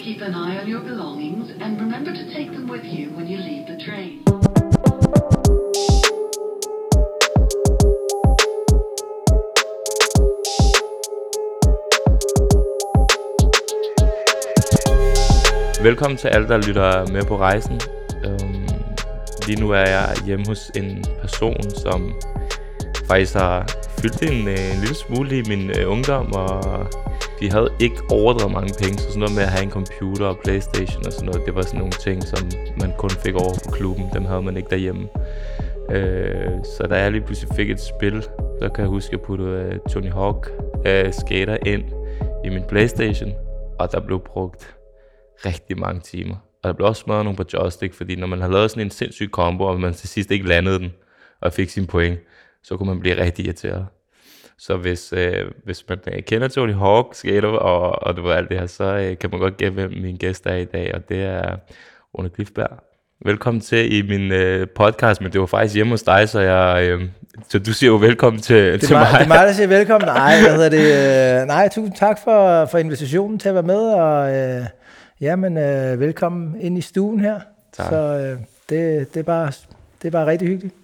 keep an eye on your belongings and remember to take them with you when you leave the train. Velkommen til alle, der lytter med på rejsen. Lige nu er jeg hjemme hos en person, som faktisk har fyldt en lille smule i min ungdom, og de havde ikke overdrevet mange penge, så sådan noget med at have en computer og Playstation og sådan noget, det var sådan nogle ting, som man kun fik over på klubben, dem havde man ikke derhjemme. Så da jeg lige pludselig fik et spil, så kan jeg huske, at jeg puttede Tony Hawk Skater ind i min Playstation, og der blev brugt rigtig mange timer. Og der blev også smadret nogle på joystick, fordi når man har lavet sådan en sindssyg combo, og man til sidst ikke landede den, og fik sine point, så kunne man blive rigtig irriteret. Så hvis man kender Tony Hawk, Skater og det var alt det her, så kan man godt gætte, hvem min gæst er i dag, og det er Rune Glifberg. Velkommen til i min podcast, men det var faktisk hjemme hos dig, så du siger jo velkommen til mig. Det er mig, der siger velkommen. Nej, tusind tak for invitationen til at være med, og velkommen ind i stuen her. Tak. Så det er bare rigtig hyggeligt.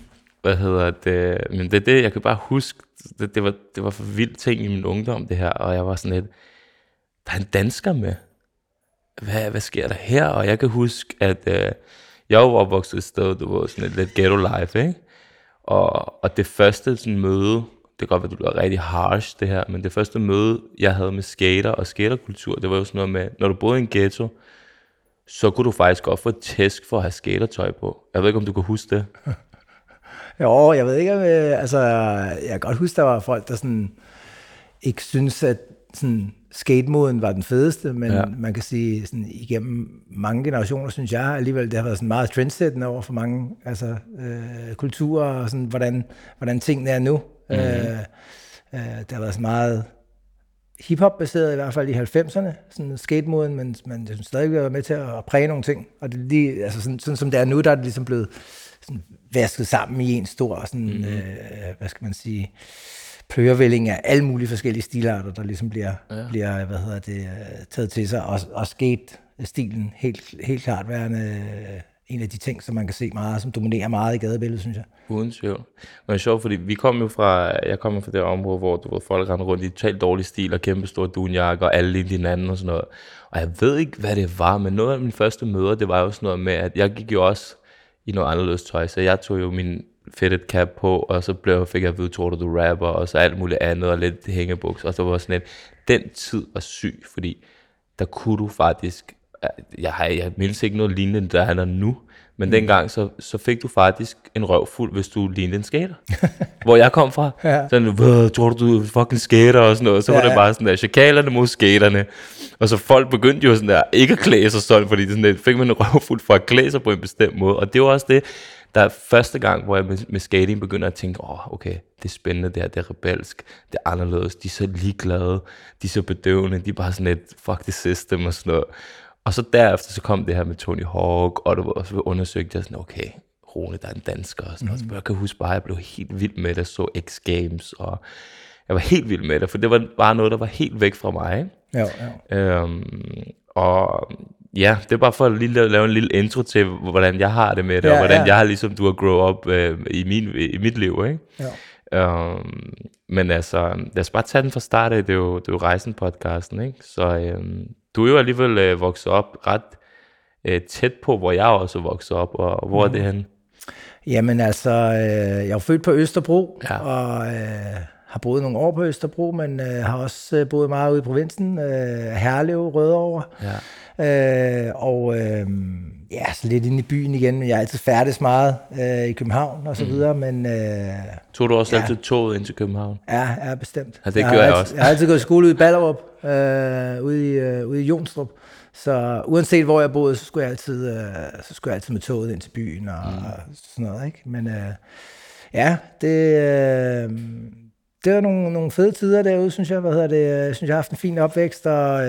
Men det er det, jeg kan bare huske, det var for vildt ting i min ungdom, det her, og jeg var sådan lidt, der er en dansker med. Hvad sker der her? Og jeg kan huske, at jeg var opvokset et sted, det var sådan et lidt ghetto life, ikke? Og det første sådan møde, det kan godt være, det lyder rigtig harsh det her, men det første møde, jeg havde med skater og skaterkultur, det var jo sådan noget med, når du boede i en ghetto, så kunne du faktisk godt få et tæsk for at have skatertøj på. Jeg ved ikke, om du kan huske det? Jo, jeg ved ikke, jeg kan godt huske, der var folk, der sådan ikke synes, at sådan skatemoden var den fedeste, men man kan sige, sådan igennem mange generationer, synes jeg alligevel, det har været sådan meget trendsættende over for mange kulturer, og sådan, hvordan tingene er nu. Det har været sådan meget hip-hop-baseret, i hvert fald i 90'erne, sådan skatemoden, men man synes stadig, vi har været med til at præge nogle ting, og det lige, altså sådan som det er nu, der er det ligesom blevet sådan vasket sammen i en stor, sådan, hvad skal man sige, plørevælling af alle mulige forskellige stilarter, der ligesom bliver taget til sig, og skate-stilen helt klart værende en af de ting, som man kan se meget, som dominerer meget i gadebilledet, synes jeg. Uden tvivl. Men det er sjovt, fordi jeg kommer fra det område, hvor folk render rundt i totalt dårlig stil og kæmpe store dunjakker, og alle lignede hinanden og sådan noget. Og jeg ved ikke, hvad det var, men noget af mine første møder, det var jo sådan noget med, at jeg gik jo også i noget anderledes tøj, så jeg tog jo min fitted cap på, og så fik jeg at vide, tror du rapper, og så alt muligt andet, og lidt hængebuks, og så var sådan lidt, den tid var syg, fordi der kunne du faktisk, jeg mindes ikke noget lignende, der er der nu, men dengang, så fik du faktisk en røvfuld, hvis du lignede en skater, hvor jeg kom fra, sådan, tror du fucking skater, og sådan noget, så var det bare sådan der, chakalerne mod skaterne, og så folk begyndte jo sådan der, ikke at klæde sig sådan, fordi sådan der, fik man en røvfuld for at klæde sig på en bestemt måde, og det var også det, der er første gang, hvor jeg med skating begynder at tænke, okay, det er spændende, det er rebelsk, det er anderledes, de er så ligeglade, de er så bedøvende, de er bare sådan et, fuck the system og sådan noget. Og så derefter så kom det her med Tony Hawk, og så undersøgte jeg sådan, okay, Rune, der er en dansker og sådan noget. Så jeg kan huske bare, at jeg blev helt vild med det, så X Games, og jeg var helt vild med det, for det var bare noget, der var helt væk fra mig, ikke? Ja. Og ja, det er bare for at lave en lille intro til, hvordan jeg har det med det, og hvordan jeg har ligesom du har grow up i mit liv, ikke? Ja. Men altså, lad os bare tage den fra start af, det er jo Rejsen-podcasten, ikke? Så du er jo alligevel vokset op ret tæt på, hvor jeg også er vokset op, og hvor er det henne? Jamen altså, jeg er født på Østerbro, og har boet nogle år på Østerbro, men har også boet meget ude i provinsen, Herlev, Rødovre. Ja. Så lidt inde i byen igen, men jeg har altid færdes meget i København og så videre, men... Tog du også altid toget ind til København? Ja, bestemt. Ja, det gør jeg også. Jeg har altid gået i skole ude i Ballerup, ude i Jonstrup, så uanset hvor jeg boede, så skulle jeg altid med toget ind til byen og sådan noget, ikke? Men det var nogle fede tider derude, synes jeg. Jeg synes, jeg har haft en fin opvækst, og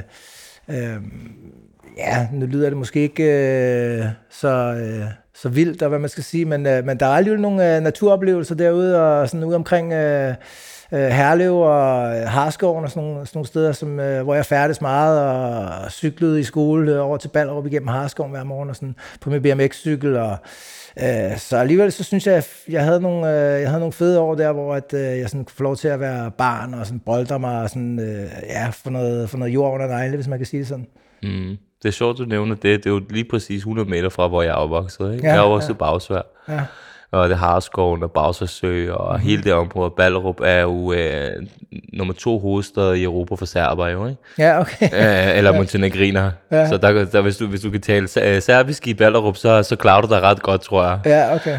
nu lyder det måske ikke så vildt, og hvad man skal sige, men der er alligevel nogle naturoplevelser derude, og sådan ude omkring Herlev og Harskoven og sådan nogle steder, hvor jeg færdes meget og cyklede i skole over til Ballerup igennem Harskoven hver morgen og sådan, på min BMX-cykel. Og, så alligevel så synes jeg, jeg havde nogle fede år der, hvor jeg sådan kunne få lov til at være barn og sådan bolde mig og sådan, få noget jord under negle, hvis man kan sige det sådan. Mm. Det er sjovt, du nævner det. Det er jo lige præcis 100 meter fra, hvor jeg er opvokset. Ikke? Jeg er også i Bagsvær. Ja. Og det Harskoven og Bagsværsø og hele det område. Ballerup er jo nummer 2 hovedstad i Europa for serber, jo, ikke? Ja, okay. Eller montenegriner. Ja. Så der, hvis du kan tale serbisk i Ballerup, så klarer du dig ret godt, tror jeg. Ja, okay.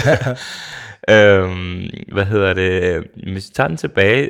Hvad hedder det? Hvis jeg tager den tilbage,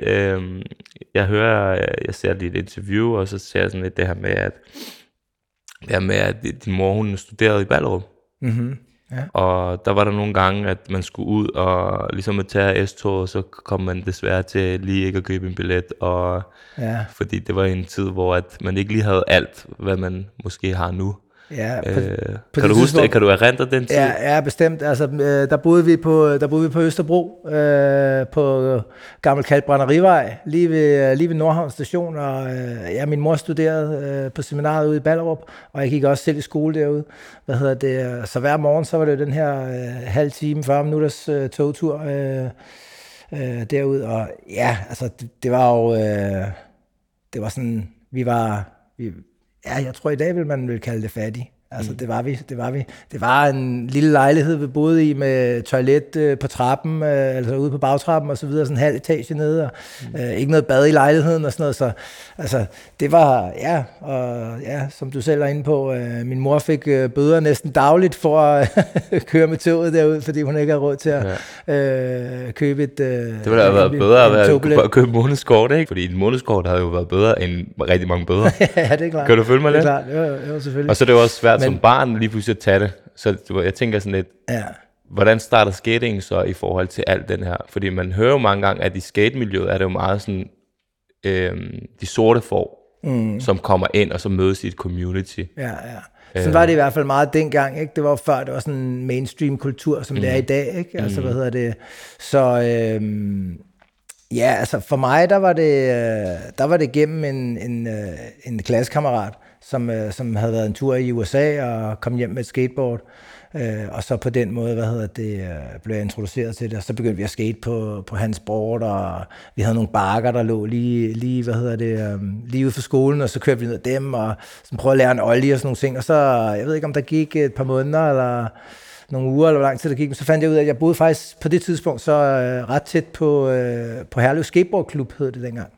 jeg ser lige et interview, og så ser jeg sådan lidt det her med, at din mor, hun studerede i Ballerup. Mhm. Ja. Og der var der nogle gange, at man skulle ud og ligesom at tage S-toget, så kom man desværre til lige ikke at købe en billet, og fordi det var en tid, hvor at man ikke lige havde alt, hvad man måske har nu. Ja, kan du huske det? Kan du erindre den tid? Ja, bestemt. Altså, der boede vi på Østerbro, på Gammel Kalkbrænderivej, lige ved Nordhavn station, og min mor studerede på seminaret ude i Ballerup, og jeg gik også selv i skole derude. Så hver morgen, så var det jo den her halv time, 40 minutters togtur derud, og ja, altså, det var jo, det var sådan, jeg tror i dag vil man vel kalde det fattig. Altså det var vi. Det var en lille lejlighed, vi boede i med toilet på trappen, altså ude på bagtrappen og så videre, sådan en halv etage nede, og ikke noget bad i lejligheden og sådan noget. Så altså det var, og som du selv er inde på, min mor fik bøder næsten dagligt for at køre med toget derud, fordi hun ikke havde råd til at købe et det ville have været bedre at købe månedskort, ikke? Fordi et månedskort havde jo været bedre end rigtig mange bøder. Ja, det er klart. Kan du følge mig lidt? Det er klart, jo, selvfølgelig. Og så er det jo også svært som barn lige pludselig at tage det. Så jeg tænker sådan lidt, hvordan starter skating så i forhold til alt den her? Fordi man hører jo mange gange, at i skatemiljøet er det jo meget sådan, de sorte får, som kommer ind og så mødes i et community. Ja. Sådan var det i hvert fald meget dengang, ikke? Det var før, det var sådan en mainstream kultur, som det er i dag, ikke? Altså, Så altså for mig, der var det gennem en klassekammerat, som havde været en tur i USA og kom hjem med et skateboard, og så på den måde, blev jeg introduceret til det, og så begyndte vi at skate på hans board, og vi havde nogle bakker, der lå lige lige ude for skolen, og så kørte vi ned ad dem, og så prøvede at lære en ollie og sådan nogle ting, og så, jeg ved ikke, om der gik et par måneder, eller nogle uger, eller hvor lang tid der gik, men så fandt jeg ud af, at jeg boede faktisk på det tidspunkt så ret tæt på Herlev Skateboardklub, hed det dengang,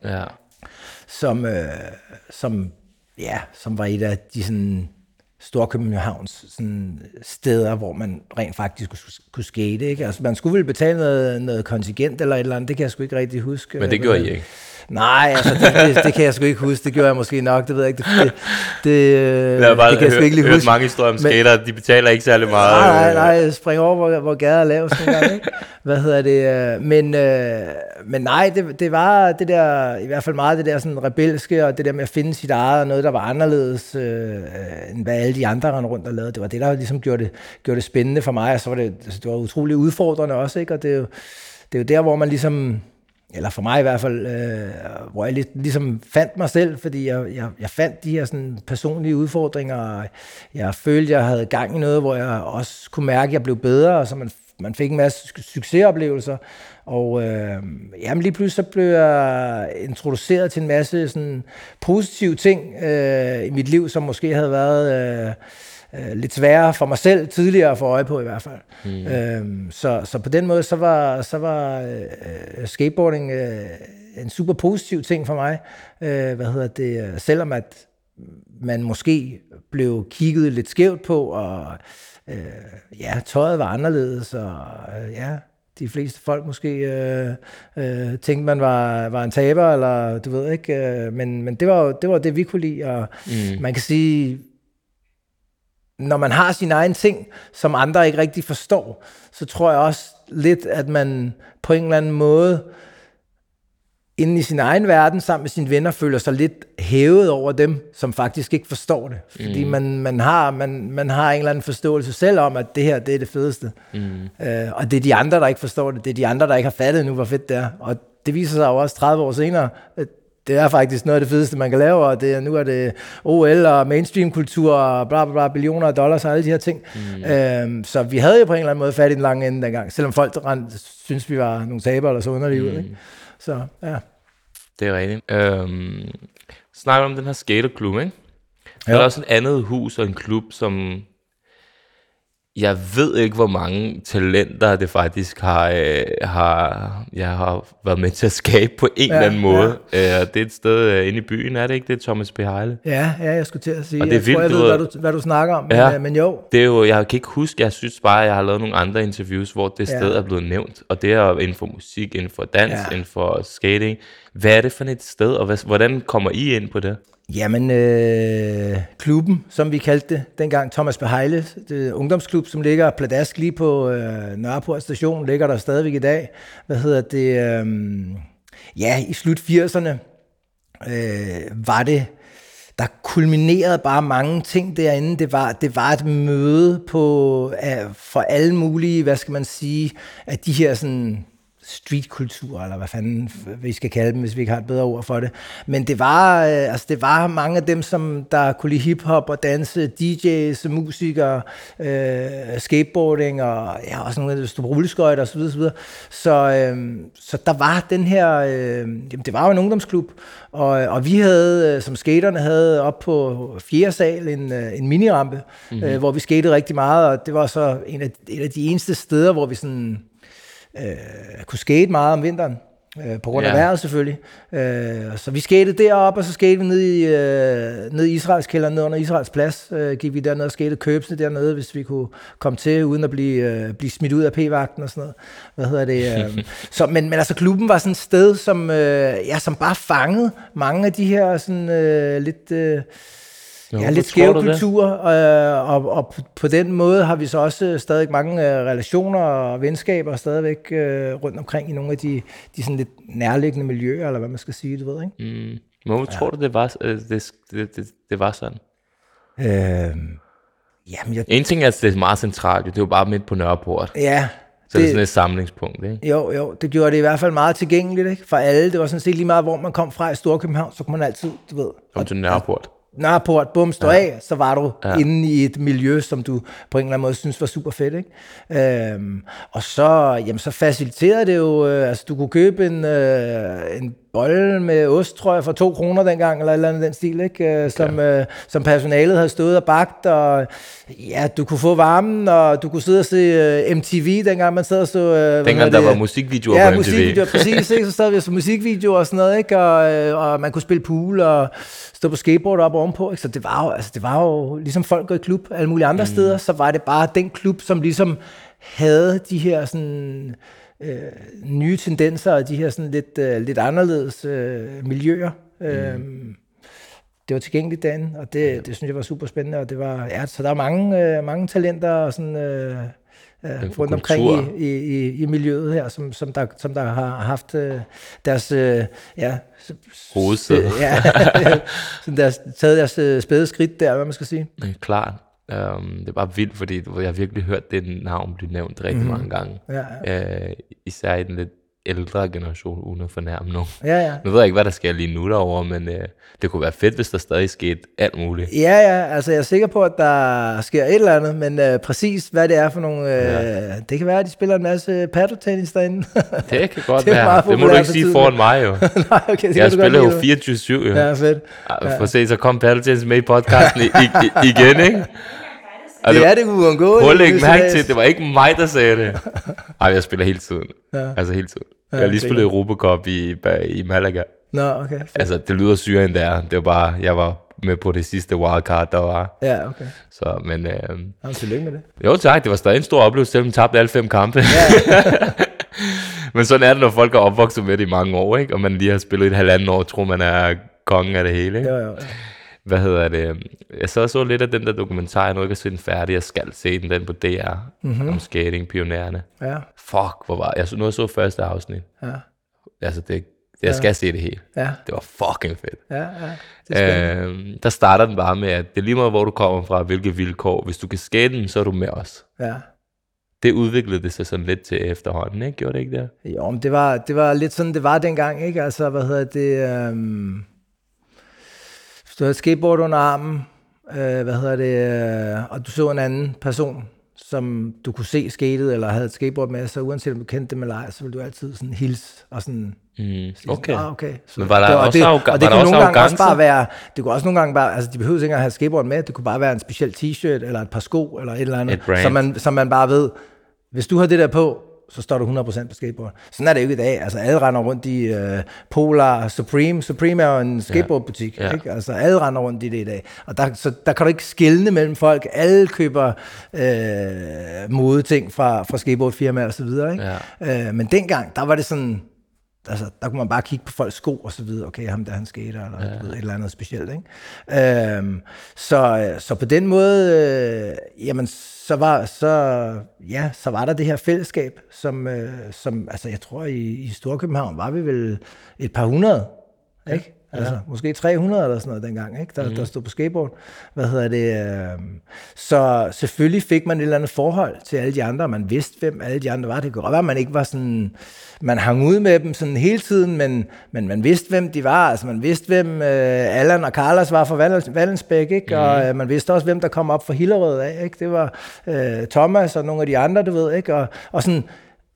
som var et af de sådan Storkøbenhavns sådan steder, hvor man rent faktisk kunne skate, ikke? Altså man skulle vel betale noget kontingent eller et eller andet, det kan jeg sgu ikke rigtig huske. Men det gjorde I ikke? Nej, altså det kan jeg sgu ikke huske. Det gjorde jeg måske nok, det ved jeg ikke. Det kan jeg sgu ikke lige huske. Mange historier om skater, de betaler ikke særlig meget. Nej, spring over, hvor gader er lavest nogle gange, ikke? Men nej, det var det der, i hvert fald meget det der sådan rebelske, og det der med at finde sit eget, og noget, der var anderledes, end hvad alle de andre rendte rundt og lavede. Det var det, der ligesom gjorde det spændende for mig, og så var det var utroligt udfordrende også, ikke? Og det er jo der, hvor man ligesom, eller for mig i hvert fald, hvor jeg ligesom fandt mig selv, fordi jeg fandt de her sådan personlige udfordringer, og jeg følte, jeg havde gang i noget, hvor jeg også kunne mærke, at jeg blev bedre, og så man fik en masse succesoplevelser, og lige pludselig så blev jeg introduceret til en masse sådan positive ting i mit liv, som måske havde været lidt sværere for mig selv tidligere at få øje på i hvert fald. Så på den måde så var skateboarding en super positiv ting for mig. Selvom at man måske blev kigget lidt skævt på, og tøjet var anderledes, og de fleste folk måske tænkte, man var en taber, eller du ved ikke, men det var det, vi kunne lide, og man kan sige, når man har sine egne ting, som andre ikke rigtig forstår, så tror jeg også lidt, at man på en eller anden måde inde i sin egen verden, sammen med sine venner, føler sig lidt hævet over dem, som faktisk ikke forstår det. Fordi man har en eller anden forståelse selv om, at det her, det er det fedeste. Og det er de andre, der ikke forstår det. Det er de andre, der ikke har fattet nu, hvor fedt det er. Og det viser sig jo også 30 år senere, at det er faktisk noget af det fedeste, man kan lave, og nu er det OL og mainstream-kultur og bla bla bla, billioner af dollars og alle de her ting. Så vi havde jo på en eller anden måde fat i den lange ende dengang, selvom folk synes vi var nogle tabere eller så underlige ud. Ikke? Så, ja. Det er rigtigt. Snakker om den her skaterklub, ikke? Der er også et andet hus og en klub, som jeg ved ikke, hvor mange talenter det faktisk har været med til at skabe på en eller anden måde. Det er et sted inde i byen, er det ikke? Det er Thomas B. Heile. Ja, jeg skulle til at sige. Og det er vildt, jeg ved, hvad du snakker om, men jo. Det er jo, jeg kan ikke huske, jeg synes bare, at jeg har lavet nogle andre interviews, hvor det sted er blevet nævnt. Og det er inden for musik, inden for dans, inden for skating. Hvad er det for et sted, og hvordan kommer I ind på det? Jamen, klubben, som vi kaldte det dengang, Thomas B. Heile, det ungdomsklub, som ligger pladask lige på Nørreport station, ligger der stadigvæk i dag. I slut 80'erne var det, der kulminerede bare mange ting derinde. Det var et møde for alle mulige, hvad skal man sige, af de her sådan streetkultur, eller hvad fanden vi skal kalde dem, hvis vi ikke har et bedre ord for det. Men det var mange af dem, som der kunne lide hiphop og danse, DJ's, musikere, skateboarding og også nogle af de store rulleskøjter og så videre. Så der var den her, det var jo en ungdomsklub, og vi havde, som skaterne havde op på 4. sal en minirampe, hvor vi skatede rigtig meget, og det var så en af de eneste steder, hvor vi sådan kunne skate meget om vinteren, på grund af vejret selvfølgelig. Så vi skatede deroppe, og så skatede vi ned i Israels kælder, ned under Israels plads. Gik vi dernede og skatede købsene dernede, hvis vi kunne komme til, uden at blive smidt ud af p-vagten og sådan noget. Så, men altså klubben var sådan et sted, som bare fangede mange af de her sådan lidt skæve kultur, og på den måde har vi så også stadig mange relationer og venskaber stadigvæk rundt omkring i nogle af de sådan lidt nærliggende miljøer, eller hvad man skal sige, du ved, ikke? Hvorfor tror du, det var sådan? En ting er, at det er meget centralt, det er jo bare midt på Nørreport. Ja. Så det er sådan et samlingspunkt, ikke? Jo, det gjorde det i hvert fald meget tilgængeligt, ikke? For alle. Det var sådan set lige meget, hvor man kom fra i Storkøbenhavn, så kunne man altid, du ved. Kom til Nørreport. Nørreport, bum, stå af, så var du inde i et miljø, som du på en eller anden måde synes var super fedt, ikke? Og så faciliterede det jo, du kunne købe en bolle med ost, tror jeg, for 2 kroner dengang, eller et eller andet den stil, ikke? Som personalet havde stået og bagt, og du kunne få varmen, og du kunne sidde og se MTV, dengang man sad og så... dengang der var musikvideoer på MTV. Ja, musikvideoer, præcis, ikke? Så sad vi og så musikvideoer og sådan noget, ikke? Og man kunne spille pool og stå på skateboard op ovenpå, ikke? Så det var jo ligesom folk går i klub alle mulige andre steder, så var det bare den klub, som ligesom havde de her sådan nye tendenser og de her sådan lidt anderledes miljøer. Det var tilgængeligt derinde, og det synes jeg var super spændende, og det var så der er mange talenter og sådan rundt omkring i miljøet her, som der har haft deres hovedsæde. Som der taget deres spæde skridt der, hvad man skal sige. Klart. Det er bare vildt, fordi jeg har virkelig hørt det navn blive nævnt rigtig mange gange. Især i den lidt ældre generation, uden at fornærme nogen. Nu ved jeg ikke, hvad der sker lige nu derovre, men det kunne være fedt, hvis der stadig skete alt muligt. Altså jeg er sikker på, at der sker et eller andet, men præcis hvad det er for nogle... det kan være, at de spiller en masse paddeltennis derinde. Det kan godt være. Det må du ikke sige foran mig jo. Nej, okay, jeg spiller jo 24/7 jo. Ja, fedt. For at se, så kom paddeltennis med i podcasten igen, ikke? Det er det uundgåeligt. Prøv at lægge mærke til, det var ikke mig, der sagde det. Ej, jeg spiller hele tiden. Altså hele tiden. Jeg har lige spillet Europacup i Malaga. Nå, okay. Altså, det lyder syre end det er. Det var bare, jeg var med på det sidste wildcard, der var. Ja, okay. Så, men... tillykke med det. Jo, tak. Det var stadig en stor oplevelse, selvom vi tabte alle 5 kampe. Men sådan er det, når folk er opvokset med det i mange år, ikke? Og man lige har spillet et 1,5 år, tror man er kongen af det hele, ikke? Jo. Hvad hedder det? Jeg så lidt af den der dokumentar, jeg nu ikke har set den færdig. Jeg skal se den på DR, om skating, pionærerne. Ja. Fuck, hvor var jeg nu så første afsnit. Ja. Altså, jeg skal se det hele. Ja. Det var fucking fedt. Ja. Der starter den bare med, at det er lige meget, hvor du kommer fra, hvilke vilkår. Hvis du kan skate den, så er du med os. Ja. det udviklede det sig sådan lidt til efterhånden, ikke? Gjorde det ikke det? Jo, men det var lidt sådan, det var dengang, ikke? Altså, hvis du havde et skateboard under armen, og du så en anden person, som du kunne se skatede, eller havde et skateboard med, så uanset om du kendte dem eller ej, så ville du altid sådan hilse og sådan... Okay. Okay. Så men var der også og det kunne nogle gange også bare være, det kunne også nogle gange bare, altså de behøvede ikke at have skateboard med, det kunne bare være en speciel t-shirt, eller et par sko, eller et eller andet, som man bare ved, hvis du har det der på, så står du 100% på skateboard. Sådan er det jo ikke i dag. Altså alle render rundt i Polar, Supreme. Supreme er jo en skateboardbutik. Ja. Ikke? Altså alle render rundt i det i dag. Og der kan du ikke skelne mellem folk. Alle køber modeting fra skateboardfirmaer og så videre. Ikke? Ja. Men dengang, der var det sådan... Altså, der kunne man bare kigge på folks sko og så videre. Okay, ham der, han skater, eller et eller andet specielt. Ikke? Så på den måde, jamen, så var der det her fællesskab, som altså, jeg tror, i Storkøbenhavn var vi vel et par hundrede, ikke? Altså, måske 300 eller sådan noget dengang, ikke? Der stod på skateboard. Så selvfølgelig fik man et eller andet forhold til alle de andre, man vidste, hvem alle de andre var. Det kunne godt være, at man ikke var sådan... Man hang ud med dem sådan hele tiden, men man vidste, hvem de var. Altså, man vidste, hvem Allan og Carlos var fra Vallensbæk, ikke? Og man vidste også, hvem der kom op fra Hillerød af, ikke? Det var Thomas og nogle af de andre, du ved, ikke? Og sådan...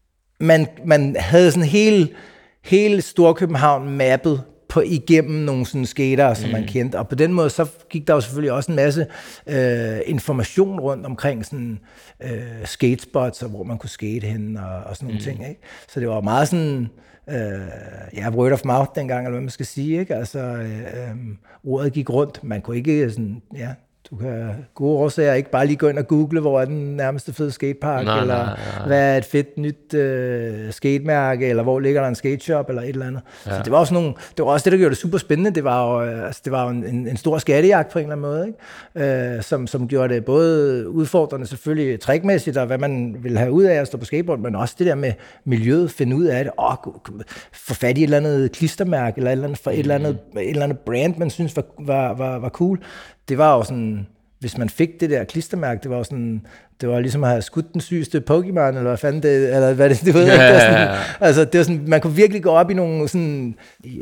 Man havde sådan hele Storkøbenhavn mappet på igennem nogle sådan skater, som man kendte. Og på den måde, så gik der jo selvfølgelig også en masse information rundt omkring sådan skatespots, og hvor man kunne skate hen, og sådan nogle ting, ikke? Så det var meget sådan, word of mouth dengang, eller hvad man skal sige, ikke? Altså, ordet gik rundt. Man kunne ikke sådan, du kan gode årsager ikke bare lige gå ind og google, hvor er den nærmeste fede skatepark, nej. Hvad er et fedt nyt skatemærke, eller hvor ligger der en skateshop, eller et eller andet. Ja. Så det var også det, der gjorde det super spændende. Det var jo en stor skattejagt på en eller anden måde, ikke? Som gjorde det både udfordrende selvfølgelig trickmæssigt, og hvad man ville have ud af at stå på skateboard, men også det der med miljøet, finde ud af det, få fat i et eller andet klistermærke, eller et eller andet brand, man synes var cool. Det var jo sådan, hvis man fik det der klistermærke, det var jo sådan, det var ligesom at have skudt den sygeste Pokémon, eller hvad fanden det, eller hvad det, du ved, ikke? Det var sådan, altså, det var sådan, man kunne virkelig gå op i nogle sådan,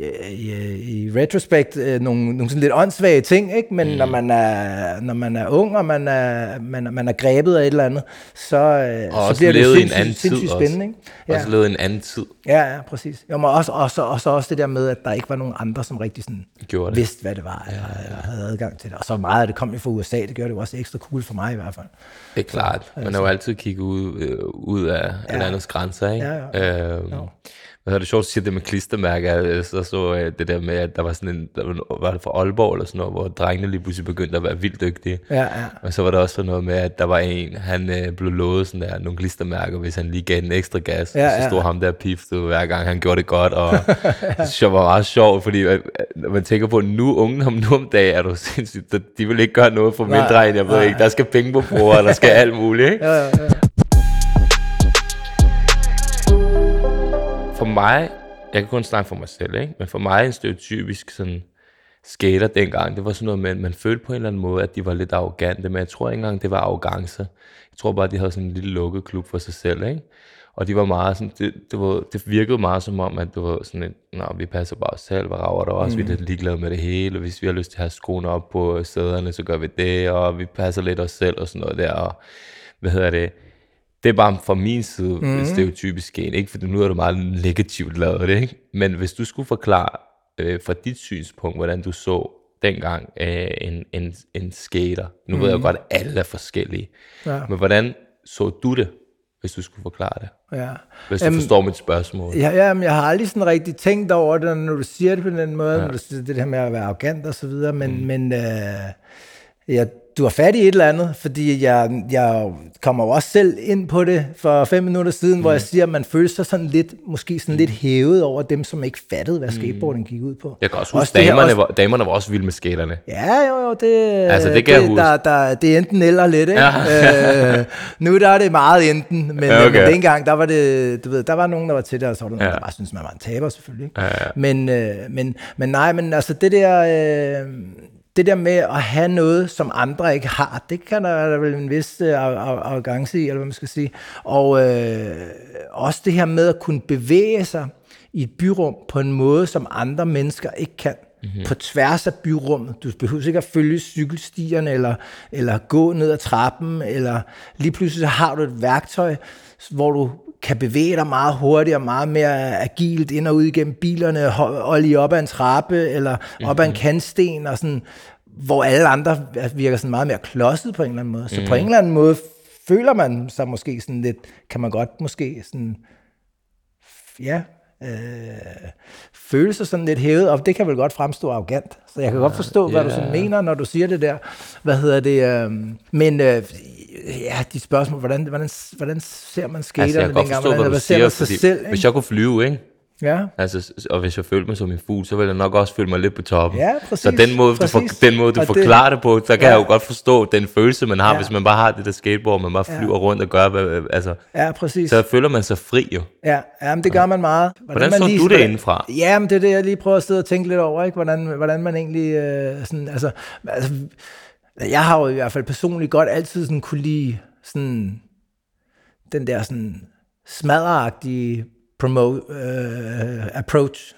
i retrospekt, nogle sådan lidt åndssvage ting, ikke? Men når man er ung, og man er grebet af et eller andet, så bliver det sindssygt spændende, ikke? Ja. Også levet en anden tid. Ja, præcis. Jo, men også det der med, at der ikke var nogen andre, som rigtig sådan vidste, hvad det var, eller havde adgang til det. Og så meget af det kom jo fra USA, det gjorde det jo også ekstra cool for mig i hvert fald. Det er klart. Man har jo altid kigget ud af landets grænser, ikke? Hvad er det sjovt at sige det med klistermærker? Så det der med, at der var sådan en, var det fra Aalborg eller sådan noget, hvor drengene lige pludselig begyndte at være vildt dygtige. Og så var der også sådan noget med, at der var han blev lovet sådan der nogle klistermærker, hvis han lige gav den ekstra gas. Og så stod ham der piftet hver gang han gjorde det godt, og det var meget sjovt, fordi man tænker på, nu om dagen er du sindssygt, de vil ikke gøre noget for mindre end, jeg ved ikke, der skal penge på bruger, der skal alt muligt, ikke? Ja. For mig, jeg kan kun snakke for mig selv, ikke? Men for mig en stereotypisk sådan skater dengang, det var sådan noget med, at man følte på en eller anden måde, at de var lidt arrogante, men jeg tror ikke engang, det var arrogance. Jeg tror bare, de havde sådan en lille lukket klub for sig selv, ikke? Og de var meget sådan, det virkede meget som om, at det var sådan vi passer bare os selv, hvad rager der også, vi er lidt ligeglade med det hele, og hvis vi har lyst til at have skoene op på sæderne, så gør vi det, og vi passer lidt os selv og sådan noget der, og det er bare fra min side stereotypisk gen, ikke? For nu er det meget negativt lavet det, ikke? Men hvis du skulle forklare fra dit synspunkt, hvordan du så dengang en skater, nu ved jeg godt, at alle er forskellige, men hvordan så du det, hvis du skulle forklare det? Ja. Hvis du forstår mit spørgsmål. Men jeg har aldrig sådan rigtig tænkt over det, når du siger det på den måde, når du siger det her med at være arrogant og så videre, men du har fat i et eller andet, fordi jeg kommer jo også selv ind på det for 5 minutter siden, hvor jeg siger, at man føler sig sådan lidt, måske sådan lidt hævet over dem, som ikke fattede, hvad skateboarding gik ud på. Jeg kan også huske, damerne var også vilde med skaterne. Ja, jo, det er enten eller lidt, ikke? Ja. Nu der er det meget enten, men dengang, der var det, du ved, der var nogen, der var til det, og så var der nogen, der bare syntes, man var en taber, selvfølgelig. Ikke? Ja. Men nej, men altså det der... det der med at have noget, som andre ikke har, det kan der vel en vis arrogance i, eller hvad man skal sige. Og også det her med at kunne bevæge sig i et byrum på en måde, som andre mennesker ikke kan. På tværs af byrummet. Du behøver ikke at følge cykelstierne, eller gå ned ad trappen, eller lige pludselig så har du et værktøj, hvor du kan bevæge dig meget hurtigt og meget mere agilt ind og ud igennem bilerne, og lige op ad en trappe, eller op ad en kantsten, og sådan, hvor alle andre virker sådan meget mere klodset på en eller anden måde. Så på en eller anden måde føler man sig måske sådan lidt, kan man godt måske sådan, ja, føle sig sådan lidt hævet, og det kan vel godt fremstå arrogant. Så jeg kan godt forstå, hvad du sådan mener, når du siger det der. Men de spørgsmål, hvordan ser man skaterne altså, jeg kan godt forstå, hvad du siger, fordi selv, hvis jeg kunne flyve, ikke? Ja. Altså, og hvis jeg følte mig som en fugl, så ville jeg nok også føle mig lidt på toppen. Ja, præcis. Så den måde, du forklarer det på, så kan jeg jo godt forstå den følelse, man har, hvis man bare har det der skateboard, man bare flyver rundt og gør, altså. Ja, præcis. Så føler man sig fri jo. Ja, men det gør man meget. Hvordan så du det indenfra? Ja, men det er det, jeg lige prøver at sidde og tænke lidt over, ikke? Hvordan man egentlig sådan, altså, jeg har jo i hvert fald personligt godt altid sådan kunne lide sådan, den der sådan smadderagtige approach,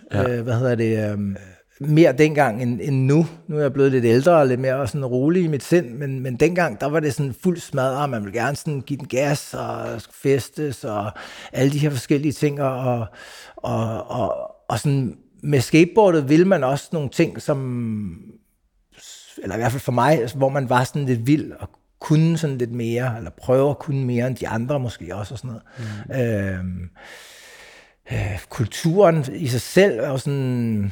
mere dengang end nu. Nu er jeg blevet lidt ældre og lidt mere sådan rolig i mit sind, men dengang, der var det sådan fuld smadre, man ville gerne sådan give den gas og festes og alle de her forskellige ting, og sådan med skateboardet ville man også nogle ting, som, eller i hvert fald for mig, hvor man var sådan lidt vild og kunne sådan lidt mere, eller prøve at kunne mere end de andre måske også og sådan noget. Kulturen i sig selv er jo sådan,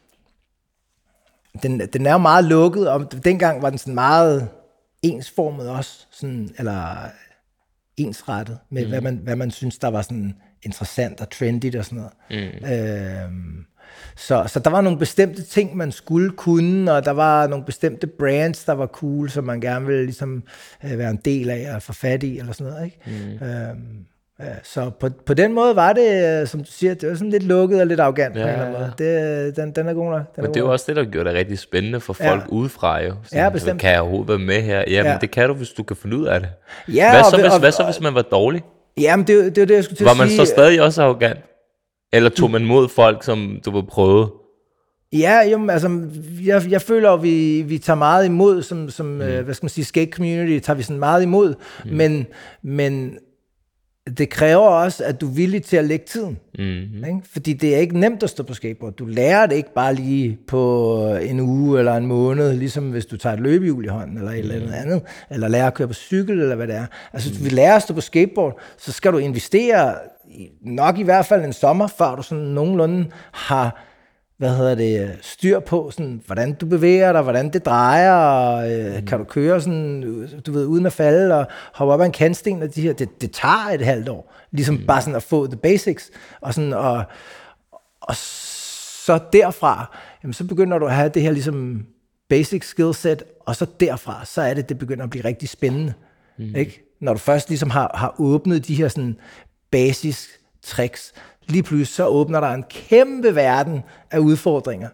den er jo meget lukket, og dengang var den sådan meget ensformet også, sådan, eller ensrettet med, hvad man synes, der var sådan interessant og trendy og sådan noget. Så der var nogle bestemte ting, man skulle kunne, og der var nogle bestemte brands, der var cool, som man gerne ville ligesom være en del af og få fat i, eller sådan noget, ikke? Så på den måde var det, som du siger, det var sådan lidt lukket og lidt arrogant på en eller anden måde. Den er god nok. Men det er jo også det, der gør det rigtig spændende for folk udefra jo. Ja, bestemt. Kan jeg overhovedet være med her? Jamen, det kan du, hvis du kan finde ud af det. Ja, hvad så, hvis man var dårlig? Jamen, det var det, jeg skulle til at sige. Var man så stadig også arrogant? Eller tog man mod folk, som du vil prøve? Ja, jo, altså, jeg føler, at vi tager meget imod, som hvad skal man sige, skate community, tager vi sådan meget imod, men det kræver også, at du er villig til at lægge tiden. Ikke? Fordi det er ikke nemt at stå på skateboard. Du lærer det ikke bare lige på en uge eller en måned, ligesom hvis du tager et løbehjul i hånden, eller et eller andet, eller lærer at køre på cykel, eller hvad det er. Altså, hvis du vil lære at stå på skateboard, så skal du investere nok i hvert fald en sommer, før du sådan nogenlunde har styr på, sådan, hvordan du bevæger dig, hvordan det drejer, og kan du køre sådan, du ved, uden at falde, og hoppe op ad en kantsten, og de her, det tager et halvt år, ligesom bare sådan at få the basics, og sådan, og så derfra, jamen, så begynder du at have det her ligesom basic skillset, og så derfra, så er det begynder at blive rigtig spændende, ikke? Når du først ligesom har åbnet de her sådan basis tricks, lige pludselig så åbner der en kæmpe verden af udfordringer,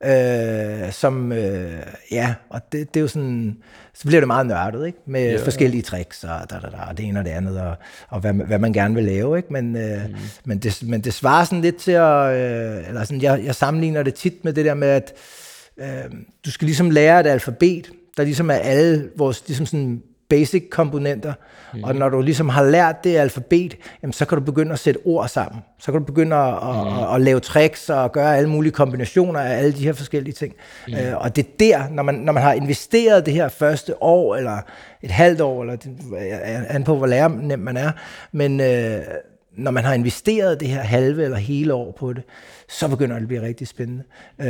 og det er jo sådan, så bliver det meget nørdet, ikke? Med forskellige tricks, og det ene og det andet, og hvad man gerne vil lave, ikke? Men det svarer sådan lidt til at, eller sådan, jeg sammenligner det tit med det der med, at du skal ligesom lære et alfabet, der ligesom er alle vores ligesom sådan basic komponenter, og når du ligesom har lært det alfabet, jamen, så kan du begynde at sætte ord sammen. Så kan du begynde at lave tricks og gøre alle mulige kombinationer af alle de her forskellige ting. Og det er der, når man har investeret det her første år, eller et halvt år, eller an på, hvor lærer man er, men når man har investeret det her halve eller hele år på det, så begynder det at blive rigtig spændende.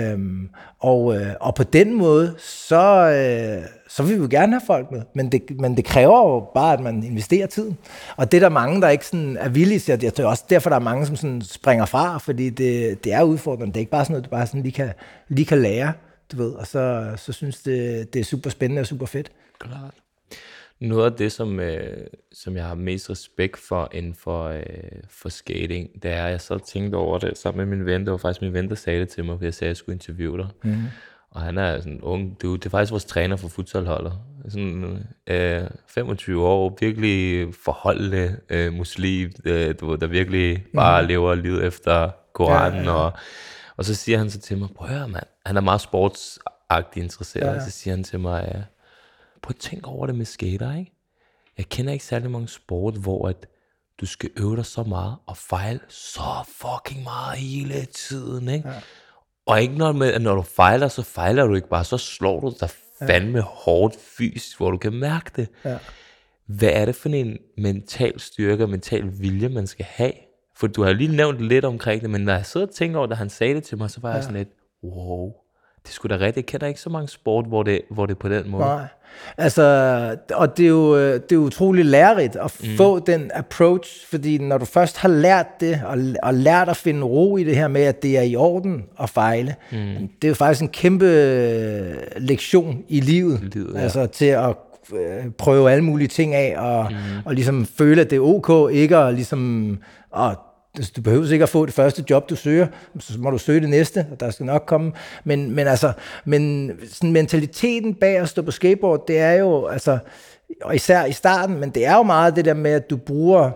Og på den måde, så vil vi jo gerne have folk med, men det kræver jo bare, at man investerer tiden. Og det er der mange, der ikke sådan er villige til, og det er også derfor, der er mange, som sådan springer fra, fordi det er udfordrende. Det er ikke bare sådan noget, du bare sådan lige kan lære, du ved, og så synes det er super spændende og super fedt. Klart. Noget af det, som jeg har mest respekt for inden for skating, det er, at jeg så tænkte over det sammen med min ven. Det var faktisk min ven, der sagde det til mig, fordi jeg sagde, at jeg skulle interviewe dig. Og han er sådan en ung dude. Det er faktisk vores træner for futsalholdet. Sådan 25 år, virkelig forholdende muslim, der virkelig bare lever livet efter Koranen. Og så siger han så til mig, prøv at høre, mand. Han er meget sportsagtigt interesseret. Og så siger han til mig, prøv at tænke over det med skater, ikke? Jeg kender ikke særlig mange sport, hvor at du skal øve dig så meget og fejle så fucking meget hele tiden, ikke? Ja. Og ikke noget med, at når du fejler, så fejler du ikke bare, så slår du dig fandme hårdt fysisk, hvor du kan mærke det. Ja. Hvad er det for en mental styrke og mental vilje, man skal have? For du har lige nævnt lidt omkring det, men når jeg sidder og tænker over, da han sagde det til mig, så var jeg sådan lidt, wow, det skulle da rigtigt. Jeg kender ikke så mange sport, hvor det er på den måde. Nej. Altså, og det er jo utroligt lærerigt at få den approach, fordi når du først har lært det, og lært at finde ro i det her med, at det er i orden at fejle, det er jo faktisk en kæmpe lektion i livet. Altså til at prøve alle mulige ting af, og ligesom føle, at det er ok, ikke at ligesom... Du behøver ikke at få det første job, du søger, så må du søge det næste, og der skal nok komme. Men sådan mentaliteten bag at stå på skateboard, det er jo, altså, og især i starten, men det er jo meget det der med, at du bruger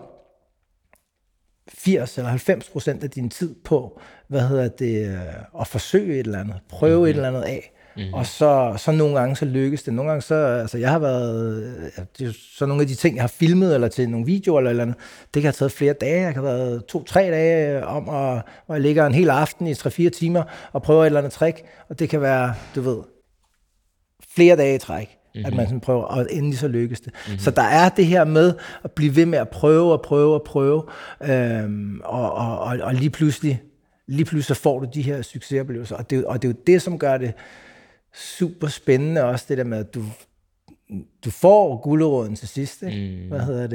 80 eller 90% af din tid på, at forsøge et eller andet, prøve et eller andet af. Og så nogle gange så lykkes det. Nogle gange så, altså jeg har været, det er så nogle af de ting, jeg har filmet, eller til nogle videoer eller andet, det kan have taget flere dage. Jeg kan have været 2-3 dage om, og jeg ligger en hel aften i 3-4 timer, og prøver et eller andet trick, og det kan være, du ved, flere dage i træk, at man sådan prøver, og endelig så lykkes det. Så der er det her med at blive ved med at prøve, og lige pludselig så får du de her succesoplevelser, og det er jo det, som gør det super spændende også, det der med, at du får guleroden til sidst, ikke?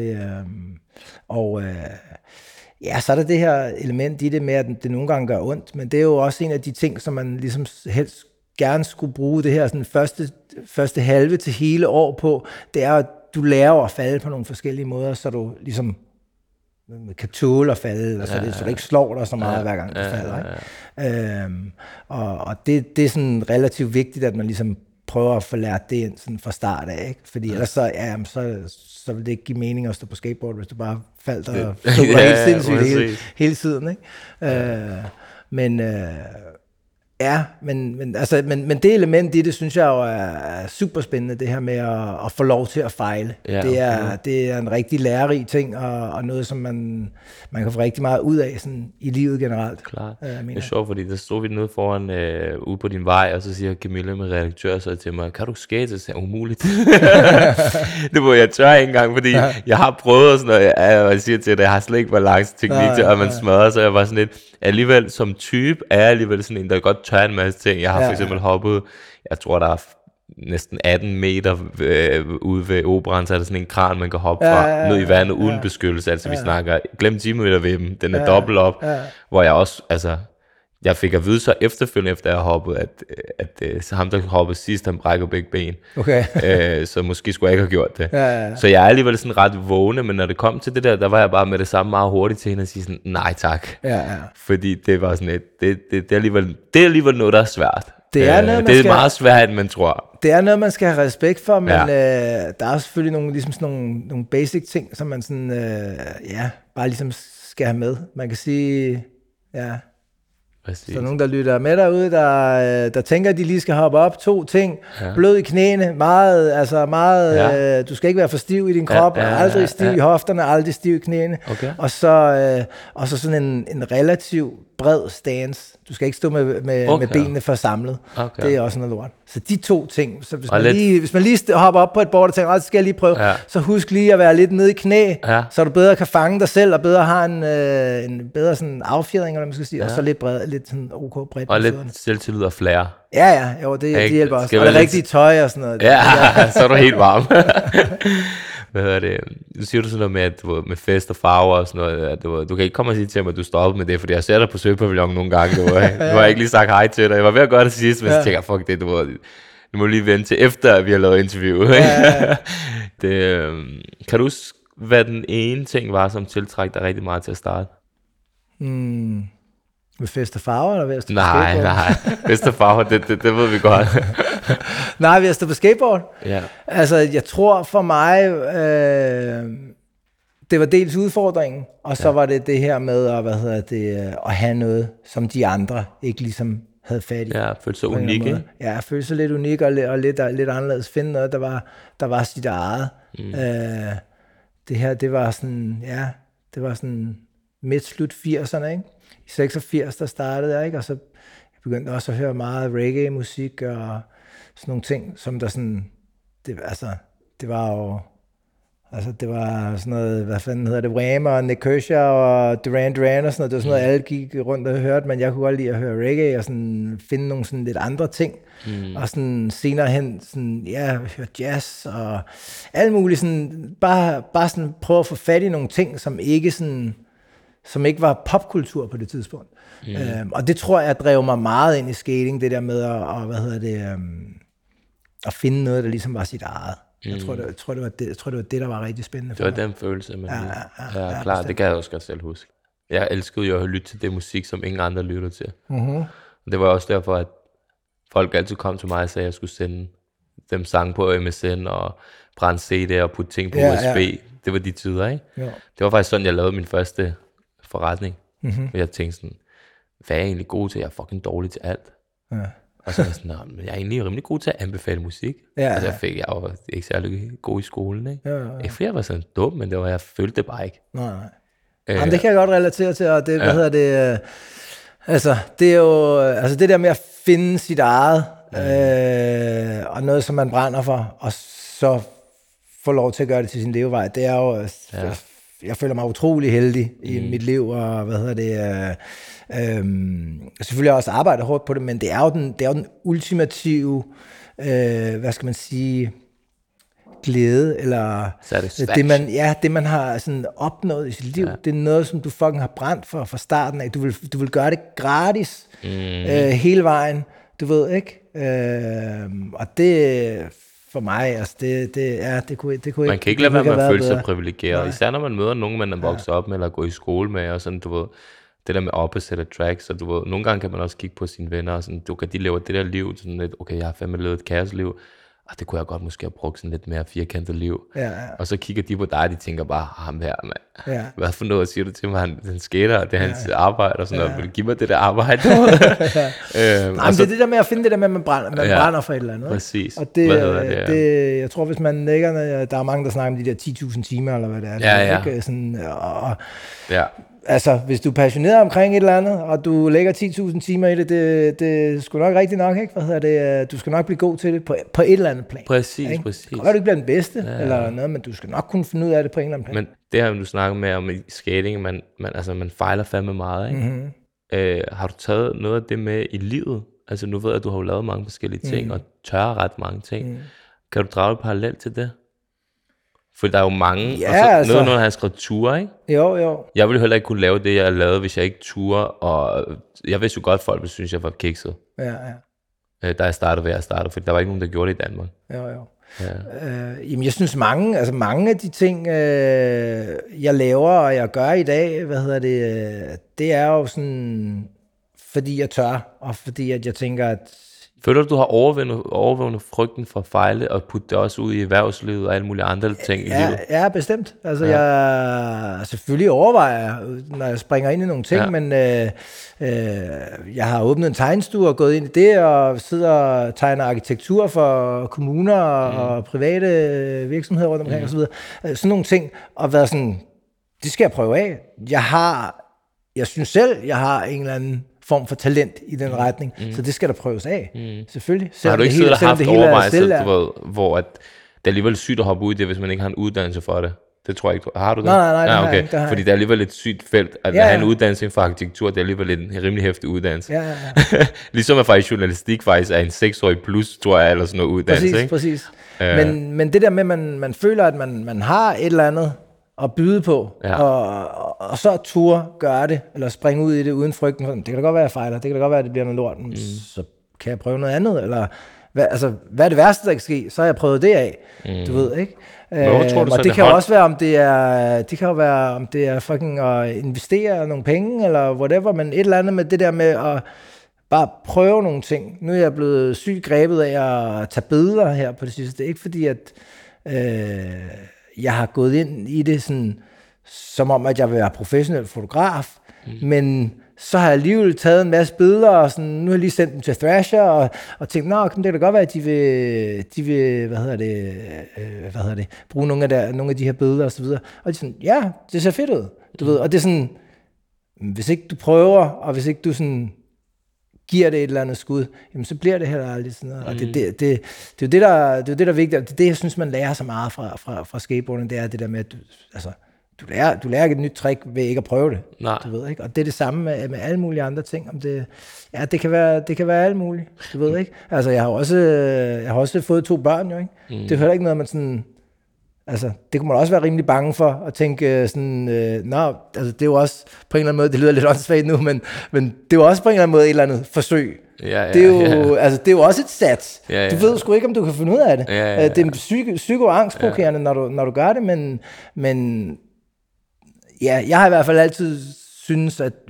Så er der det her element i det med, at det nogle gange gør ondt, men det er jo også en af de ting, som man ligesom helst gerne skulle bruge det her sådan første halve til hele år på, det er, at du lærer at falde på nogle forskellige måder, så du ligesom kan tåle at falde, så det ikke slår dig så meget, hver gang du falder. Ikke? Og det er sådan relativt vigtigt, at man ligesom prøver at få lært det ind sådan fra start af, ikke? Fordi ellers så vil det ikke give mening at stå på skateboard, hvis du bare faldt og tog dig helt sindssygt hele tiden. Ikke? Men det element i det, synes jeg jo er super spændende, det her med at få lov til at fejle. Ja, det er en rigtig lærerig ting, og noget, som man kan få rigtig meget ud af sådan, i livet generelt. Klart. Det er sjovt, fordi der stod vi nede foran ude på din vej, og så siger Camilla med redaktør så til mig, kan du skate? Så er umuligt. Det må jeg tør ikke engang, fordi jeg har prøvet sådan noget, og jeg siger til dig, jeg har slet ikke balance teknik til, at man smadrer, så jeg var sådan lidt, alligevel som type, er jeg alligevel sådan en, der godt tør en masse ting. Jeg har for eksempel hoppet, jeg tror der er næsten 18 meter ude ved Operan, så er der sådan en kran, man kan hoppe fra ned i vandet uden beskyttelse. Altså vi snakker, glem 10 meter ved dem, den er dobbelt op, hvor jeg også, altså, jeg fik at vide så efterfølgende, efter jeg hoppede, at så ham, der hoppede sidst, han brækker begge ben. Okay. Så måske skulle jeg ikke have gjort det. Så jeg er alligevel sådan ret vågne, men når det kom til det der var jeg bare med det samme meget hurtigt til hende og sige sådan, nej tak. Fordi det var sådan det er alligevel noget, der er svært. Det er meget svært, end man tror. Det er noget, man skal have respekt for, men der er selvfølgelig nogle basic ting, som man sådan, bare ligesom skal have med. Man kan sige, Præcis. Så nogen, der lytter med derude, der tænker, at de lige skal hoppe op. 2 ting. Blød i knæene. Meget, du skal ikke være for stiv i din krop. Aldrig stiv i hofterne, aldrig stiv i knæene. Okay. Og så sådan en relativ bred stance. Du skal ikke stå med benene for samlet. Okay. Det er også noget lort. Så de 2 ting. Så hvis man lige hopper op på et board og tænker, det skal jeg lige prøve, så husk lige at være lidt nede i knæ, så du bedre kan fange dig selv, og bedre har en bedre sådan affjedring, eller man skal sige, og så lidt bred, lidt sådan ok bredt. Og lidt selvtillid og flere. Jo, det hjælper også. Og det rigtige tøj og sådan noget. Så er du helt varm. Hvad hedder det? Nu siger du sådan noget med, at med fest og farver og sådan noget, at du kan ikke komme og sige til mig, at du stopper med det, fordi jeg ser dig på Søpavillonen nogle gange, nu har jeg ikke lige sagt hej til dig. Jeg var ved at gøre det sidst, men så tænker jeg, fuck det, du må lige vente til efter, at vi har lavet interview. Kan du huske, hvad den ene ting var, som tiltrækker dig rigtig meget til at starte? Med Fest og Farver, eller ved at stå på Nej, skateboard? Fest og Farver, det ved vi godt. Nej, ved at stå på skateboard. Ja. Altså, jeg tror for mig, det var dels udfordringen, og så var det her med at have noget, som de andre ikke ligesom havde fat i. Ja, følte sig unik, ikke? Ja, følte sig lidt unik og lidt anderledes. Finde noget, der var sit eget. Det her, det var sådan midt-slut 80'erne, ikke? I 86, der startede jeg, ikke? Og så jeg begyndte også at høre meget reggae-musik og sådan nogle ting, som der sådan, det var sådan noget, hvad fanden hedder det, Wham og Nick Kershaw og Duran Duran og sådan noget, det var sådan noget, alle gik rundt og hørte, men jeg kunne godt lide at høre reggae og sådan finde nogle sådan lidt andre ting, og sådan senere hen, sådan, høre jazz og alt muligt, sådan, bare sådan prøve at få fat i nogle ting, som ikke var popkultur på det tidspunkt. Og det tror jeg drev mig meget ind i skating, det der med at finde noget, der ligesom var sit eget. Jeg tror, det var det, der var rigtig spændende for mig. Det var den følelse, man klar, det kan jeg også godt selv huske. Jeg elskede jo at lytte til det musik, som ingen andre lytter til. Og det var også derfor, at folk altid kom til mig og sagde, at jeg skulle sende dem sange på MSN og brænde CD'er og putte ting på USB. Det var de tider, ikke? Ja. Det var faktisk sådan, jeg lavede min første forretning. Og jeg tænkte sådan, hvad er jeg egentlig god til? Jeg er fucking dårlig til alt. Ja. Og så var jeg sådan, men jeg er egentlig rimelig god til at anbefale musik. Altså jeg var ikke særlig god i skolen, ikke? Ja. Ikke fordi jeg var sådan dum, men jeg følte det bare ikke. Nej. Jamen, det kan jeg godt relatere til, og det, det er jo, altså det der med at finde sit eget, og noget, som man brænder for, og så få lov til at gøre det til sin levevej, det er jo, jeg føler mig utrolig heldig i mit liv, og selvfølgelig har jeg også arbejdet hårdt på det, men det er jo den ultimative, hvad skal man sige, glæde, eller det man har sådan opnået i sit liv. Ja. Det er noget, som du fucking har brændt for fra starten af. Du vil gøre det gratis hele vejen, du ved, ikke? Og det for mig, altså det kunne man kan ikke lade være med at føle sig privilegeret, især når man møder nogen, man er vokset op med, eller går i skole med, og sådan, du ved, det der med opposite attracts, og du ved, nogle gange kan man også kigge på sine venner, og sådan, de lever det der liv, sådan lidt, okay, jeg har fandme levet et kæresteliv, og det kunne jeg godt måske have brugt sådan lidt mere firkantet liv. Og så kigger de på dig, og de tænker bare, ham her, mand. Hvad for noget siger du til mig? Han skater, og det er hans arbejde, og sådan noget. Vil du give mig det der arbejde? Nej, men det er det der med at finde det der med, at man brænder for et eller andet. Præcis. Og det, jeg tror, hvis man lægger, der er mange, der snakker om de der 10.000 timer, eller hvad det er. Ikke? Sådan, altså, hvis du er passioneret omkring et eller andet, og du lægger 10.000 timer i det, det er sgu nok rigtigt nok, ikke? Du skal nok blive god til det på et eller andet plan. Præcis. Det kan godt, du ikke bliver den bedste, eller noget, men du skal nok kunne finde ud af det på en eller anden plan. Men det her, du snakker med om i skating, man fejler fandme meget, ikke? Har du taget noget af det med i livet? Altså, nu ved jeg, at du har jo lavet mange forskellige ting, og tør ret mange ting. Kan du drage et parallel til det? For der er jo mange, og så noget har jeg skrevet ture, ikke? Jo. Jeg ville heller ikke kunne lave det, jeg lavede, hvis jeg ikke turde, og jeg vidste jo godt, at folk ville synes, jeg var kikset. Da jeg startede, hvad jeg startede, for der var ikke nogen, der gjorde det i Danmark. Jo. Jamen, jeg synes mange af de ting, jeg laver, og jeg gør i dag, det er jo sådan, fordi jeg tør, og fordi at jeg tænker, at føler du har overvundet frygten for at fejle, og putte det også ud i erhvervslivet og alle mulige andre ting i livet? Ja, bestemt. Altså, jeg selvfølgelig overvejer, når jeg springer ind i nogle ting, men jeg har åbnet en tegnestue og gået ind i det, og sidder og tegner arkitektur for kommuner og private virksomheder rundt omkring osv. Sådan nogle ting, og været sådan, det skal jeg prøve af. Jeg synes selv, jeg har en eller anden form for talent i den retning, så det skal der prøves af, selvfølgelig. Har du ikke siddet og haft overvejelser, hvor at det er alligevel sygt at hoppe ud i det, hvis man ikke har en uddannelse for det? Det tror jeg ikke. Har du det? Nej, okay. Det fordi det er alligevel et sygt felt, at have en uddannelse for arkitektur, det er alligevel en rimelig hæftig uddannelse. Ja. Ligesom at faktisk journalistik faktisk er en 6-årig plus, tror jeg, eller sådan noget uddannelse. Præcis. Men det der med, man føler, at man har et eller andet at byde på, og så turde gøre det, eller springe ud i det uden frygten. Det kan da godt være, at jeg fejler, det kan da godt være, at det bliver noget lort, så kan jeg prøve noget andet, eller hvad er det værste, der kan ske? Så har jeg prøvet det af, du ved, ikke? Hvor tror du så, og det kan jo også være, om det er fucking at investere nogle penge, eller whatever, men et eller andet med det der med at bare prøve nogle ting. Nu er jeg blevet sygt grebet af at tage billeder her på det sidste. Det er ikke fordi, at jeg har gået ind i det sådan, som om, at jeg vil være professionel fotograf, men så har jeg alligevel taget en masse billeder, og sådan, nu har jeg lige sendt dem til Thrasher, og tænkt, det kan da godt være, at de vil bruge nogle af de her billeder, og så videre. Og de er sådan, ja, det ser fedt ud, du ved, og det er sådan, hvis ikke du prøver, og hvis ikke du sådan giver det et eller andet skud, jamen så bliver det heller aldrig sådan noget. Og det er jo det, der er vigtigt, og det er det, jeg synes, man lærer så meget fra skateboarding, det er det der med, at du lærer ikke et nyt trick ved ikke at prøve det. Nej. Du ved, ikke? Og det er det samme med alle mulige andre ting. Om det kan være alt muligt. Du ved ikke. Altså jeg har også fået 2 børn jo, ikke. Det er heller ikke noget man sådan. Altså det kunne man også være rimelig bange for at tænke sådan. Altså det er jo også på en eller anden måde. Det lyder lidt åndssvagt nu, men det er jo også på en eller anden måde et eller andet forsøg. Ja, det er jo altså det er jo også et sats. Ja. Du ved sgu ikke om du kan finde ud af det. Ja. Det er psykoangstprovokerende, når du gør det, men ja, jeg har i hvert fald altid synes, at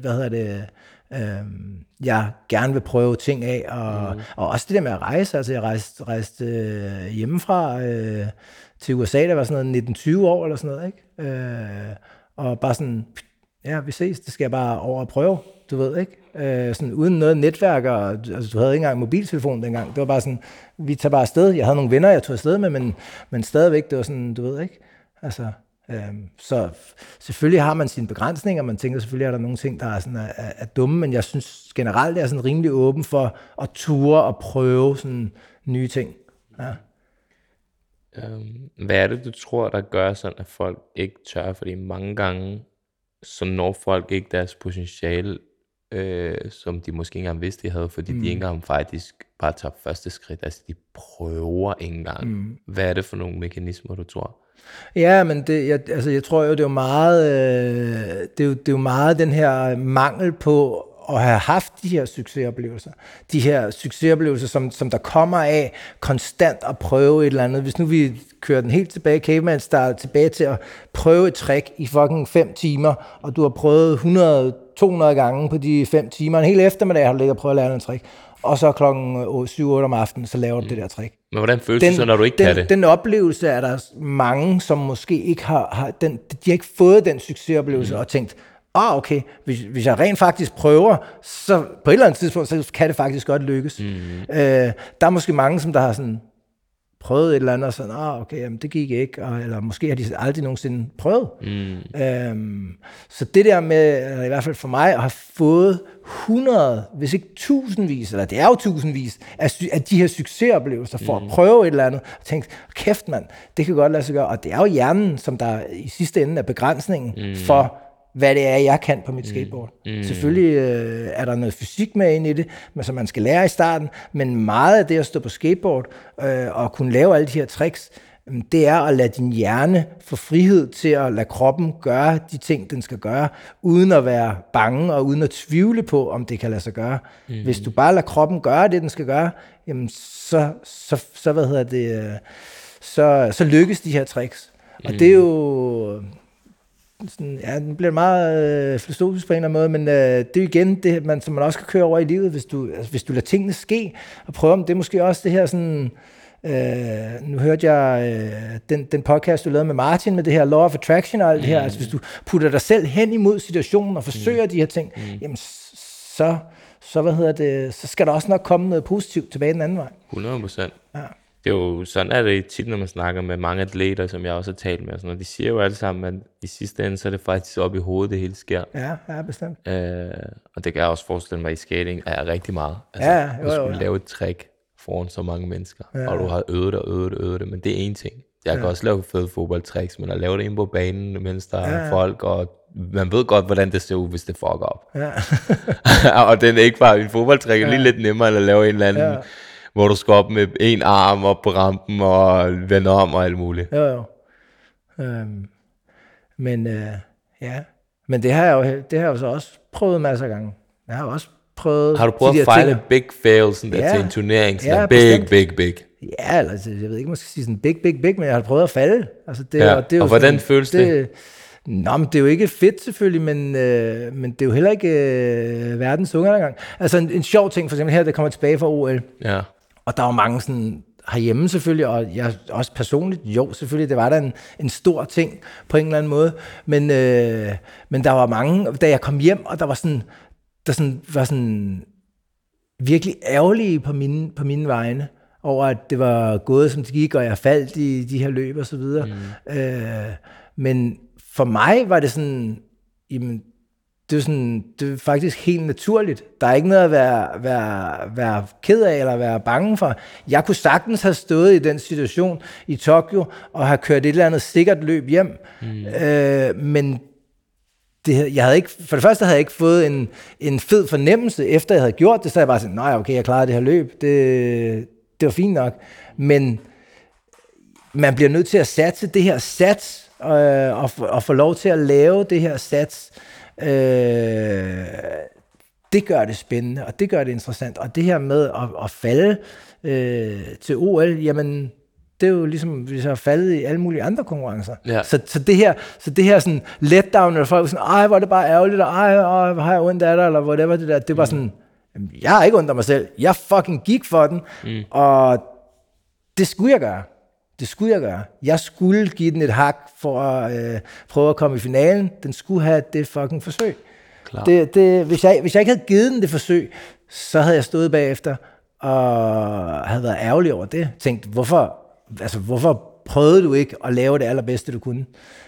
jeg gerne vil prøve ting af, og også det der med at rejse. Altså jeg rejste hjemmefra til USA, der var sådan noget 19-20 år eller sådan noget, ikke? Og bare sådan, ja, vi ses, det skal jeg bare over og prøve, du ved, ikke? Sådan uden noget netværk, og altså, du havde ikke engang mobiltelefon dengang. Det var bare sådan, vi tager bare afsted. Jeg havde nogle venner, jeg tog afsted med, men stadigvæk, det var sådan, du ved, ikke? Altså så selvfølgelig har man sine begrænsninger, man tænker selvfølgelig, er der nogle ting, der er, sådan, er dumme, men jeg synes generelt, jeg er sådan rimelig åben for at ture og prøve sådan nye ting. Ja. Hvad er det, du tror, der gør sådan, at folk ikke tør? Fordi mange gange, så når folk ikke deres potentiale, som de måske ikke engang vidste, de havde, fordi de ikke engang faktisk bare tager første skridt. Altså, de prøver ikke engang. Hvad er det for nogle mekanismer, du tror? Ja, men jeg tror jo, det er jo meget, det er jo meget den her mangel på at have haft de her succesoplevelser. De her succesoplevelser, som der kommer af konstant at prøve et eller andet. Hvis nu vi kører den helt tilbage, Caveman Style, tilbage til at prøve et trick i fucking 5 timer, og du har prøvet 100-200 gange på de 5 timer. En hel eftermiddag har du ligget og prøvet at lære en trick. Og så klokken 7-8 om aftenen, så laver du det der trick. Men hvordan føles det så, når du ikke kan det? Den oplevelse er der mange, som måske ikke har de har ikke fået den succesoplevelse og tænkt, okay, hvis jeg rent faktisk prøver, så på et eller andet tidspunkt, så kan det faktisk godt lykkes. Der er måske mange, som der har sådan prøvet et eller andet, og sådan, okay, jamen, det gik ikke, eller måske har de aldrig nogensinde prøvet. Så det der med, eller i hvert fald for mig, at have fået 100, hvis ikke tusindvis, eller det er jo tusindvis, af de her succesoplevelser for at prøve et eller andet, og tænke, kæft mand, det kan godt lade sig gøre, og det er jo hjernen, som der i sidste ende er begrænsningen for, hvad det er, jeg kan på mit skateboard. Selvfølgelig er der noget fysik med ind i det, men som man skal lære i starten, men meget af det at stå på skateboard og kunne lave alle de her tricks, det er at lade din hjerne få frihed til at lade kroppen gøre de ting, den skal gøre, uden at være bange og uden at tvivle på, om det kan lade sig gøre. Hvis du bare lader kroppen gøre det, den skal gøre, jamen så lykkes de her tricks. Og det er jo sådan, ja, den bliver meget filosofisk på en eller anden måde, men det er jo igen det, som man også kan køre over i livet, hvis du lader tingene ske, og prøve om det er måske også det her sådan, nu hørte jeg den podcast, du lavede med Martin, med det her Law of Attraction og alt det her, altså hvis du putter dig selv hen imod situationen og forsøger de her ting, jamen så skal der også nok komme noget positivt tilbage den anden vej. 100%. Ja. Det er jo sådan, er det tit, når man snakker med mange atleter, som jeg også har talt med, og sådan noget. De siger jo alle sammen, at i sidste ende, så er det faktisk op i hovedet, det hele sker. Ja, bestemt. Og det kan jeg også forestille mig, i skating er rigtig meget. Altså, du skulle lave et trick foran så mange mennesker, og du har øvet det, men det er én ting. Jeg kan også lave fede fodboldtricks, men at lave det inde på banen, mens der er folk, og man ved godt, hvordan det ser ud, hvis det fucker op. Ja. Og den er ikke bare en fodboldtrick, lige lidt nemmere, end at lave en eller anden, hvor du skal op med en arm op på rampen, og vende om og alt muligt. Jo. Men det har jeg jo så også prøvet masser af gange. Jeg har også prøvet. Har du prøvet at fejle big fail sådan der til en turnering? Sådan big. Ja, altså, jeg ved ikke, man skal sige sådan big, men jeg har prøvet at falde. Altså, det er jo hvordan sådan, føles det? Nå, men det er jo ikke fedt selvfølgelig, men det er jo heller ikke verdens undergang. Altså en sjov ting, for eksempel her, der kommer tilbage fra OL. Ja. Og der var mange sådan herhjemme selvfølgelig, og jeg også personligt, jo selvfølgelig, det var da en stor ting på en eller anden måde. Men der var mange, da jeg kom hjem, og der var sådan virkelig ærgerlige på mine vegne, over at det var gået, som det gik, og jeg faldt i de her løb og så videre. Men for mig var det sådan, jamen, det er faktisk helt naturligt. Der er ikke noget at være ked af eller være bange for. Jeg kunne sagtens have stået i den situation i Tokyo og have kørt et eller andet sikkert løb hjem. Men jeg havde ikke, for det første havde jeg ikke fået en fed fornemmelse, efter jeg havde gjort det, så jeg bare sådan, nej, okay, jeg klarede det her løb. Det var fint nok. Men man bliver nødt til at satse det her sats, og få lov til at lave det her sats. Det gør det spændende, og det gør det interessant. Og det her med at falde til OL, jamen, det er jo ligesom, hvis jeg har faldet i alle mulige andre konkurrencer. Ja. Så det her sådan letdown, eller folk sådan, ej, hvor er det bare ærgerligt, og ej, hvor har jeg ondt af dig, eller whatever det der, det var sådan, jeg har ikke ondt af mig selv, jeg fucking gik for den, og det skulle jeg gøre. Jeg skulle give den et hak for at prøve at komme i finalen. Den skulle have det fucking forsøg. Hvis jeg ikke havde givet den det forsøg, så havde jeg stået bagefter og havde været ærgerlig over det. Tænkt, hvorfor prøvede du ikke at lave det allerbedste, du kunne?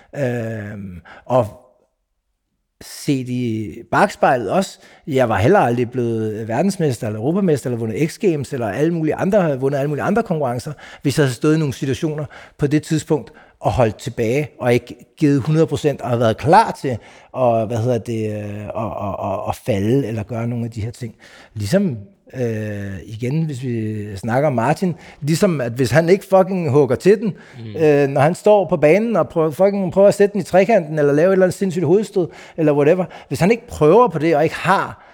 Og set i bagspejlet også, jeg var heller aldrig blevet verdensmester eller europamester eller vundet X-Games eller vundet alle mulige andre konkurrencer, hvis jeg havde stået i nogle situationer på det tidspunkt og holdt tilbage og ikke givet 100% og havde været klar til at falde eller gøre nogle af de her ting. Ligesom igen, hvis vi snakker om Martin, ligesom at hvis han ikke fucking hugger til den, når han står på banen og prøver at sætte den i trekanten, eller lave et eller andet sindssygt hovedstød, eller whatever, hvis han ikke prøver på det, og ikke har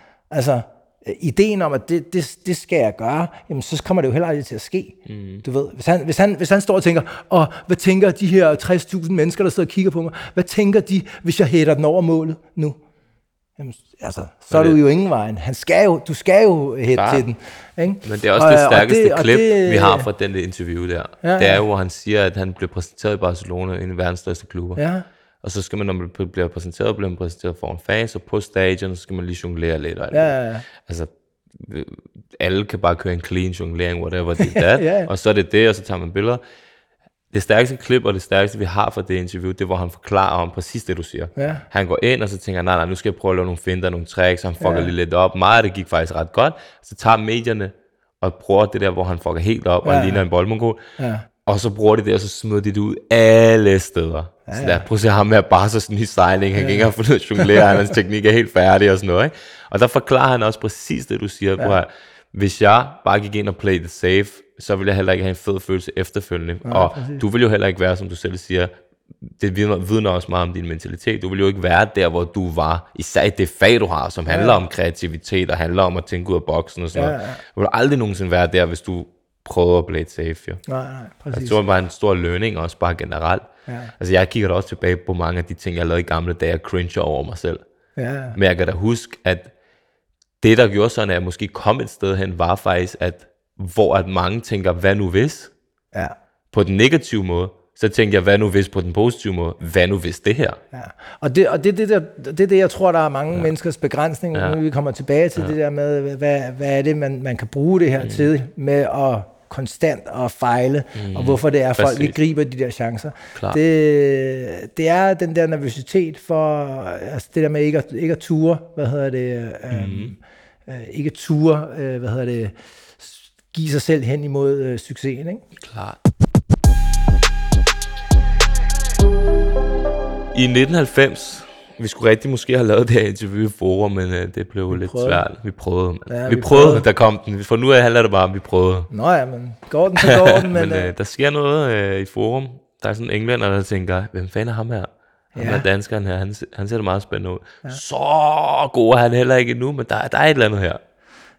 ideen om, at det skal jeg gøre, jamen så kommer det jo heller aldrig til at ske. Du ved, hvis han står og tænker, hvad tænker de her 60.000 mennesker, der sidder og kigger på mig, hvad tænker de, hvis jeg hætter den over målet nu? Jamen, så er du jo ingen vejen. Du skal jo hætte til den. Ikke? Men det er også det stærkeste klip, vi har fra den interview der. Ja. Det er jo, hvor han siger, at han blev præsenteret i Barcelona, en af verdens største klubber. Ja. Og så skal man, når man bliver præsenteret foran fans, og på stadion, så skal man lige jonglere lidt. Ja. Altså, alle kan bare køre en clean jonglering, whatever det er. Og så er det, og så tager man billeder. Det stærkeste klip, og det stærkeste, vi har fra det interview, det er, hvor han forklarer om præcis det, du siger. Ja. Han går ind, og så tænker nej, nu skal jeg prøve at lave nogle finter, nogle tricks, og han fucker lige lidt op. Meget af det gik faktisk ret godt. Så tager medierne og bruger det der, hvor han fucker helt op, og han ligner en boldmongol. Ja. Og så bruger de det, og så smider de det ud alle steder. Ja. Så der, prøv at se ham med bare så sådan i sejling. Han kan ikke have fundet at jonglere, hans teknik er helt færdig og sådan noget. Ikke? Og der forklarer han også præcis det, du siger. Ja. Hvis jeg bare gik ind og played it safe, så ville jeg heller ikke have en fed følelse efterfølgende. Ja, og præcis. Du vil jo heller ikke være, som du selv siger, det vidner også meget om din mentalitet. Du vil jo ikke være der, hvor du var, især i det fag, du har, som handler om kreativitet, og handler om at tænke ud af boksen og sådan noget. Du vil aldrig nogensinde være der, hvis du prøver at play it safe. Jo. Nej, præcis. Altså, det var bare en stor learning, også bare generelt. Ja. Altså, jeg kigger da også tilbage på mange af de ting, jeg lavede i gamle dage, og cringer over mig selv. Ja. Men jeg kan da huske, at det, der gjorde sådan, at jeg måske kom et sted hen, var faktisk, hvor at mange tænker, hvad nu hvis? Ja. På den negative måde. Så tænkte jeg, hvad nu hvis på den positive måde? Hvad nu hvis det her? Ja. Og det er det, jeg tror, der er mange menneskers begrænsning. Ja. Nu vi kommer tilbage til det der med, hvad er det, man kan bruge det her til, med at konstant at fejle, og hvorfor det er, folk ikke griber de der chancer. Det er den der nervøsitet for, altså det der med ikke at ture, ikke ture, give sig selv hen imod succesen, ikke? Klart. I 1990, vi skulle rigtig måske have lavet det her interview i Forum, men det blev lidt svært. Vi prøvede. Ja, vi prøvede, der kom den. For nu handler det bare om, vi prøvede. Nå ja, men går den, så går den. Men der sker noget i Forum. Der er sådan en englænder, der tænker, hvem fanden er ham her? Ham er danskeren her, han ser da meget spændende ud. Ja. Så god er han heller ikke endnu, men der er et eller andet her.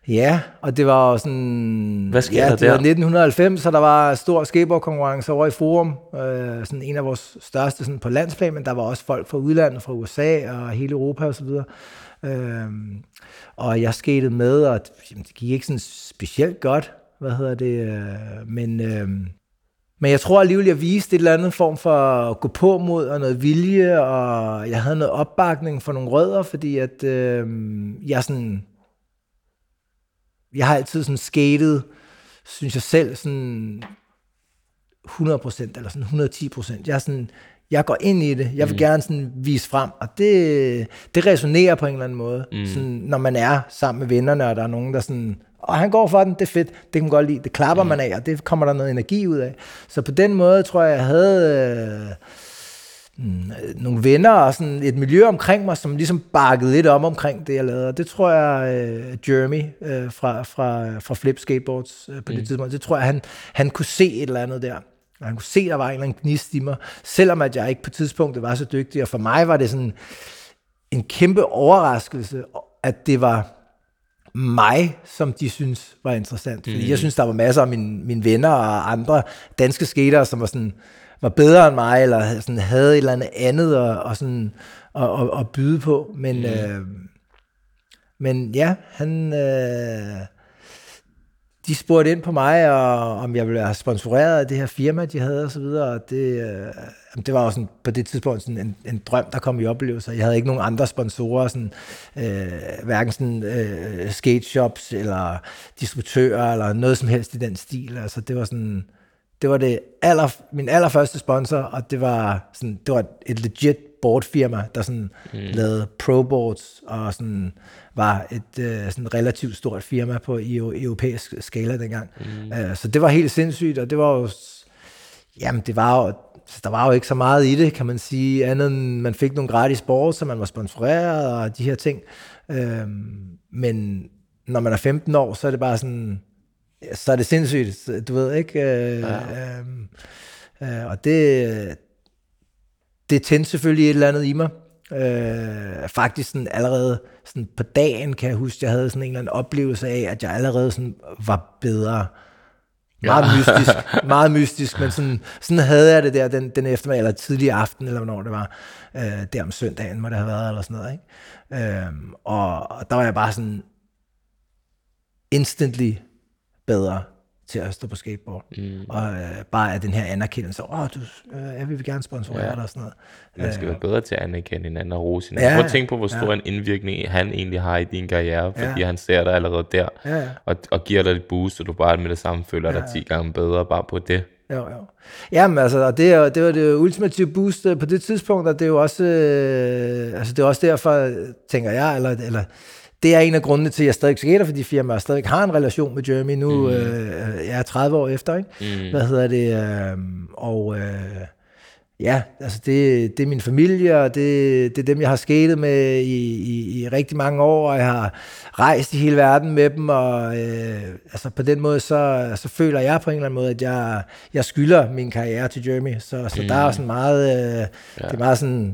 Ja, og det var jo sådan... Hvad sker der det der? var 1990, så der var stor skateboardkonkurrence over i Forum. Sådan en af vores største sådan på landsplan, men der var også folk fra udlandet, fra USA og hele Europa og så videre. Og jeg skatede med, og det gik ikke sådan specielt godt, men jeg tror alligevel, jeg viste et eller andet form for at gå på mod og noget vilje, og jeg havde noget opbakning for nogle rødder, fordi at jeg har altid sådan skatet, synes jeg selv, sådan 100% eller sådan 110%. Jeg går ind i det. Jeg vil gerne sådan vise frem, og det resonerer på en eller anden måde. Sådan, når man er sammen med vennerne, og der er nogen, der sådan, han går for den, det er fedt, det kan man godt lide, det klapper man af, og det kommer der noget energi ud af. Så på den måde tror jeg havde nogle venner og sådan et miljø omkring mig, som ligesom bakkede lidt omkring det, jeg lavede. Og det tror jeg, Jeremy fra Flip Skateboards på det tidspunkt, det tror jeg, han kunne se et eller andet der. Og han kunne se, der var en eller anden gnist i mig, selvom at jeg ikke på tidspunktet var så dygtig. Og for mig var det sådan en kæmpe overraskelse, at det var mig, som de synes var interessant. Fordi jeg synes, der var masser af mine venner og andre danske skatere, som var bedre end mig, eller sådan havde et eller andet at byde på. Men ja, de spurgte ind på mig, og om jeg ville være sponsoreret af det her firma, de havde og så videre. Og det var jo sådan, på det tidspunkt sådan en drøm, der kom i oplevelser. Jeg havde ikke nogen andre sponsorer, sådan, hverken sådan, skate shops eller distributører eller noget som helst i den stil. Altså det var sådan, det var min allerførste sponsor, og det var et legit boardfirma, der sådan lavede pro-boards, og sådan var et sådan relativt stort firma på europæisk skala dengang. Så det var helt sindssygt, og det var jo, jamen der var jo ikke så meget i det, kan man sige, andet end man fik nogle gratis boards, så man var sponsoreret og de her ting. Men når man er 15 år, så er det bare sådan, så er det sindssygt, du ved ikke? Og det tændte selvfølgelig et eller andet i mig. Faktisk sådan allerede sådan på dagen, kan jeg huske, jeg havde sådan en eller anden oplevelse af, at jeg allerede sådan var bedre. Meget mystisk, men sådan havde jeg det der den eftermiddag, eller tidlig aften, eller hvornår det var, der om søndagen må det have været, eller sådan noget, ikke? Og der var jeg bare sådan instantly bedre til at stå på skateboard. Og bare af den her anerkendelse, jeg vil gerne sponsorere dig og sådan noget. Man skal være bedre til at anerkende hinanden og rose hinanden. Prøv at tænke på, hvor stor en indvirkning han egentlig har i din karriere, fordi han ser dig allerede der, og giver dig et boost, og du bare med det samme føler dig 10 gange bedre bare på det. Jo. Jamen altså, og det var det ultimative boost på det tidspunkt, og det er jo også, det er også derfor, tænker jeg, eller det er en af grundene til, at jeg stadig skater for de firmaer, og stadig har en relation med Jeremy nu, jeg er 30 år efter, ikke? Altså det er min familie, og det er dem, jeg har skatet med i rigtig mange år, og jeg har rejst i hele verden med dem, og altså på den måde, så føler jeg på en eller anden måde, at jeg skylder min karriere til Jeremy, så der er sådan meget, det er meget sådan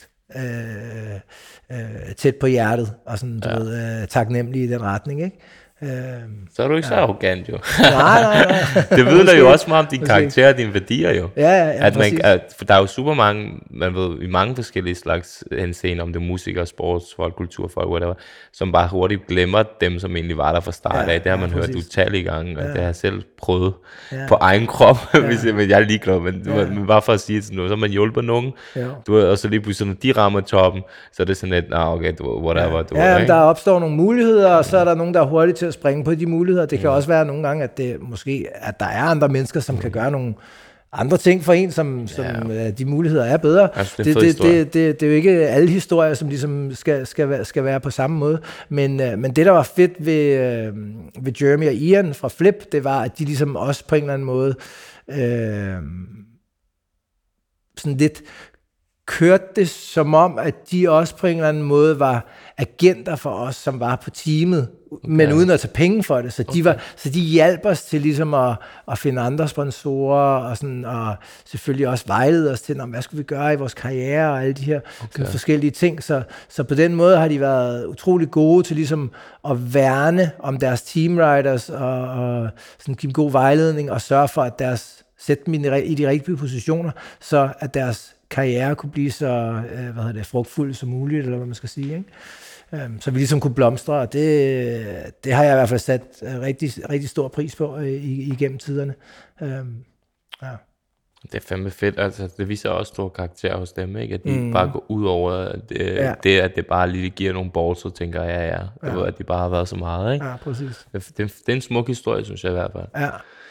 tæt på hjertet, og sådan, du ved, taknemmelig i den retning, ikke? Så er du ikke så arrogant, jo. Nej. Det vidner jo også meget om din karakter og dine værdier, jo. Ja, for der er jo super mange, man ved, i mange forskellige slags henseender, om det er musikere, sportsfolk, kulturfolk, whatever, som bare hurtigt glemmer dem, som egentlig var der fra start af. Det har man hørt utallige gange, og det har jeg selv prøvet på egen krop, men jeg er ligeglad, men bare for at sige sådan noget, så man hjælper nogen, du ved, og så lige pludselig, når de rammer toppen, så er det sådan lidt, okay, whatever. Der opstår nogle muligheder, og så er der nogen, der er hurtigt til at springe på de muligheder. Det kan også være nogle gange, at det måske, at der er andre mennesker, som kan gøre nogle andre ting for en, som de muligheder er bedre. Altså, det er jo ikke alle historier, som ligesom skal være på samme måde. Men det, der var fedt ved Jeremy og Ian fra Flip, det var, at de ligesom også på en eller anden måde sådan lidt kørte det som om, at de også på en eller anden måde var agenter for os, som var på teamet, men uden at tage penge for det. Så de hjalp os til ligesom at finde andre sponsorer, og, sådan, og selvfølgelig også vejlede os til, hvad skulle vi gøre i vores karriere, og alle de her sådan forskellige ting. Så på den måde har de været utrolig gode til ligesom at værne om deres teamriders, og sådan give dem god vejledning, og sørge for, at sætte dem i de rigtige positioner, så at deres karriere kunne blive så frugtfuld som muligt, eller hvad man skal sige, ikke? Så vi ligesom kunne blomstre, og det har jeg i hvert fald sat rigtig, rigtig stor pris på igennem tiderne. Ja. Det er fandme fedt, altså det viser også stor karakter hos dem, ikke? At de bare går ud over det, at det bare lige giver nogle balls, så tænker jeg, at de bare har været så meget, ikke? Ja, præcis. Det er en smuk historie, synes jeg i hvert fald. Ja.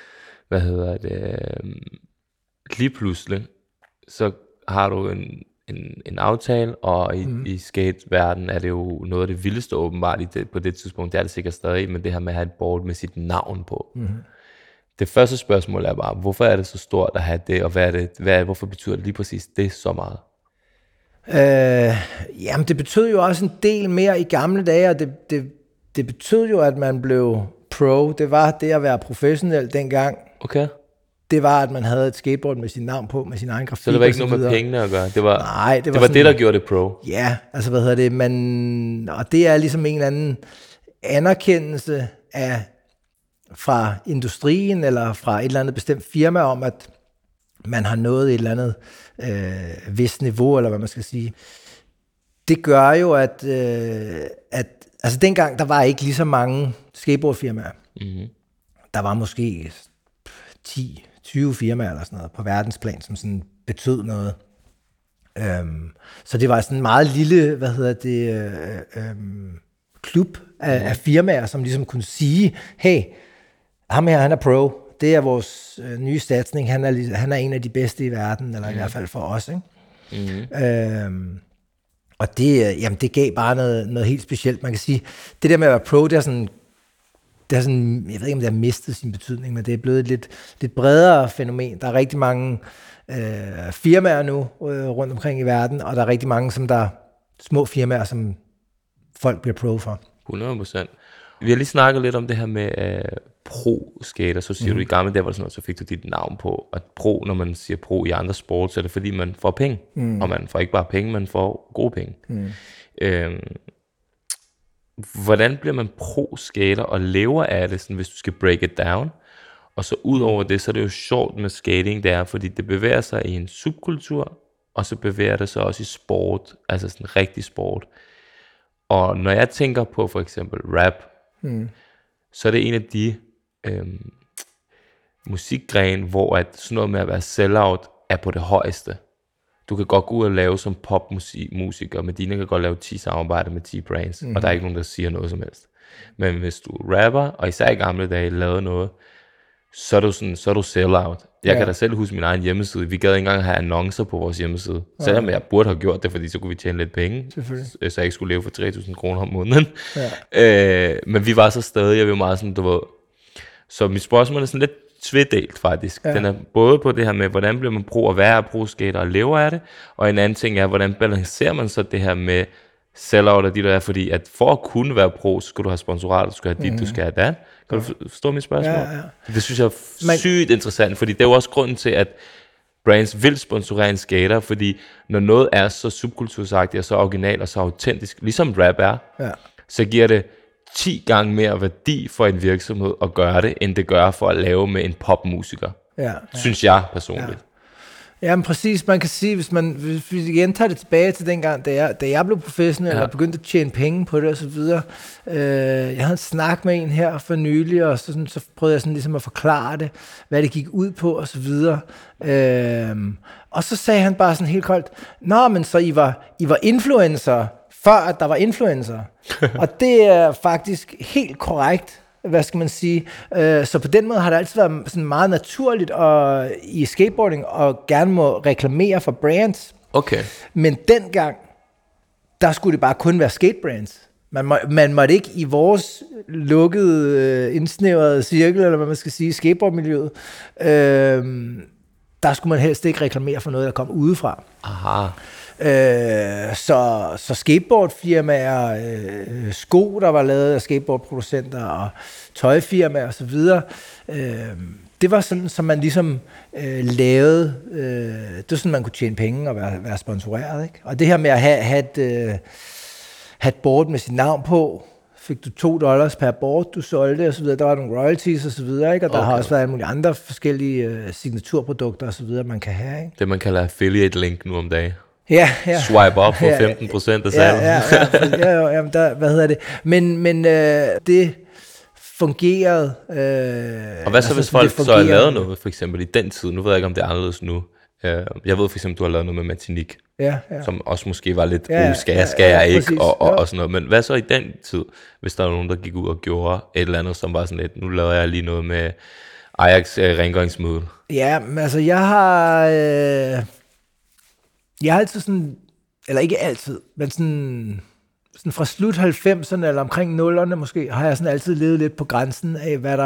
Lige pludselig, så har du en aftale, og i skateverdenen er det jo noget af det vildeste åbenbart på det tidspunkt. Det er det sikkert stadig, men det her med at have et board med sit navn på. Det første spørgsmål er bare, hvorfor er det så stort at have det, og hvorfor betyder det lige præcis det så meget? Jamen, det betød jo også en del mere i gamle dage, og det betød jo, at man blev pro. Det var det at være professionel dengang. Okay. Det var, at man havde et skateboard med sin navn på, med sin egen grafik. Så det var ikke noget med pengene at gøre? Det var sådan, det, der gjorde det pro? Ja, altså og det er ligesom en eller anden anerkendelse fra industrien, eller fra et eller andet bestemt firma, om at man har nået et eller andet vist niveau, eller hvad man skal sige. Det gør jo, at altså dengang, der var ikke lige så mange skateboardfirmaer. Mm-hmm. Der var måske 10-20 firmaer eller sådan noget på verdensplan, som sådan betød noget. Så det var sådan en meget lille, klub af firmaer, som ligesom kunne sige, hey, ham her, han er pro. Det er vores nye satsning. Han er en af de bedste i verden, eller i hvert fald for os, ikke? Mm-hmm. Og det gav bare noget helt specielt. Man kan sige, det der med at være pro, det er sådan, jeg ved ikke, om det har mistet sin betydning, men det er blevet et lidt bredere fænomen. Der er rigtig mange firmaer nu rundt omkring i verden, og der er rigtig mange små firmaer, som folk bliver pro for. 100%. Vi har lige snakket lidt om det her med pro-skater, så siger du i gamle dage, var det sådan noget, så fik du dit navn på. Og pro, når man siger pro i andre sport, så er det fordi, man får penge. Og man får ikke bare penge, man får gode penge. Hvordan bliver man pro-skater og lever af det, sådan, hvis du skal break it down? Og så ud over det, så er det jo sjovt med skating, det er, fordi det bevæger sig i en subkultur, og så bevæger det sig også i sport, altså sådan rigtig sport. Og når jeg tænker på for eksempel rap, så er det en af de musikgrene, hvor at sådan noget med at være sellout er på det højeste. Du kan godt gå ud og lave som popmusiker, Medina kan godt lave 10 samarbejder med 10 brands, og der er ikke nogen, der siger noget som helst. Men hvis du rapper, og især i gamle dage lavede noget, så er du sellout. Jeg kan da selv huske min egen hjemmeside. Vi gad ikke engang have annoncer på vores hjemmeside. Selvom jeg burde have gjort det, fordi så kunne vi tjene lidt penge. Så jeg ikke skulle leve for 3.000 kroner om måneden. Ja. Men vi var så stadig, jeg var meget sådan, du ved. Så mit spørgsmål er sådan lidt tvedelt faktisk. Ja. Den er både på det her med, hvordan bliver man pro at være pro-skater og lever af det, og en anden ting er, hvordan balancerer man så det her med sellout og de der er, fordi at for at kunne være pro, så skal du have sponsorater, du skal have dit, du skal have dat. Kan du forstå mit spørgsmål? Ja. Det synes jeg er sygt interessant, fordi det er jo også grunden til, at brands vil sponsorere en skater, fordi når noget er så subkultursagtigt og så original og så autentisk, ligesom rap er, så giver det 10 gange mere værdi for en virksomhed at gøre det, end det gør for at lave med en popmusiker. Synes jeg personligt. Ja, men præcis. Man kan sige, hvis vi igen tager det tilbage til dengang, da jeg blev professionel og begyndte at tjene penge på det og så videre. Jeg havde en snak med en her for nylig, og så prøvede jeg sådan ligesom at forklare det, hvad det gik ud på og så videre. Og så sagde han bare sådan helt koldt, nå, men så I var influencer, før at der var influencer. Og det er faktisk helt korrekt. Hvad skal man sige? Så på den måde har det altid været sådan meget naturligt i skateboarding og gerne må reklamere for brands. Okay. Men dengang, der skulle det bare kun være skatebrands. Man måtte ikke i vores lukkede, indsnævrede cirkel, eller hvad man skal sige, skateboardmiljøet, der skulle man helst ikke reklamere for noget, der kom udefra. Aha. Så skateboardfirmaer, sko, der var lavet af skateboardproducenter, og tøjfirmaer og så videre, det var sådan, som man ligesom lavede, det var sådan, man kunne tjene penge og være sponsoreret, ikke? Og det her med at have et board med sit navn på, fik du $2 per board, du solgte, og så videre. Der var nogle royalties, og så videre, ikke? Og der har også været alle mulige andre forskellige signaturprodukter, og så videre, man kan have, ikke? Det, man kalder affiliate link nu om dagen. Ja. Swipe op for 15% af salget. Ja, der, hvad hedder det? Men det fungerede. Og hvad så, hvis folk så har lavet noget, for eksempel i den tid? Nu ved jeg ikke, om det er anderledes nu. Jeg ved for eksempel, du har lavet noget med Martinique, som også måske var lidt, skal jeg ikke, og sådan noget. Men hvad så i den tid, hvis der var nogen, der gik ud og gjorde et eller andet, som var sådan lidt, nu lavede jeg lige noget med Ajax rengøringsmiddel? Ja, altså jeg har altid sådan, eller ikke altid, men sådan fra slut 90'erne, eller omkring 0'erne måske, har jeg sådan altid levet lidt på grænsen af, hvad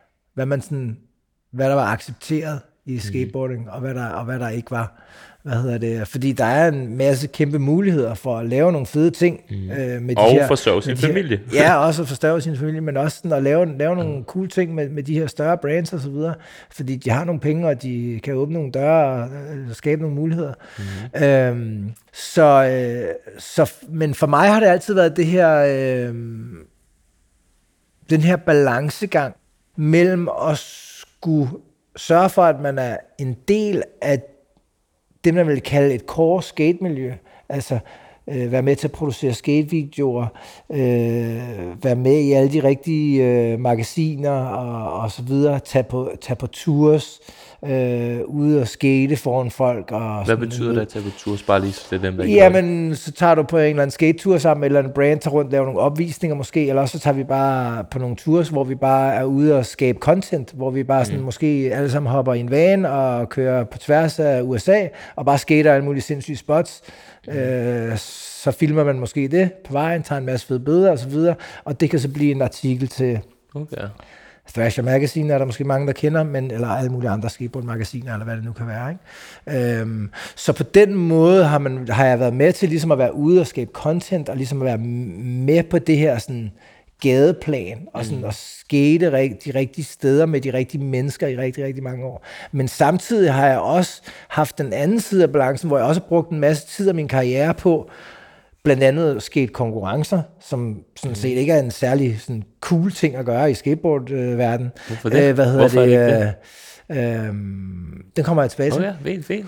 der var accepteret i skateboarding, og hvad der ikke var. Fordi der er en masse kæmpe muligheder for at lave nogle fede ting. Med de her, forsørge sin familie. Ja, også at forsørge sin familie, men også sådan at lave nogle cool ting med de her større brands og så videre. Fordi de har nogle penge, og de kan åbne nogle døre og skabe nogle muligheder. Men for mig har det altid været det her, den her balancegang mellem at skulle sørge for, at man er en del af det, man vil kalde et core skate-miljø. Altså være med til at producere skatevideoer, være med i alle de rigtige magasiner og så videre, tage på tours, ude og skate foran folk. Og hvad betyder det at tage på tours? Bare lige det dem, der ikke Jamen, så tager du på en eller anden skate-tur sammen, eller en brand tager rundt, laver nogle opvisninger måske, eller også så tager vi bare på nogle tours, hvor vi bare er ude og skabe content, hvor vi bare sådan måske alle sammen hopper i en van og kører på tværs af USA, og bare skater alle mulige sindssyge spots. Så filmer man måske det på vejen, tager en masse fede billeder og så videre, og det kan så blive en artikel til Thrasher Magazine, er der måske mange, der kender, eller alle mulige andre skateboard-magasiner, eller hvad det nu kan være, ikke? Så på den måde har jeg været med til ligesom at være ude og skabe content, og ligesom at være med på det her sådan gadeplan, og sådan at skate de rigtige steder med de rigtige mennesker i rigtig, rigtig mange år. Men samtidig har jeg også haft den anden side af balancen, hvor jeg også har brugt en masse tid af min karriere på, blandt andet skate konkurrencer, som sådan set ikke er en særlig sådan cool ting at gøre i skateboard-verdenen. Hvorfor det? Hvorfor ikke det? Den kommer jeg tilbage til. Fint.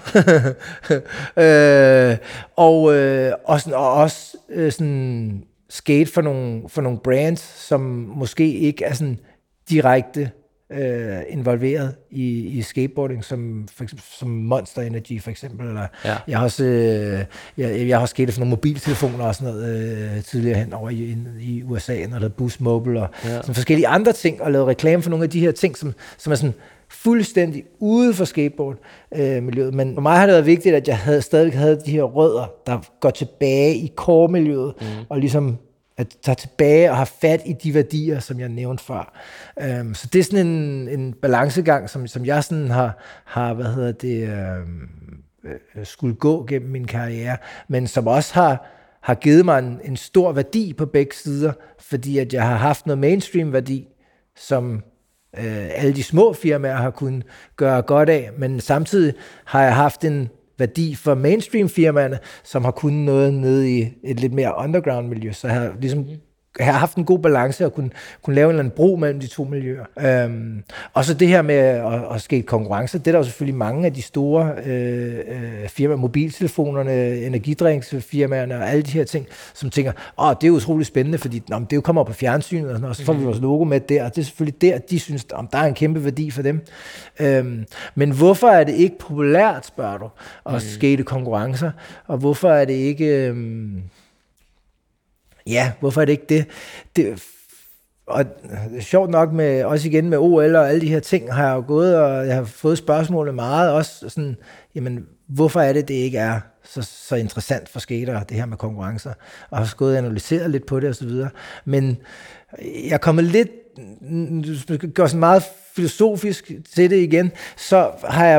Og også sådan skate for nogle brands, som måske ikke er sådan direkte involveret i skateboarding, som for eksempel som Monster Energy for eksempel, eller jeg har også jeg har skatet for nogle mobiltelefoner og sådan noget tidligere hen over i USA, når der hedder Boost Mobile og sådan forskellige andre ting, og lavet reklame for nogle af de her ting, som er sådan fuldstændig ude for skateboard-miljøet. Men for mig har det været vigtigt, at jeg stadig havde de her rødder, der går tilbage i core-miljøet, og ligesom at tage tilbage og have fat i de værdier, som jeg nævnte før. Så det er sådan en balancegang, som jeg sådan har skulle gå gennem min karriere, men som også har givet mig en stor værdi på begge sider, fordi at jeg har haft noget mainstream-værdi, som alle de små firmaer har kunnet gøre godt af, men samtidig har jeg haft en værdi for mainstream-firmaerne, som har kunnet noget nede i et lidt mere underground-miljø. Så jeg har haft en god balance og kunne lave en eller anden bro mellem de to miljøer. Og så det her med at skate konkurrencer, det er der jo selvfølgelig mange af de store firmaer, mobiltelefonerne, energidrinksfirmaerne og alle de her ting, som tænker, det er utroligt spændende, fordi det jo kommer på fjernsynet, og så får vi vores logo med der, og det er selvfølgelig der, de synes, der er en kæmpe værdi for dem. Men hvorfor er det ikke populært, spørger du, at skate konkurrencer, og hvorfor er det ikke... hvorfor er det ikke det? Og sjovt nok også igen med OL og alle de her ting, har jeg jo gået, og jeg har fået spørgsmålet meget, også sådan, jamen, hvorfor er det ikke er så interessant for skatere, det her med konkurrencer, og har gået og analyseret lidt på det og så videre. Men jeg er kommet lidt, gør sådan meget filosofisk til det igen, så har jeg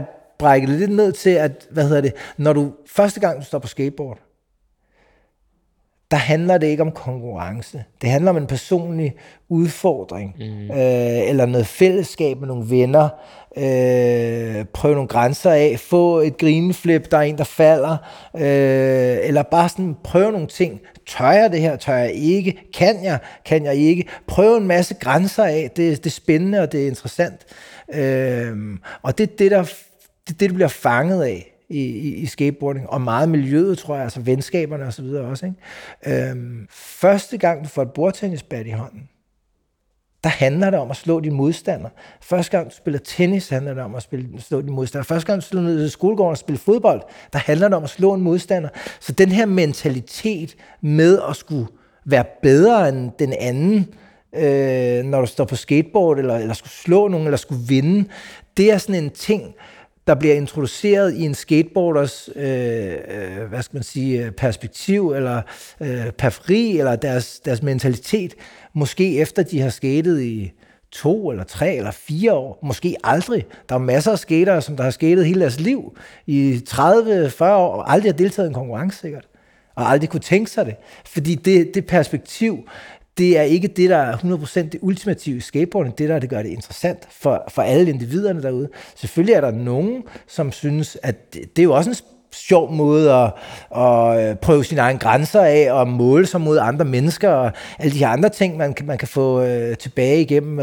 brække det lidt ned til, at, når du første gang du står på skateboard, der handler det ikke om konkurrence. Det handler om en personlig udfordring, eller noget fællesskab med nogle venner, prøve nogle grænser af, få et grineflip, der er en, der falder, eller bare sådan prøve nogle ting. Tør jeg det her? Tør jeg ikke? Kan jeg ikke? Prøve en masse grænser af. Det er spændende, og det er interessant. Og det er det, du bliver fanget af i skateboarding, og meget miljøet, tror jeg, altså venskaberne og så videre også, ikke? Første gang du får et bordtennisbat i hånden, der handler det om at slå dine modstandere. Første gang du spiller tennis, handler det om at slå dine modstandere. Første gang du slår ned i skolegården og spiller fodbold, der handler det om at slå en modstander. Så den her mentalitet med at skulle være bedre end den anden, når du står på skateboard, eller skulle slå nogen, eller skulle vinde, det er sådan en ting, der bliver introduceret i en skateboarders perspektiv, eller periferi, eller deres mentalitet, måske efter de har skatet i 2 eller 3 eller 4 år, måske aldrig. Der er masser af skatere, som der har skatet hele deres liv, i 30-40 år, og aldrig har deltaget i en konkurrence, sikkert, og aldrig kunne tænke sig det. Fordi det perspektiv, det er ikke det, der er 100% det ultimative skateboarding, det gør det interessant for alle individerne derude. Selvfølgelig er der nogen, som synes, at det er jo også en sjov måde at prøve sine egne grænser af, og måle sig mod andre mennesker, og alle de her andre ting, man kan få tilbage igennem,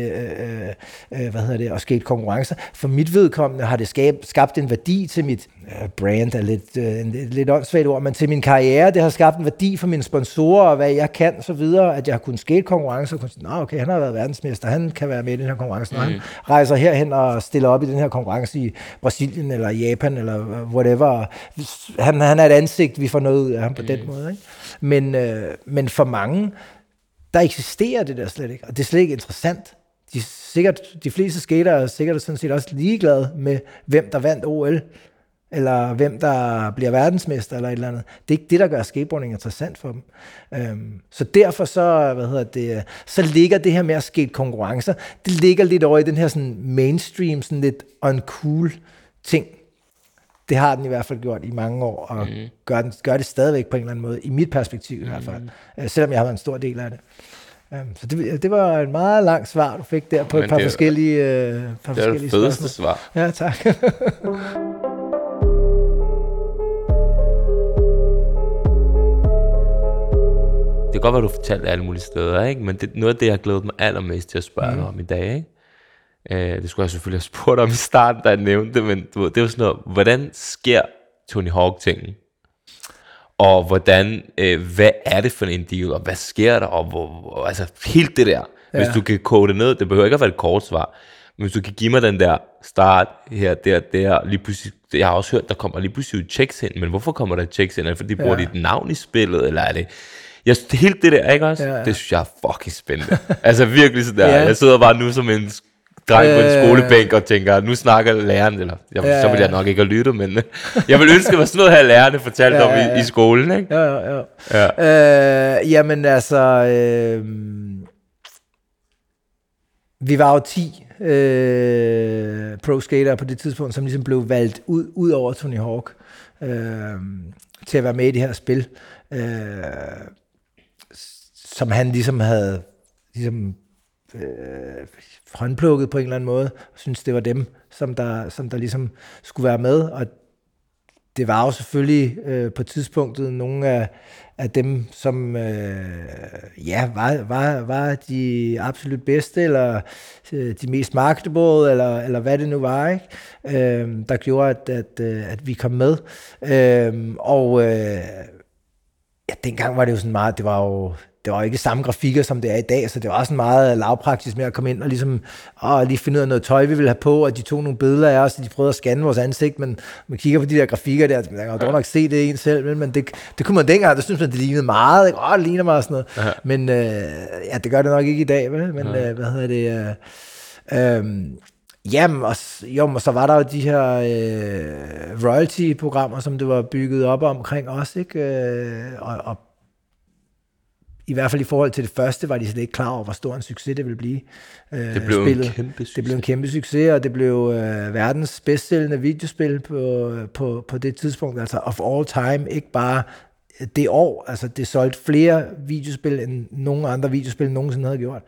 og skate konkurrencer. For mit vedkommende har det skabt en værdi til mit brand, er lidt åndssvagt ord, men til min karriere, det har skabt en værdi for mine sponsorer, og hvad jeg kan, så videre, at jeg har kunnet skate konkurrencer, og kunne sige, okay, han har været verdensmester, han kan være med i den her konkurrence, når han rejser herhen og stiller op i den her konkurrence i Brasilien, eller Japan, eller whatever. Han er et ansigt, vi får noget ud af ham på den måde, ikke? Men for mange, der eksisterer det der slet ikke, og det er slet ikke interessant. De fleste skatere er sikkert sådan set også ligeglade med, hvem der vandt OL, eller hvem der bliver verdensmester, eller et eller andet. Det er ikke det, der gør skateboarding interessant for dem. Så derfor så ligger det her med at skate konkurrencer, det ligger lidt over i den her sådan mainstream, sådan lidt uncool ting. Det har den i hvert fald gjort i mange år, og gør det stadigvæk på en eller anden måde, i mit perspektiv i hvert fald, selvom jeg har været en stor del af det. Så det var et meget langt svar, du fik der på et par forskellige spørgsmål. Det er det fedeste svar. Ja, tak. Det kan godt være, du fortalte alle mulige steder, ikke? Men noget af det, jeg har glædet mig allermest til at spørge dig om i dag, ikke? Det skulle jeg selvfølgelig have spurgt om i starten, da jeg nævnte det, men det var sådan noget, hvordan sker Tony Hawk-tingen? Og hvordan, hvad er det for en deal, og hvad sker der, og altså helt det der, hvis du kan kode det ned, det behøver ikke at være et kort svar, men hvis du kan give mig den der start her, der, lige pludselig, jeg har også hørt, der kommer lige pludselig checks ind, men hvorfor kommer der checks ind? Er det fordi, de bruger dit navn i spillet, eller er det... helt det der, ikke også? Ja. Det synes jeg er fucking spændende. Altså virkelig sådan der. Jeg sidder bare nu som en dreng på en skolebænk og tænker, nu snakker læreren, eller så vil jeg nok ikke have lyttet, men jeg vil ønske, at var sådan noget her lærerne fortalte om i skolen, ikke? Ja. Jamen altså, vi var jo 10 pro-skater på det tidspunkt, som ligesom blev valgt ud over Tony Hawk til at være med i det her spil. Som han ligesom havde håndplukket på en eller anden måde, og synes det var dem, som der ligesom skulle være med, og det var jo selvfølgelig på tidspunktet nogle af dem, som var de absolut bedste, eller de mest marketable, eller hvad det nu var, ikke? Der gjorde, at vi kom med. Dengang var det jo sådan meget, det var ikke samme grafikker, som det er i dag, så det var også meget lavpraktisk med at komme ind og ligesom, lige finde ud af noget tøj, vi ville have på, og de tog nogle billeder af os, og de prøvede at scanne vores ansigt, men man kigger på de der grafikker der, man kan dog nok se det en selv, men det kunne man dengang, der synes man, det lignede meget, ikke? Det ligner mig og sådan noget, men det gør det nok ikke i dag, vel? Men og så var der jo de her royalty-programmer, som det var bygget op omkring os, ikke? Og i hvert fald i forhold til det første, var de slet ikke klar over, hvor stor en succes det ville blive. Det blev en kæmpe succes. Det blev en kæmpe succes, og det blev verdens bedst sælgende videospil på det tidspunkt, altså of all time, ikke bare det år, altså det solgte flere videospil, end nogen andre videospil nogensinde havde gjort.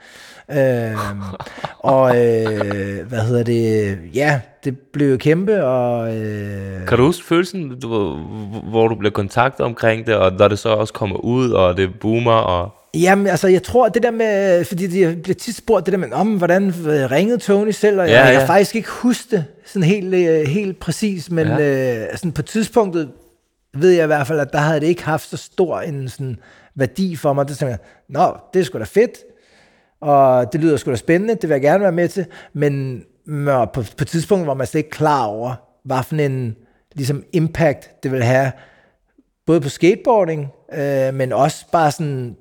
Ja, det blev kæmpe, og... Kan du huske følelsen, hvor du blev kontaktet omkring det, og når det så også kommer ud, og det boomer, og... Jamen, altså, jeg tror, det der med... Fordi de bliver tit spurgt det der med, hvordan ringede Tony selv, og jeg kan faktisk ikke huske det sådan helt præcis, men sådan på tidspunktet ved jeg i hvert fald, at der havde det ikke haft så stor en sådan værdi for mig. Det tænkte jeg, det er sgu da fedt, og det lyder sgu da spændende, det vil jeg gerne være med til, men på tidspunktet var man slet ikke klar over, hvad for en ligesom impact det vil have, både på skateboarding, men også bare sådan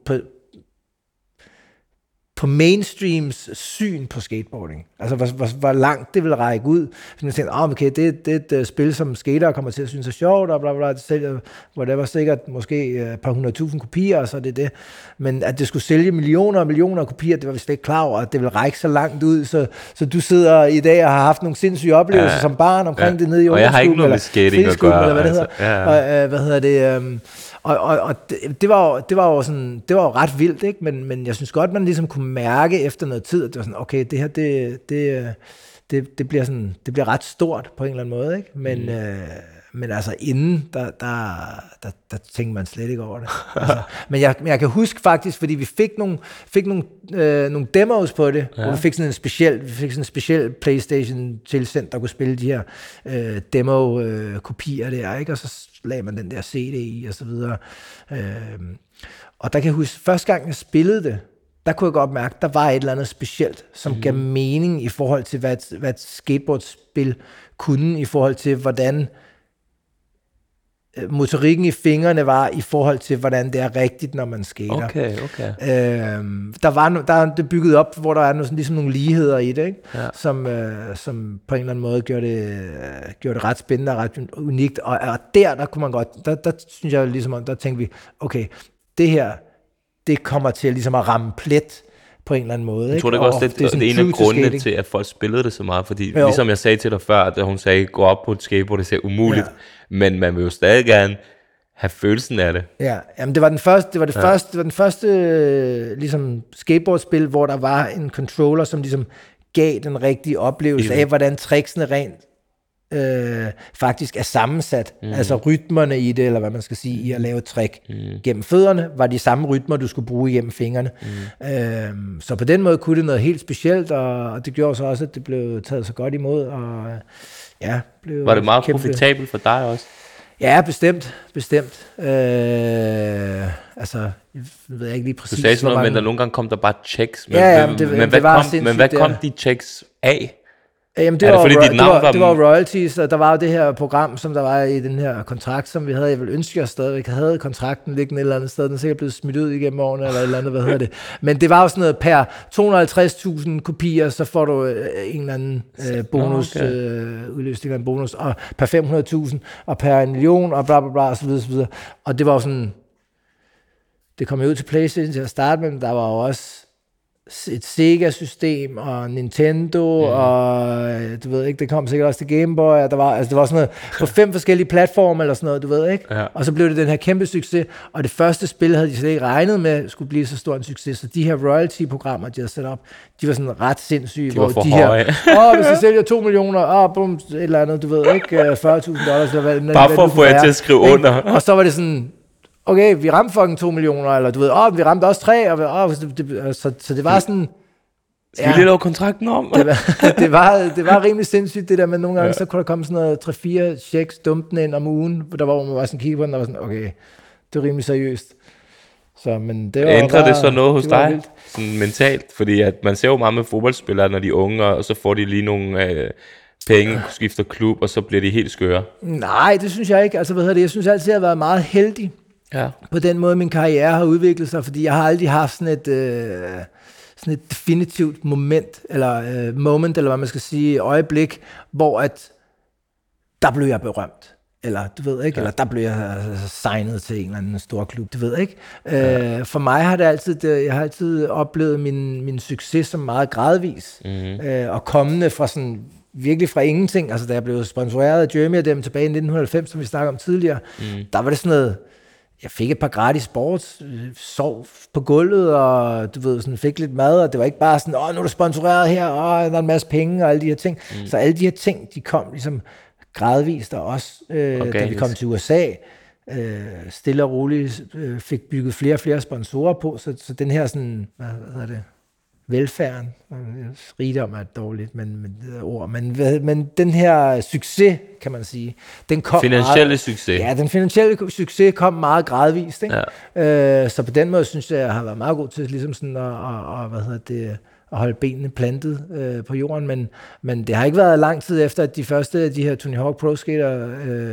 på mainstreams syn på skateboarding. Altså, hvor langt det vil række ud. Hvis man tænker, okay, det er et spil, som skatere kommer til at synes er sjovt, og bla bla, det sælger, hvor det var sikkert måske et par 100.000 kopier, og så er det det. Men at det skulle sælge millioner og millioner af kopier, det var vi slet ikke klar over, at det vil række så langt ud, så du sidder i dag og har haft nogle sindssyge oplevelser som barn omkring det nede i og jeg har ikke noget med skating at gøre. Eller hvad det hedder. Og det var jo ret vildt, ikke? Men jeg synes godt, man ligesom kunne mærke efter noget tid, at det var sådan, okay, det her, det bliver ret stort på en eller anden måde, ikke? Men altså inden, der tænkte man slet ikke over det. Altså, men jeg kan huske faktisk, fordi vi fik nogle demos på det, hvor vi fik sådan en speciel PlayStation tilsendt, der kunne spille de her demo-kopier der, ikke? Og så lagde man den der CD i, og så videre. Og der kan jeg huske, første gang jeg spillede det, der kunne jeg godt mærke, der var et eller andet specielt, som gav mening i forhold til, hvad et skateboardspil kunne, i forhold til, hvordan motorikken i fingrene var, i forhold til, hvordan det er rigtigt, når man skater. Okay. Der er det bygget op, hvor der er ligesom nogle ligheder i det, ikke? Ja. Som på en eller anden måde gjorde det ret spændende og ret unikt. Og der kunne man godt, der synes jeg ligesom, der tænkte vi, okay, det her, det kommer til ligesom at ramme plet på en eller anden måde. Jeg tror, det er også det er en af grundene til, at folk spillede det så meget, fordi ligesom jeg sagde til dig før, at hun sagde, gå op på et skateboard, det ser umuligt, men man vil jo stadig gerne have følelsen af det. Ja, jamen det var den første ligesom skateboardspil, hvor der var en controller, som ligesom gav den rigtige oplevelse af, hvordan tricksene rent faktisk er sammensat. Altså rytmerne i det, eller hvad man skal sige, i at lave et trick gennem fødderne, var de samme rytmer, du skulle bruge gennem fingrene. Så på den måde kunne det noget helt specielt, og det gjorde så også, at det blev taget så godt imod, og blev var det meget profitabelt for dig også? Ja, bestemt. Altså, jeg ved ikke lige præcis. Du sagde sådan noget, men der nogle gange kom der bare checks. Men hvad kom de checks af? Jamen, det var royalties, og der var jo det her program, som der var i den her kontrakt, som vi havde. Jeg ville ønske, at jeg stadigvæk havde kontrakten liggende et eller andet sted. Den er sikkert blevet smidt ud igennem årene, eller et eller andet, hvad hedder det. Men det var jo sådan noget, per 250.000 kopier, så får du en eller anden bonus, udløst en bonus, og per 500.000, og per 1 million, og bla bla bla, og så videre, så videre. Og det var jo sådan, det kom jo ud til PlayStation til at starte med, men der var jo også et Sega-system, og Nintendo, og du ved ikke, det kom sikkert også til Game Boy, og det var sådan noget på 5 forskellige platforme, eller sådan noget, du ved ikke? Ja. Og så blev det den her kæmpe succes, og det første spil havde de slet ikke regnet med, skulle blive så stor en succes, så de her royalty-programmer, de havde sat op, de var sådan ret sindssyge, de var for høje. Hvis jeg sælger 2 millioner, bum, et eller andet, du ved ikke, $40,000, bare for at få jer til at skrive under. Og så var det sådan, okay, vi ramte fucking 2 millioner, eller du ved, vi ramte også 3, så det var sådan... Skal vi lige lave kontrakten om? det var rimelig sindssygt, det der, men nogle gange, så kunne der komme sådan noget 3-4 checks dumpende ind om ugen, hvor man var sådan kigge på den, og var sådan, okay, det er rimelig seriøst. Så, men det var ændrer det så noget hos dig, sådan mentalt? Fordi at man ser jo meget med fodboldspillere, når de er unge, og så får de lige nogle... penge, skifter klub, og så bliver de helt skøre. Nej, det synes jeg ikke. Altså, jeg synes altid, jeg har været meget heldig på den måde, min karriere har udviklet sig, fordi jeg har aldrig haft sådan et definitivt moment, eller hvad man skal sige, øjeblik, hvor at der blev jeg berømt. eller du ved ikke, eller der blev jeg signet til en eller anden stor klub, du ved ikke. For mig har jeg har altid oplevet min succes som meget gradvis, og kommende fra sådan virkelig fra ingenting. Altså da jeg blev sponsoreret af Jeremy og dem tilbage i 1990, som vi snakkede om tidligere, der var det sådan noget, jeg fik et par gratis sports, sov på gulvet, og du ved, sådan fik lidt mad, og det var ikke bare sådan, nu er du sponsoreret her, og der er en masse penge, og alle de her ting. Så alle de her ting, de kom ligesom gradvist, og også da vi kom til USA, stille og roligt fik bygget flere og flere sponsorer på, så den her sådan, hvad hedder det, velfærden, rigdom er et dårligt ord, men den her succes, kan man sige, den kom finansielle succes. Ja, den finansielle succes kom meget gradvist, ikke? Ja. Så på den måde synes jeg har været meget god til ligesom sådan at holde benene plantet på jorden, men det har ikke været lang tid efter, at de første af de her Tony Hawk Pro Skater,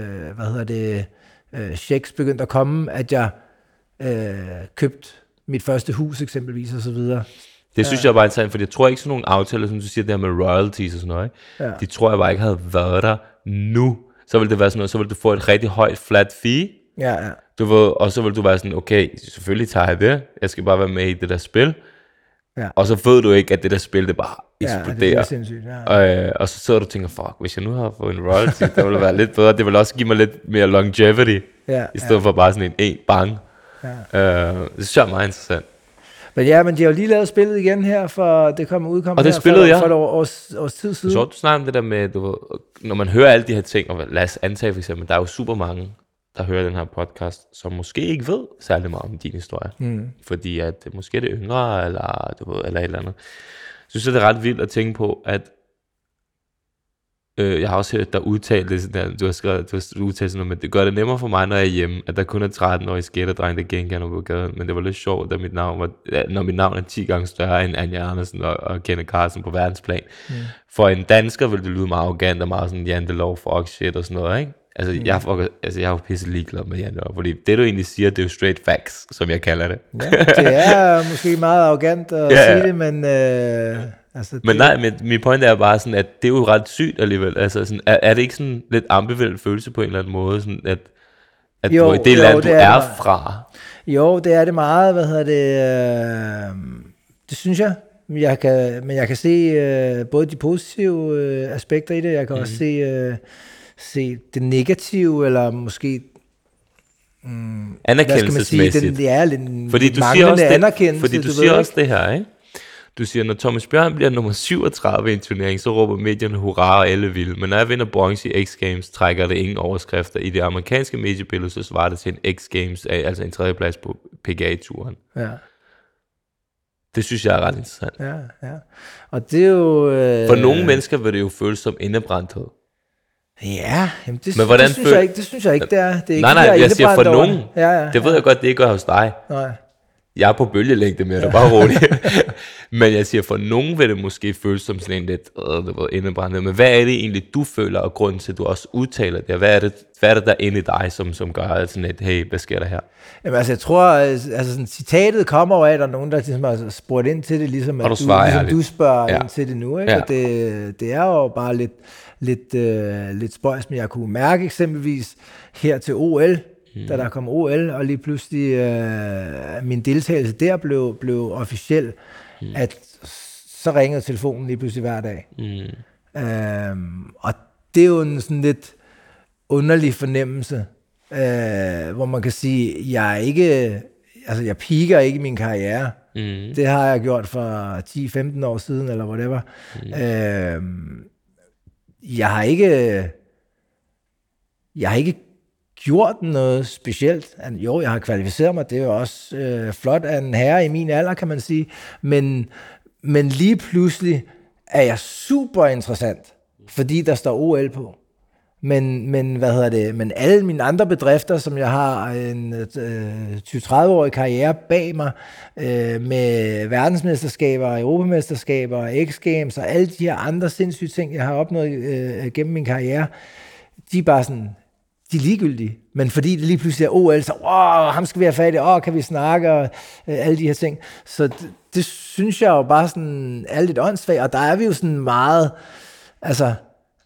checks begyndte at komme, at jeg købte mit første hus eksempelvis og så videre. Det synes jeg bare er interessant, for jeg tror ikke sådan nogle aftaler, som du siger, det her med royalties og sådan noget, ikke? De tror jeg bare ikke havde været der nu. Så ville det være sådan noget, så ville du få et rigtig højt flat fee. Ja. Du ved, og så ville du være sådan, okay, selvfølgelig tager jeg det. Jeg skal bare være med i det der spil. Ja. Og så ved du ikke, at det der spil, det bare eksploderer. Ja, det er sindssygt. Ja. Og så sidder du og tænker, fuck, hvis jeg nu har fået en royalty, det ville være lidt bedre. Det ville også give mig lidt mere longevity, i stedet for bare sådan en bang. Ja. Det synes jeg er meget interessant. Men de har jo lige lavet spillet igen her, for det udkom og det her spillede for et års tid siden. Så du snakker om det der med, når man hører alle de her ting, og lad os antage for eksempel, der er jo super mange, der hører den her podcast, som måske ikke ved særlig meget om din historie. Fordi at måske er det yngre, eller et eller andet. Så synes jeg, det er ret vildt at tænke på, at jeg har også hørt dig udtale det sådan der, du har udtalt sådan noget, men det gør det nemmere for mig, når jeg er hjemme, at der kun er 13-årige skaterdreng, der genkender på gaden, men det var lidt sjovt, at når mit navn er 10 gange større end Anja Andersen og Kenneth Carlsen på verdensplan. For en dansker vil det lyde meget arrogant og meget sådan jantelov, fuck shit og sådan noget, ikke? Altså, jeg er jo pisse ligeglad med jantelov, fordi det du egentlig siger, det er jo straight facts, som jeg kalder det. Ja, det er måske meget arrogant at sige det, men... Men nej, men min point er bare sådan, at det er jo ret sygt alligevel. Altså sådan, er det ikke sådan lidt ambivalent følelse på en eller anden måde, sådan at jo, det land, du er fra? Jo, det er det meget, det synes jeg. Men jeg kan se både de positive aspekter i det, jeg kan også se det negative, eller måske... anerkendelsesmæssigt. Det er lidt manglende anerkendelse. Fordi du siger også det her, ikke? Du siger, når Thomas Bjørn bliver nummer 37 i en turnering, så råber medierne hurra og alle vil. Men når jeg vinder bronze i X Games, trækker det ingen overskrifter. I det amerikanske mediebillede, så svarer det til en X Games, altså en tredjeplads på PGA-turen. Ja. Det synes jeg er ret interessant. Ja. Og det er jo... For nogle mennesker vil det jo føles som indebrændthed. Ja, jamen det synes jeg ikke, det er. Det er ikke nej, jeg siger for nogen. Det ved jeg godt, det ikke gør hos dig. Nej. Jeg er på bølgelængde med det, bare roligt. Men jeg siger, for nogen vil det måske føles som sådan en lidt indebrændet. Men hvad er det egentlig, du føler, og grunden til, at du også udtaler det? Hvad er det der inde i dig, som gør sådan et, hey, hvad sker der her? Jamen altså, jeg tror, sådan, citatet kommer jo af, at der er nogen, der ligesom har spurgt ind til det, ligesom at du spørger ind til det nu. Ikke? Ja. Og det er jo bare lidt spøjs, men jeg kunne mærke eksempelvis her til OL, da der kom OL, og lige pludselig min deltagelse der blev officiel, at så ringede telefonen lige pludselig hver dag. Og det er jo en sådan lidt underlig fornemmelse, hvor man kan sige, jeg piker ikke i min karriere. Det har jeg gjort for 10-15 år siden, eller whatever. Jeg har ikke gjort noget specielt. Jo, jeg har kvalificeret mig, det er jo også flot af en herre i min alder, kan man sige, men lige pludselig er jeg super interessant, fordi der står OL på. Men men alle mine andre bedrifter, som jeg har en 20-30-årig karriere bag mig, med verdensmesterskaber, europamesterskaber, X-Games og alle de her andre sindssyge ting, jeg har opnået gennem min karriere, de er bare sådan, de er ligegyldige. Men fordi det lige pludselig er OL, så ham skal vi have fat i, kan vi snakke, og alle de her ting. Så det synes jeg jo bare sådan er lidt åndssvagt, og der er vi jo sådan meget, altså,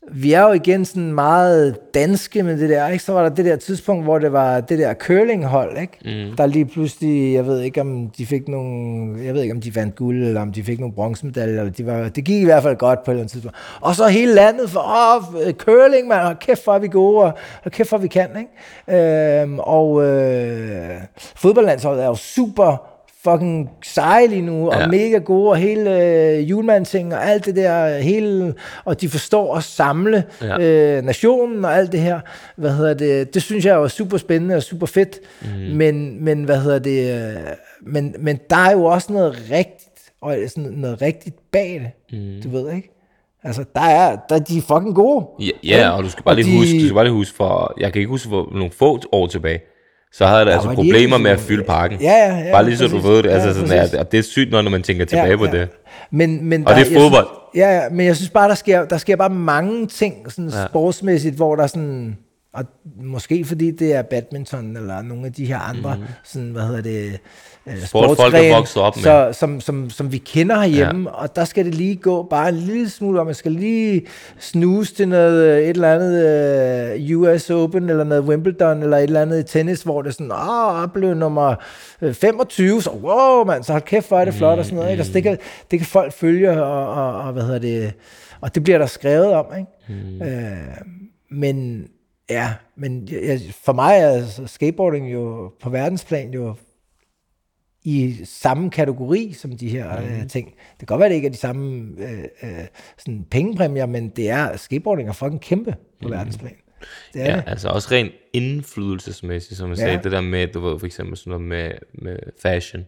vi er jo igen sådan meget danske med det der, ikke? Så var der det der tidspunkt, hvor det var det der curlinghold, ikke? Der lige pludselig, jeg ved ikke om de vandt guld, eller om de fik nogle bronzemedaljer, eller det gik i hvert fald godt på et eller andet tidspunkt. Og så hele landet for, curling, man, hold kæft for, vi er gode, og hold kæft for, vi kan, ikke? Fodboldlandsholdet er jo super fucking seje lige nu, og mega gode, og hele julemandsting, og alt det der, hele, og de forstår at samle nationen, og alt det her, det synes jeg er super spændende, og super fedt, men men der er jo også noget rigtigt, og sådan noget rigtigt bag det, du ved, ikke? Altså, der er de fucking gode. Ja, og du skal bare lige huske, for jeg kan ikke huske, hvor nogle få år tilbage, så havde der altså problemer med at fylde parken. Ja, bare lige så du ved det. Altså, sådan, og det er sygt, når man tænker tilbage på det. Men og det er fodbold. Men jeg synes bare, der sker bare mange ting sådan sportsmæssigt, hvor der sådan, og måske fordi det er badminton, eller nogle af de her andre, sådan, sportsgrene, som vi kender herhjemme, og der skal det lige gå bare en lille smule, og man skal lige snuse til noget, et eller andet US Open, eller noget Wimbledon, eller et eller andet i tennis, hvor det er sådan, blev nummer 25, så wow, man, så hold kæft, hvor er det flot, og sådan noget, ikke? Altså, det kan folk følge, og og det bliver der skrevet om, ikke? Men for mig er skateboarding jo på verdensplan jo i samme kategori som de her ting. Det kan godt være, det ikke er de samme sådan pengepræmier, men det er, skateboarding er fucking kæmpe på verdensplan. Det er det. Altså også rent indflydelsesmæssigt, som jeg sagde, det der med, du ved, for eksempel sådan noget med fashion,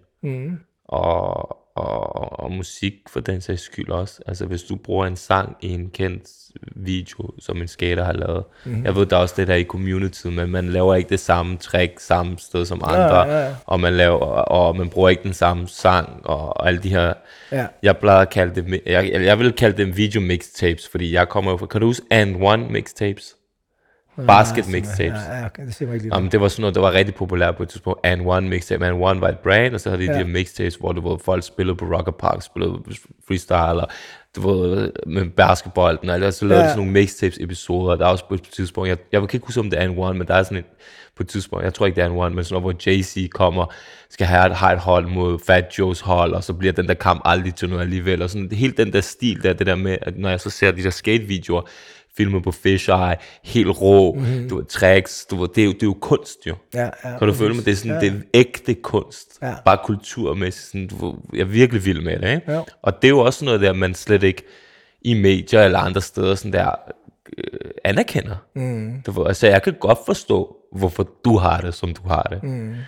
og musik for den sags skyld også. Altså hvis du bruger en sang i en kendt video, som en skater har lavet. Jeg ved, der er også det der i community, men man laver ikke det samme trick samme sted som andre, og man bruger ikke den samme sang, og alle de her, jeg plejer at kalde det, jeg vil kalde dem video mixtapes, fordi jeg kommer jo fra, kan du huske And One mixtapes? Basket mixtapes. Det var sådan noget, der var rigtig populært på et tidspunkt. And One mixtape. And One var et brand, og så havde de de mixtapes, hvor du ved, folk spillede på Rocker Park, spillede freestyle, og du ved, med basketbolden, og så lavede de sådan nogle mixtapes episoder. Der er også på et tidspunkt, jeg kan ikke huske, om det er And One, men der er sådan på et tidspunkt, jeg tror ikke, det er And One, men sådan noget, hvor Jay-Z kommer, skal have et hold mod Fat Joes hold, og så bliver den der kamp aldrig til noget alligevel, og sådan helt den der stil der, det der med, at når jeg så ser de der skate-videoer, filmet på fisheye, helt rå, du ved, tracks, du ved, det er jo kunst jo. Kan du føle mig? Det er sådan, det er ægte kunst. Bare kulturmæssigt, sådan, jeg er virkelig vild med det, ikke? Og det er jo også noget der, man slet ikke i medier eller andre steder sådan der anerkender. Du ved, altså jeg kan godt forstå, hvorfor du har det, som du har det.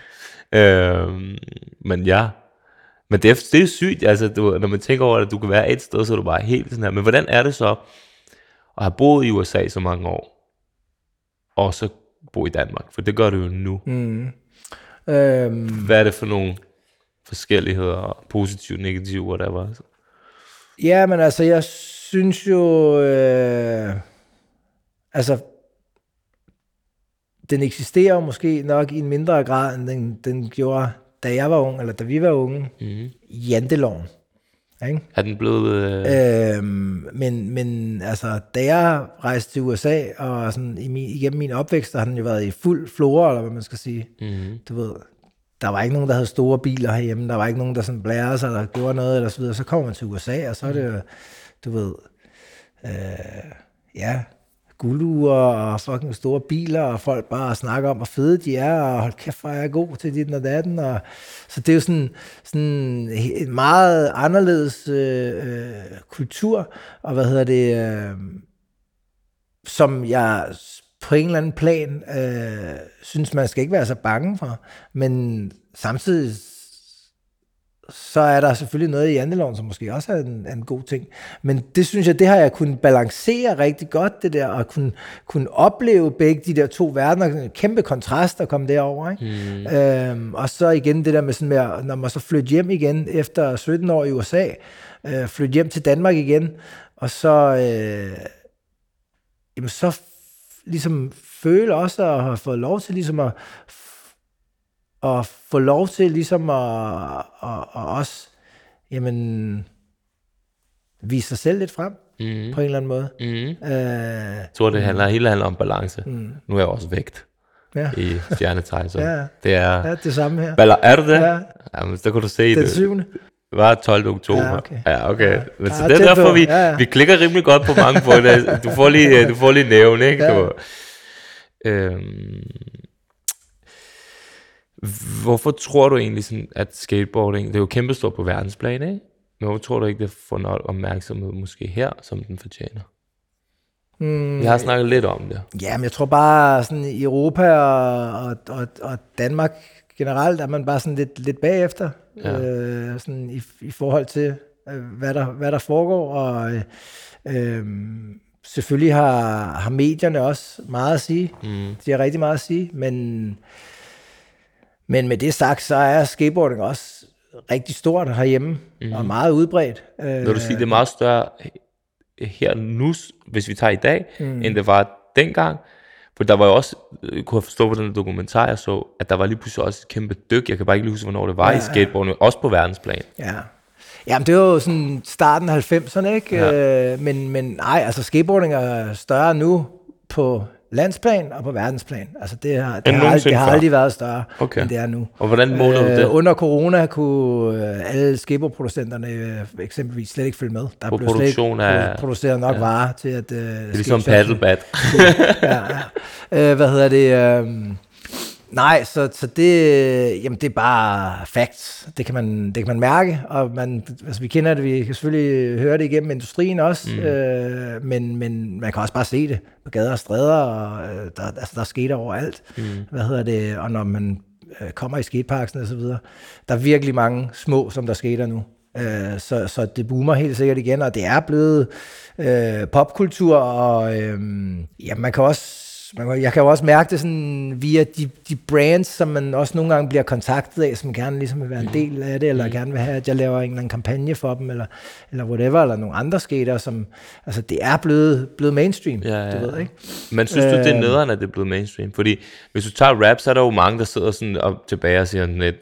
Men men det er sygt, altså når man tænker over det, du kan være et sted, så er du bare helt sådan her. Men hvordan er det så og har boet i USA så mange år, og så bo i Danmark? For det gør du jo nu. Hvad er det for nogle forskelligheder, positive, negative, whatever? Ja, men altså, jeg synes jo, altså, den eksisterer jo måske nok i en mindre grad, end den gjorde, da jeg var ung, eller da vi var unge, janteloven. Ikke? Er den blevet... Men altså, da jeg rejste til USA, og sådan igennem min opvækst, der har den jo været i fuld flora, eller hvad man skal sige. Du ved, der var ikke nogen, der havde store biler herhjemme, der var ikke nogen, der sådan blærede sig, eller gjorde noget, eller så videre. Så kommer man til USA, og så er det jo, du ved, guldure og fucking store biler, og folk bare snakker om, hvor fede de er, og hold kæft, hvor er jeg god til dit og datten, og så det er jo sådan en meget anderledes kultur, og som jeg på en eller anden plan synes, man skal ikke være så bange for, men samtidig så er der selvfølgelig noget i janteloven, som måske også er en god ting. Men det synes jeg, det har jeg kunnet balancere rigtig godt, det der, og kunne opleve begge de der to verdener, en kæmpe kontrast at komme derover, ikke? Og så igen det der med sådan med, når man så flytter hjem igen efter 17 år i USA, flytte hjem til Danmark igen, og så så ligesom føle også at have fået lov til ligesom at få lov til ligesom at også vise sig selv lidt frem. på en eller anden måde. Jeg tror, det handler om balance. Nu er jeg også vægt i stjernetegn, så det er det samme her. Er du det? Ja. Jamen, så kan du se Den det. 7. Det var 12. oktober. Ja, okay. Ja, okay. Ja. Men så Ja, det er tæt derfor, på. vi klikker rimelig godt på mange punkter. Du får lige nævn, ikke? Ja. Hvorfor tror du egentlig, sådan, at skateboarding, det er jo kæmpestort på verdensplan, ikke? Men hvorfor tror du ikke, det får noget opmærksomhed måske her, som den fortjener? Jeg har snakket lidt om det. Ja, men jeg tror bare, sådan i Europa og Danmark generelt, er man bare sådan lidt bagefter, sådan i forhold til, hvad der foregår, og selvfølgelig har medierne også meget at sige. De har rigtig meget at sige, men med det sagt, så er skateboarding også rigtig stort herhjemme, og meget udbredt. Vil du sige, det er meget større her nu, hvis vi tager i dag, end det var dengang? For der var jo også, kunne jeg forstå på den dokumentar, jeg så, at der var lige pludselig også et kæmpe dyk. Jeg kan bare ikke huske, hvornår det var i skateboarding, også på verdensplan. Ja. Jamen, det var jo sådan starten af 90'erne, ikke? Ja. Men nej, altså skateboarding er større nu på landsplan og på verdensplan. Altså det har aldrig været større, end det er nu. Og hvordan måler du det? Under corona kunne alle skateboardproducenterne eksempelvis slet ikke følge med. Der blev slet ikke produceret nok varer til at... det er ligesom paddlebat. Hvad hedder det? Nej, så det, jamen det er bare facts. Det kan man mærke, og vi kender det, vi kan selvfølgelig høre det igennem industrien også, men man kan også bare se det på gader og stræder, og der skater overalt. Hvad hedder det? Og når man kommer i skateparksen og så videre, der er virkelig mange små, som der skater nu. Så det boomer helt sikkert igen, og det er blevet popkultur, og man kan også jeg kan jo også mærke det sådan via de brands, som man også nogle gange bliver kontaktet af, som gerne ligesom vil være en del af det, eller gerne vil have, at jeg laver en eller anden kampagne for dem, eller whatever, eller nogle andre skater, som, altså det er blevet mainstream, du ved, ikke? Men synes du, det er nederen, at det er blevet mainstream? Fordi hvis du tager rap, så er der jo mange, der sidder sådan op tilbage og siger sådan lidt,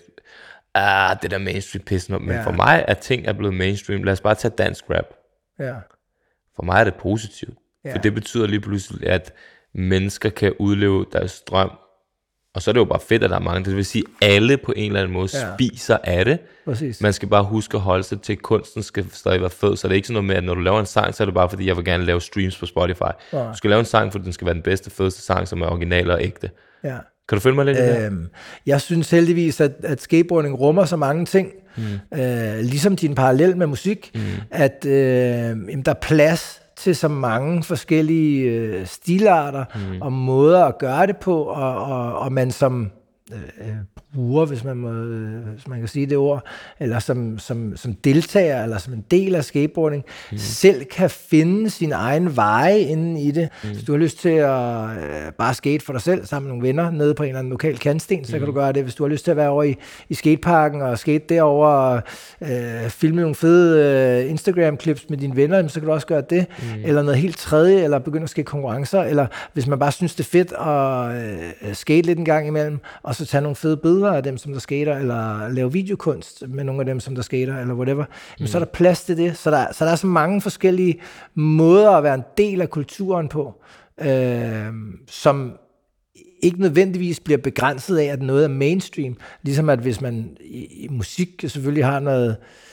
det der mainstream pisse, men for mig er ting er blevet mainstream. Lad os bare tage dansk rap. Ja. For mig er det positivt, for det betyder lige pludselig, at mennesker kan udleve deres drøm. Og så er det jo bare fedt, at der er mange. Det vil sige, at alle på en eller anden måde spiser af det. Præcis. Man skal bare huske at holde sig til, kunsten skal stadig være fed. Så det er ikke sådan noget med, at når du laver en sang, så er det bare fordi, jeg vil gerne lave streams på Spotify. Du skal lave en sang, fordi den skal være den bedste, fedeste sang, som er original og ægte. Ja. Kan du følge mig lidt i det? Jeg synes heldigvis, at skateboarding rummer så mange ting, ligesom din parallel med musik, at der er plads til så mange forskellige stilarter og måder at gøre det på, og man som bruger, hvis man kan sige det ord, eller som deltager, eller som en del af skateboarding, selv kan finde sin egen veje inden i det. Hvis du har lyst til at bare skate for dig selv, sammen med nogle venner, nede på en eller anden lokal kantsten, så kan du gøre det. Hvis du har lyst til at være over i skateparken, og skate derovre, og filme nogle fede Instagram-clips med dine venner, så kan du også gøre det. Eller noget helt tredje, eller begynde at skate konkurrencer, eller hvis man bare synes, det er fedt at skate lidt en gang imellem, og så tage nogle fede billeder af dem, som der skater, eller lave videokunst med nogle af dem, som der skater, eller whatever. Men så er der plads til det. Så der er så mange forskellige måder at være en del af kulturen på, som ikke nødvendigvis bliver begrænset af, at noget er mainstream. Ligesom at hvis man i musik selvfølgelig har noget,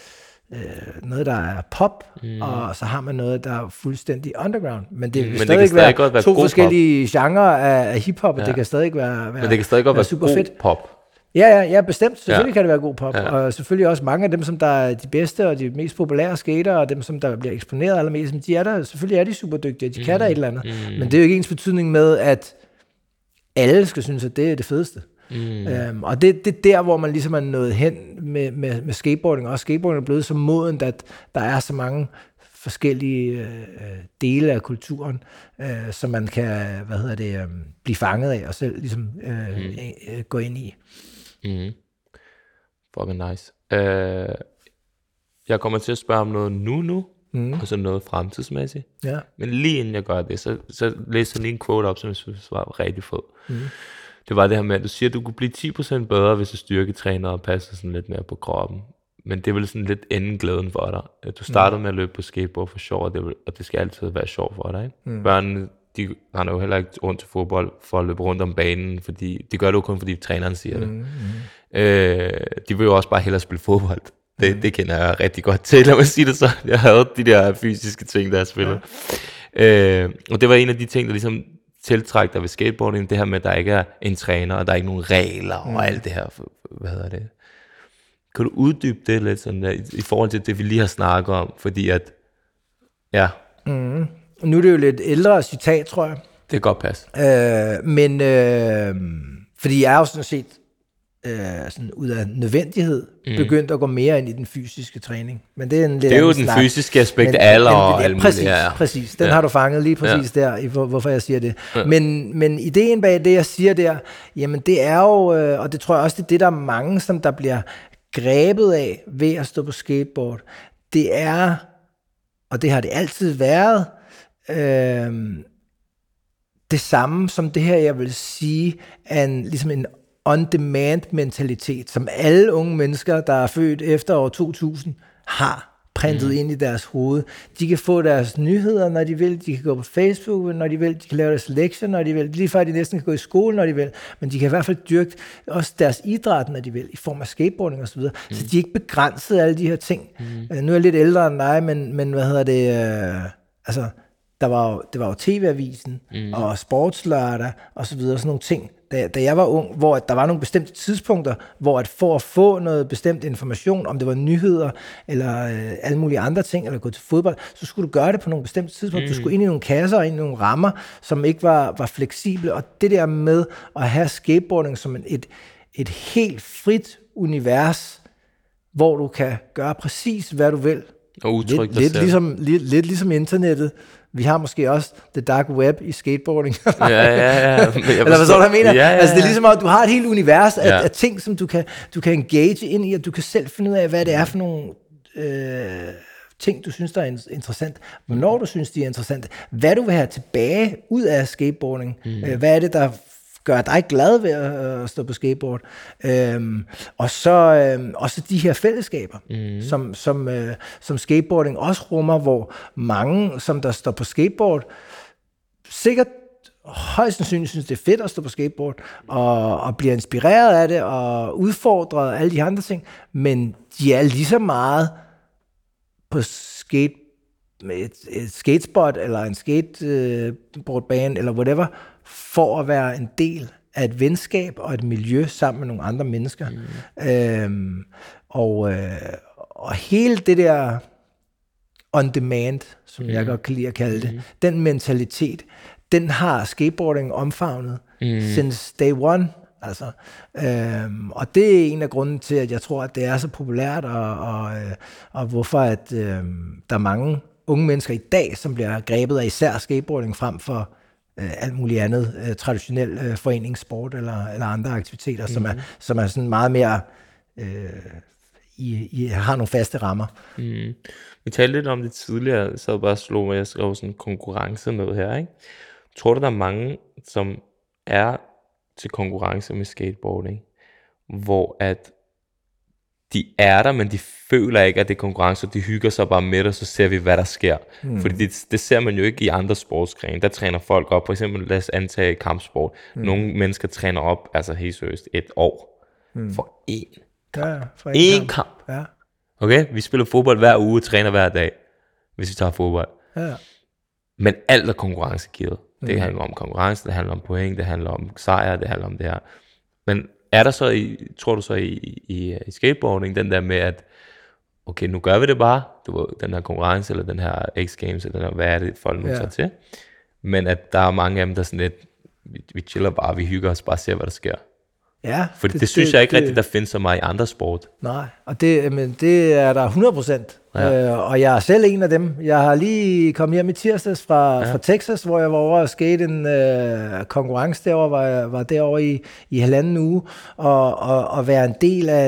der er pop, og så har man noget, der er fuldstændig underground. Men det kan stadig være to forskellige genrer af hiphop, og det kan stadig være men det kan stadig godt være super fedt. Pop. Ja, bestemt. Selvfølgelig kan det være god pop. Og selvfølgelig også mange af dem, som der er de bedste og de mest populære skater, og dem, som der bliver eksponeret allermest, de er der, selvfølgelig er de super dygtige, de kan der et eller andet. Men det er jo ikke ens betydning med, at alle skal synes, at det er det fedeste. Og det er der, hvor man ligesom er nået hen med skateboarding. Og skateboarding er blevet så modent, at der er så mange forskellige dele af kulturen, som man kan, blive fanget af og selv ligesom gå ind i. Fucking nice. Jeg kommer til at spørge om noget nu, og så noget fremtidsmæssigt. Ja. Men lige inden jeg gør det, så læser jeg lige en quote op, som jeg synes var rigtig fed. Det var det her med, at du siger, at du kunne blive 10% bedre, hvis du styrketræner og passer sådan lidt mere på kroppen. men det er vel sådan lidt enden glæden for dig. Du startede med at løbe på skateboard for sjov, og det skal altid være sjov for dig, ikke? Børnene, de har jo heller ikke rundt til fodbold for at løbe rundt om banen, fordi de gør det jo kun, fordi træneren siger det. De vil jo også bare hellere spille fodbold. Det kender jeg rigtig godt til, lad mig sige det så. Jeg havde de der fysiske ting, der jeg spillede. Og det var en af de ting, der ligesom tiltræk dig ved skateboarding, det her med, at der ikke er en træner, og der er ikke nogen regler, og alt det her, hvad hedder det? Kan du uddybe det lidt sådan der, i forhold til det, vi lige har snakket om, fordi at, ja. Nu er det jo lidt ældre citat, tror jeg. Det kan godt passe. Fordi jeg er jo sådan set, sådan ud af nødvendighed, begyndt at gå mere ind i den fysiske træning. Men det er en lidt det er jo den snak. fysiske aspekt af alder og alt muligt. Præcis. Den har du fanget lige præcis der, hvorfor jeg siger det. Ja. Men ideen bag det, jeg siger der, jamen det er jo, og det tror jeg også, det er det, der er mange, som der bliver grebet af ved at stå på skateboard. Det er, og det har det altid været, det samme som det her, jeg vil sige, ligesom en on-demand-mentalitet, som alle unge mennesker, der er født efter år 2000, har printet ind i deres hoved. De kan få deres nyheder, når de vil. De kan gå på Facebook, når de vil. De kan lave deres lektier, når de vil. Lige før de næsten kan gå i skole, når de vil. Men de kan i hvert fald dyrke også deres idræt, når de vil, i form af skateboarding og så videre. Så de er ikke begrænset af alle de her ting. Nu er jeg lidt ældre end dig, men hvad hedder det? Altså, det var jo TV-avisen og Sportslørdag og så videre, sådan nogle ting, da jeg var ung, hvor der var nogle bestemte tidspunkter, hvor at for at få noget bestemt information, om det var nyheder eller alle mulige andre ting, eller gå til fodbold, så skulle du gøre det på nogle bestemte tidspunkter. Du skulle ind i nogle kasser og ind i nogle rammer, som ikke var fleksible, og det der med at have skateboarding som et helt frit univers, hvor du kan gøre præcis, hvad du vil. Og udtrykke lidt ligesom internettet. Vi har måske også the dark web i skateboarding. Ja. Eller hvad så du mener? Ja. Altså det er ligesom, at du har et helt univers af ting, som du kan engage ind i, og du kan selv finde ud af, hvad det er for nogle ting, du synes, der er interessant. Hvornår du synes, de er interessante. Hvad du vil have tilbage ud af skateboarding. Hvad er det, der gør dig glad ved at stå på skateboard. Og så de her fællesskaber, som skateboarding også rummer, hvor mange, som der står på skateboard, sikkert højst sandsynligt synes, det er fedt at stå på skateboard, og bliver inspireret af det, og udfordret af alle de andre ting, men de er lige så meget på et skatespot, eller en skateboardbane, eller whatever, for at være en del af et venskab og et miljø sammen med nogle andre mennesker. Og hele det der on demand, som jeg godt kan lide at kalde det, den mentalitet, den har skateboarding omfavnet since day one. Altså, og det er en af grunden til, at jeg tror, at det er så populært, og hvorfor at der er mange unge mennesker i dag, som bliver grebet af især skateboarding frem for alt muligt andet traditionel foreningssport eller andre aktiviteter, som er sådan meget mere I har nogle faste rammer. Vi talte lidt om det tidligere, så bare slog mig, jeg skrev sådan en konkurrence med her, ikke? Tror du, der er mange, som er til konkurrence med skateboarding, hvor at de er der, men de føler ikke, at det er konkurrence, og de hygger sig bare med det, så ser vi, hvad der sker. Fordi det ser man jo ikke i andre sportsgrene. Der træner folk op, for eksempel lad os antage kampsport. Nogle mennesker træner op, altså helt seriøst, 1 år for én kamp. Ja, for én kamp. Ja. Okay, vi spiller fodbold hver uge, træner hver dag, hvis vi tager fodbold. Ja. Men alt er konkurrencegivet. Det handler om konkurrence, det handler om point, det handler om sejr, det handler om det her. Men er der så, tror du så i skateboarding, den der med, at okay, nu gør vi det bare, du ved, den her konkurrence, eller den her X-Games, eller den her, hvad er det, folk nu tager til. Men at der er mange af dem, der sådan lidt, vi chiller bare, vi hygger os, bare ser, hvad der sker. Ja. Fordi det synes jeg ikke rigtigt, der findes så meget i andre sport. Nej, og det er der 100%. Ja. Og jeg er selv en af dem. Jeg har lige kommet hjem i tirsdags fra Texas, hvor jeg var over og skate en konkurrence derovre, var derovre i 1,5 uge, og være en del af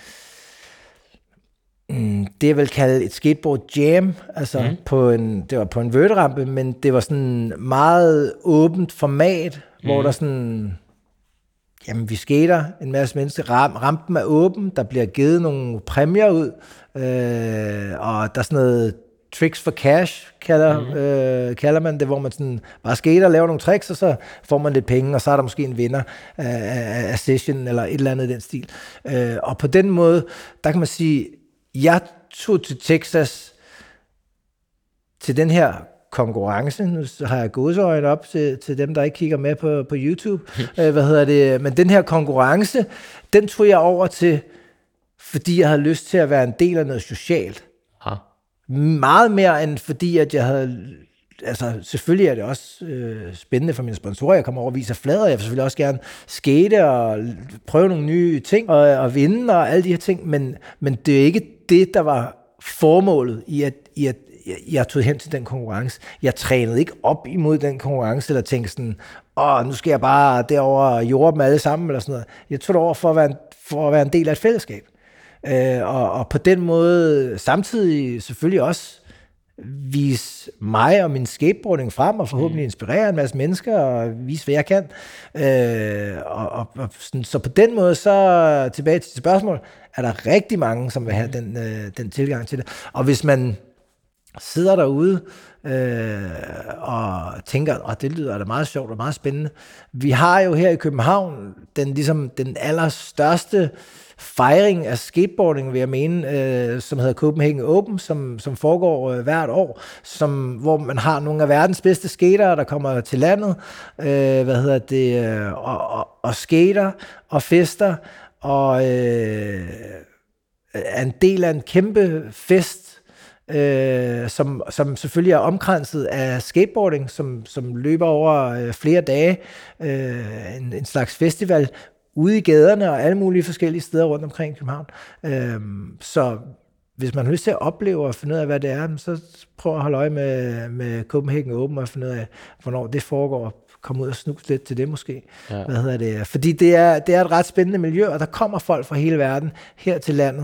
det jeg vil kalde et skateboard jam, altså det var på en vørterampe, men det var sådan meget åbent format, hvor der sådan jamen vi skater, en masse mennesker, rampen er åben, der bliver givet nogle præmier ud, og der er sådan noget tricks for cash, kalder man det, hvor man sådan bare skater og laver nogle tricks, og så får man lidt penge, og så er der måske en vinder af session, eller et eller andet i den stil. Og på den måde, der kan man sige, jeg tog til Texas til den her konkurrence. Nu har jeg gåseøjne op til dem, der ikke kigger med på YouTube. Men den her konkurrence, den tog jeg over til, fordi jeg havde lyst til at være en del af noget socialt. Ja. Meget mere end fordi, at jeg havde... Altså, selvfølgelig er det også spændende for mine sponsorer. Jeg kommer over og viser flader. Jeg vil selvfølgelig også gerne skate og prøve nogle nye ting og vinde og alle de her ting. Men det er ikke det, der var formålet i at jeg tog hen til den konkurrence. Jeg trænede ikke op imod den konkurrence, eller tænkte sådan, nu skal jeg bare derover og jorde dem alle sammen, eller sådan noget. Jeg tog det over for at være en del af et fællesskab. Og på den måde samtidig selvfølgelig også vise mig og min skateboarding frem, og forhåbentlig inspirere en masse mennesker, og vise, hvad jeg kan. Så på den måde, så tilbage til spørgsmålet, er der rigtig mange, som vil have den tilgang til det. Og hvis man sidder derude og tænker, det lyder da meget sjovt og meget spændende. Vi har jo her i København den allerstørste fejring af skateboarding, vil jeg mene, som hedder Copenhagen Open, som foregår hvert år, hvor man har nogle af verdens bedste skatere, der kommer til landet, og skater og fester, og er en del af en kæmpe fest, som selvfølgelig er omkranset af skateboarding, som løber over flere dage, en slags festival, ude i gaderne og alle mulige forskellige steder rundt omkring København. Så hvis man har lyst til at opleve og finde ud af, hvad det er, så prøv at holde øje med Copenhagen Open og finde ud af, hvornår det foregår. Komme ud og snuse lidt til det måske. Ja. Fordi det er et ret spændende miljø, og der kommer folk fra hele verden her til landet.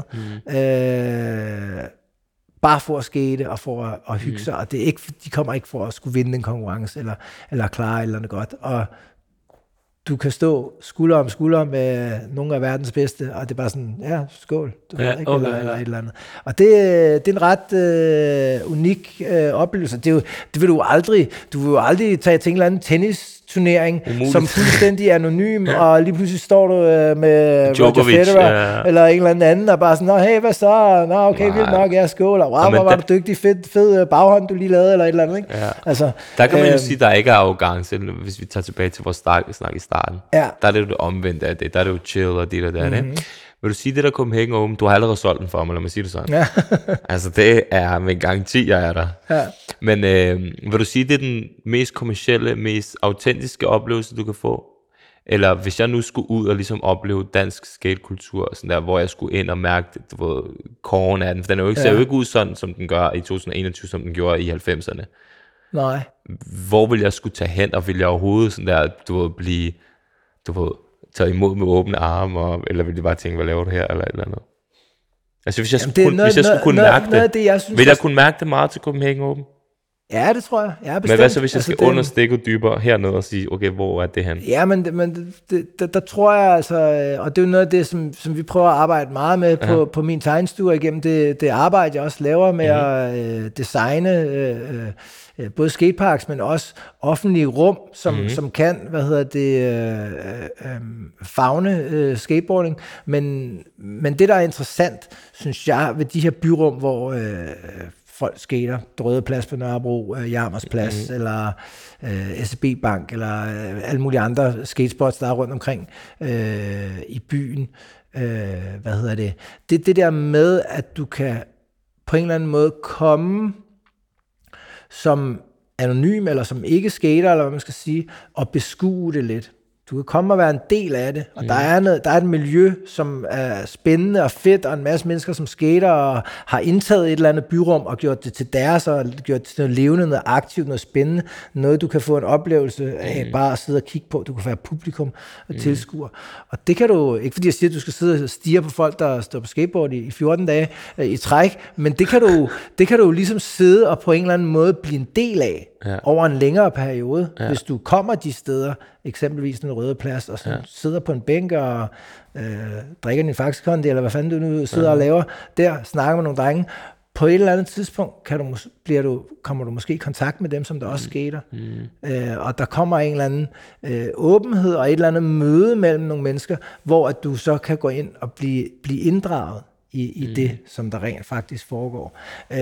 Bare for at skate og for at hygge sig, og det er ikke, de kommer ikke for at skulle vinde en konkurrence eller klare eller noget godt. Og du kan stå skulder om skulder med nogle af verdens bedste, og det er bare sådan, skål, du ved, ikke? Eller et eller andet. Og det er en ret unik oplevelse. Det vil du vil jo aldrig tage til en eller anden tennisturnering, som fuldstændig anonym, og lige pludselig står du med Djokovic, Roger Federer, eller en eller anden, og bare sådan, hey, hvad så? Okay, vildt nok, skål, og wow, hvor var du dygtig, fed baghånd, du lige lavede, eller et eller andet, ikke? Ja. Altså, der kan man jo sige, der ikke er arrogance, hvis vi tager tilbage til vores snak i starten. Ja. Der er det jo det omvendte af det, der er det jo chill og det der, ikke? Vil du sige det der Copenhagen Open, du har allerede solgt den for mig, lad mig sige det sådan. Ja. Altså det er med en garanti, jeg er der. Ja. Men vil du sige, det er den mest kommercielle, mest autentiske oplevelse, du kan få? Eller hvis jeg nu skulle ud og ligesom opleve dansk skatekultur, sådan der, hvor jeg skulle ind og mærke, koren af den, for den ser jo ikke ud sådan, som den gør i 2021, som den gjorde i 90'erne. Nej. Hvor vil jeg skulle tage hen, og vil jeg overhovedet sådan der, blive, taget imod med åbne arme, eller vil de bare tænke, hvad laver du her, eller et eller andet? Altså hvis jeg skulle kunne mærke det, vil jeg kunne mærke det meget til Copenhagen Open? Ja, det tror jeg. Ja, bestemt. Men hvad så, hvis jeg skal understikke dybere hernede og sige, okay, hvor er det hen? Ja, men der tror jeg altså, og det er jo noget af det, som vi prøver at arbejde meget med på min tegnestue, igennem det arbejde, jeg også laver med at designe både skateparks, men også offentlige rum, som kan, favne skateboarding. Men det, der er interessant, synes jeg, ved de her byrum, hvor folk skater, Røde Plads på Nørrebro, Jarmers Plads, eller SEB Bank, eller alle mulige andre skatespots, der er rundt omkring i byen. Det er det der med, at du kan på en eller anden måde komme som anonym, eller som ikke skater, eller hvad man skal sige, og beskue det lidt. Du kan komme og være en del af det, og der er et miljø, som er spændende og fedt, og en masse mennesker, som skater og har indtaget et eller andet byrum og gjort det til deres, og gjort det til noget levende, noget aktivt, noget spændende, noget du kan få en oplevelse af bare at sidde og kigge på. Du kan være publikum og tilskuer. Og det kan du, ikke fordi jeg siger, at du skal sidde og stirre på folk, der står på skateboard i 14 dage i træk, men det kan du ligesom sidde og på en eller anden måde blive en del af. over en længere periode. Hvis du kommer de steder, eksempelvis den Røde Plads, og så sidder på en bænk og drikker din Faxe-kondi, eller hvad fanden du nu sidder og laver der, snakker med nogle drenge, på et eller andet tidspunkt kommer du måske i kontakt med dem, som der også skater. Og der kommer en eller anden åbenhed og et eller andet møde mellem nogle mennesker, hvor at du så kan gå ind og blive inddraget i det, som der rent faktisk foregår.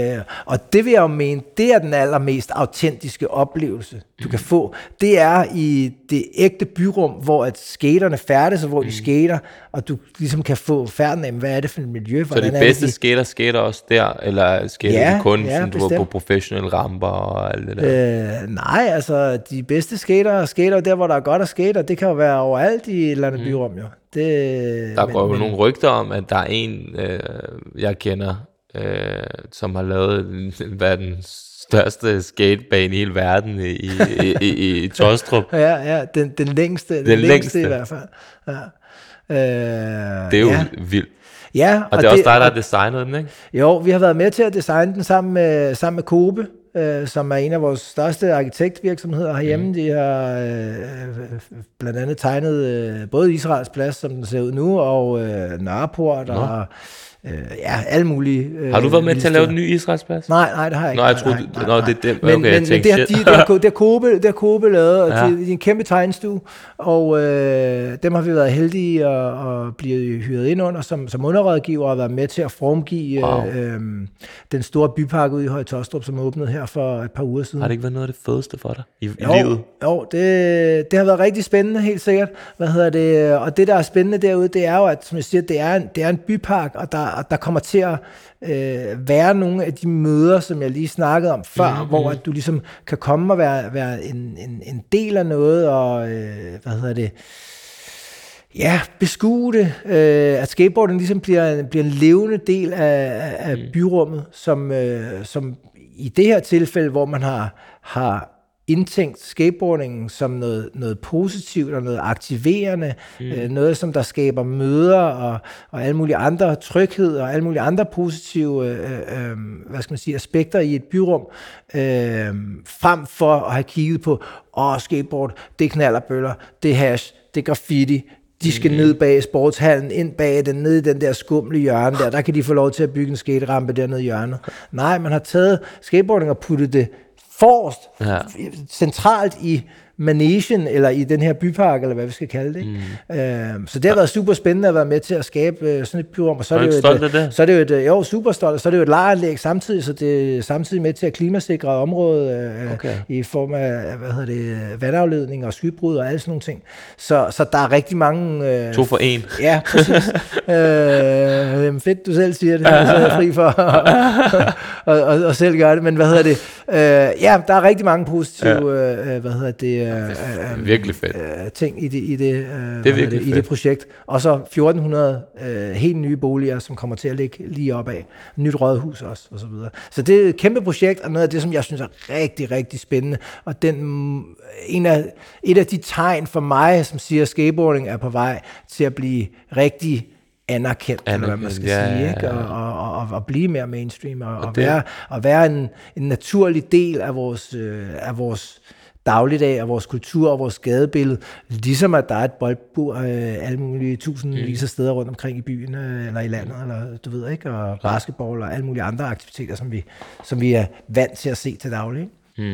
Og det vil jeg jo mene, det er den allermest autentiske oplevelse, du kan få. Det er i det ægte byrum, hvor at skaterne færdes, og hvor de skater, og du ligesom kan få færden af, hvad er det for et miljø? Så de bedste skater også der, eller skater de kun på professionelle ramper og alt det der? Nej, altså de bedste skater der, hvor der er godt at skate, og det kan jo være overalt i et eller andet byrum, jo. Der går jo nogle rygter om, at der er en, jeg kender, som har lavet verdens største skatebane i hele verden i Tostrup. Ja, den længste i hvert fald. Ja. Det er jo vildt. Ja, og det er også dig, der har designet den, ikke? Jo, vi har været med til at designe den sammen med Kobe, som er en af vores største arkitektvirksomheder herhjemme. De har blandt andet tegnet både Israels Plads, som den ser ud nu, og Nørreport og alle mulige... Har du været med til at lave den nye Israels Plads? Nej, det har jeg ikke. Nå, jeg troede... Nej. Men det har Kobe lavet, og det er en kæmpe tegnestue, og dem har vi været heldige at blive hyret ind under som underrådgiver, og været med til at formgive den store bypark ude i Høje Tostrup, som åbnede her for et par uger siden. Har det ikke været noget af det fedeste for dig i livet? Jo, det har været rigtig spændende, helt sikkert. Og det, der er spændende derude, det er jo, at som jeg siger, det er en bypark, og der kommer til at være nogle af de møder, som jeg lige snakkede om før, hvor at du ligesom kan komme og være en del af noget, og beskue det, at skateboarding ligesom bliver en levende del af byrummet, som i det her tilfælde, hvor man har indtænkt skateboardingen som noget positivt og noget aktiverende, noget som der skaber møder og alle mulige andre tryghed og alle mulige andre positive aspekter i et byrum, frem for at have kigget på skateboard, det er knallerbøller, det er hash, det er graffiti, de skal ned bag sportshallen, ind bag den, ned i den der skumle hjørne der kan de få lov til at bygge en skaterampe dernede i hjørnet. Nej, man har taget skateboarding og puttet det forrest, centralt i Manation, eller i den her bypark, eller hvad vi skal kalde det. Så det har været super spændende at være med til at skabe sådan et byrum, og så er det jo et super stolt, og så er det jo et lejeranlæg samtidig, så det er samtidig med til at klimasikre området i form af, vandafledning og skybrud og alle sådan nogle ting. Så der er rigtig mange... 2 for 1. Ja, præcis. Fedt, du selv siger det, så er jeg fri for og selv gøre det, men der er rigtig mange positive, virkelig fedt. Ting i det projekt. Og så 1400 helt nye boliger, som kommer til at ligge lige op af. Nyt rådhus også, og så videre. Så det er et kæmpe projekt, og noget af det, som jeg synes er rigtig, rigtig spændende. Og et af de tegn for mig, som siger, at skateboarding er på vej til at blive rigtig anerkendt, hvad man skal sige, ikke? Og blive mere mainstream, og være en naturlig del af vores dagligdag af vores kultur og vores gadebillede, ligesom at der er et boldbur alle mulige tusindvis af steder rundt omkring i byen eller i landet, eller du ved ikke, og basketball og alle mulige andre aktiviteter, som vi er vant til at se til daglig.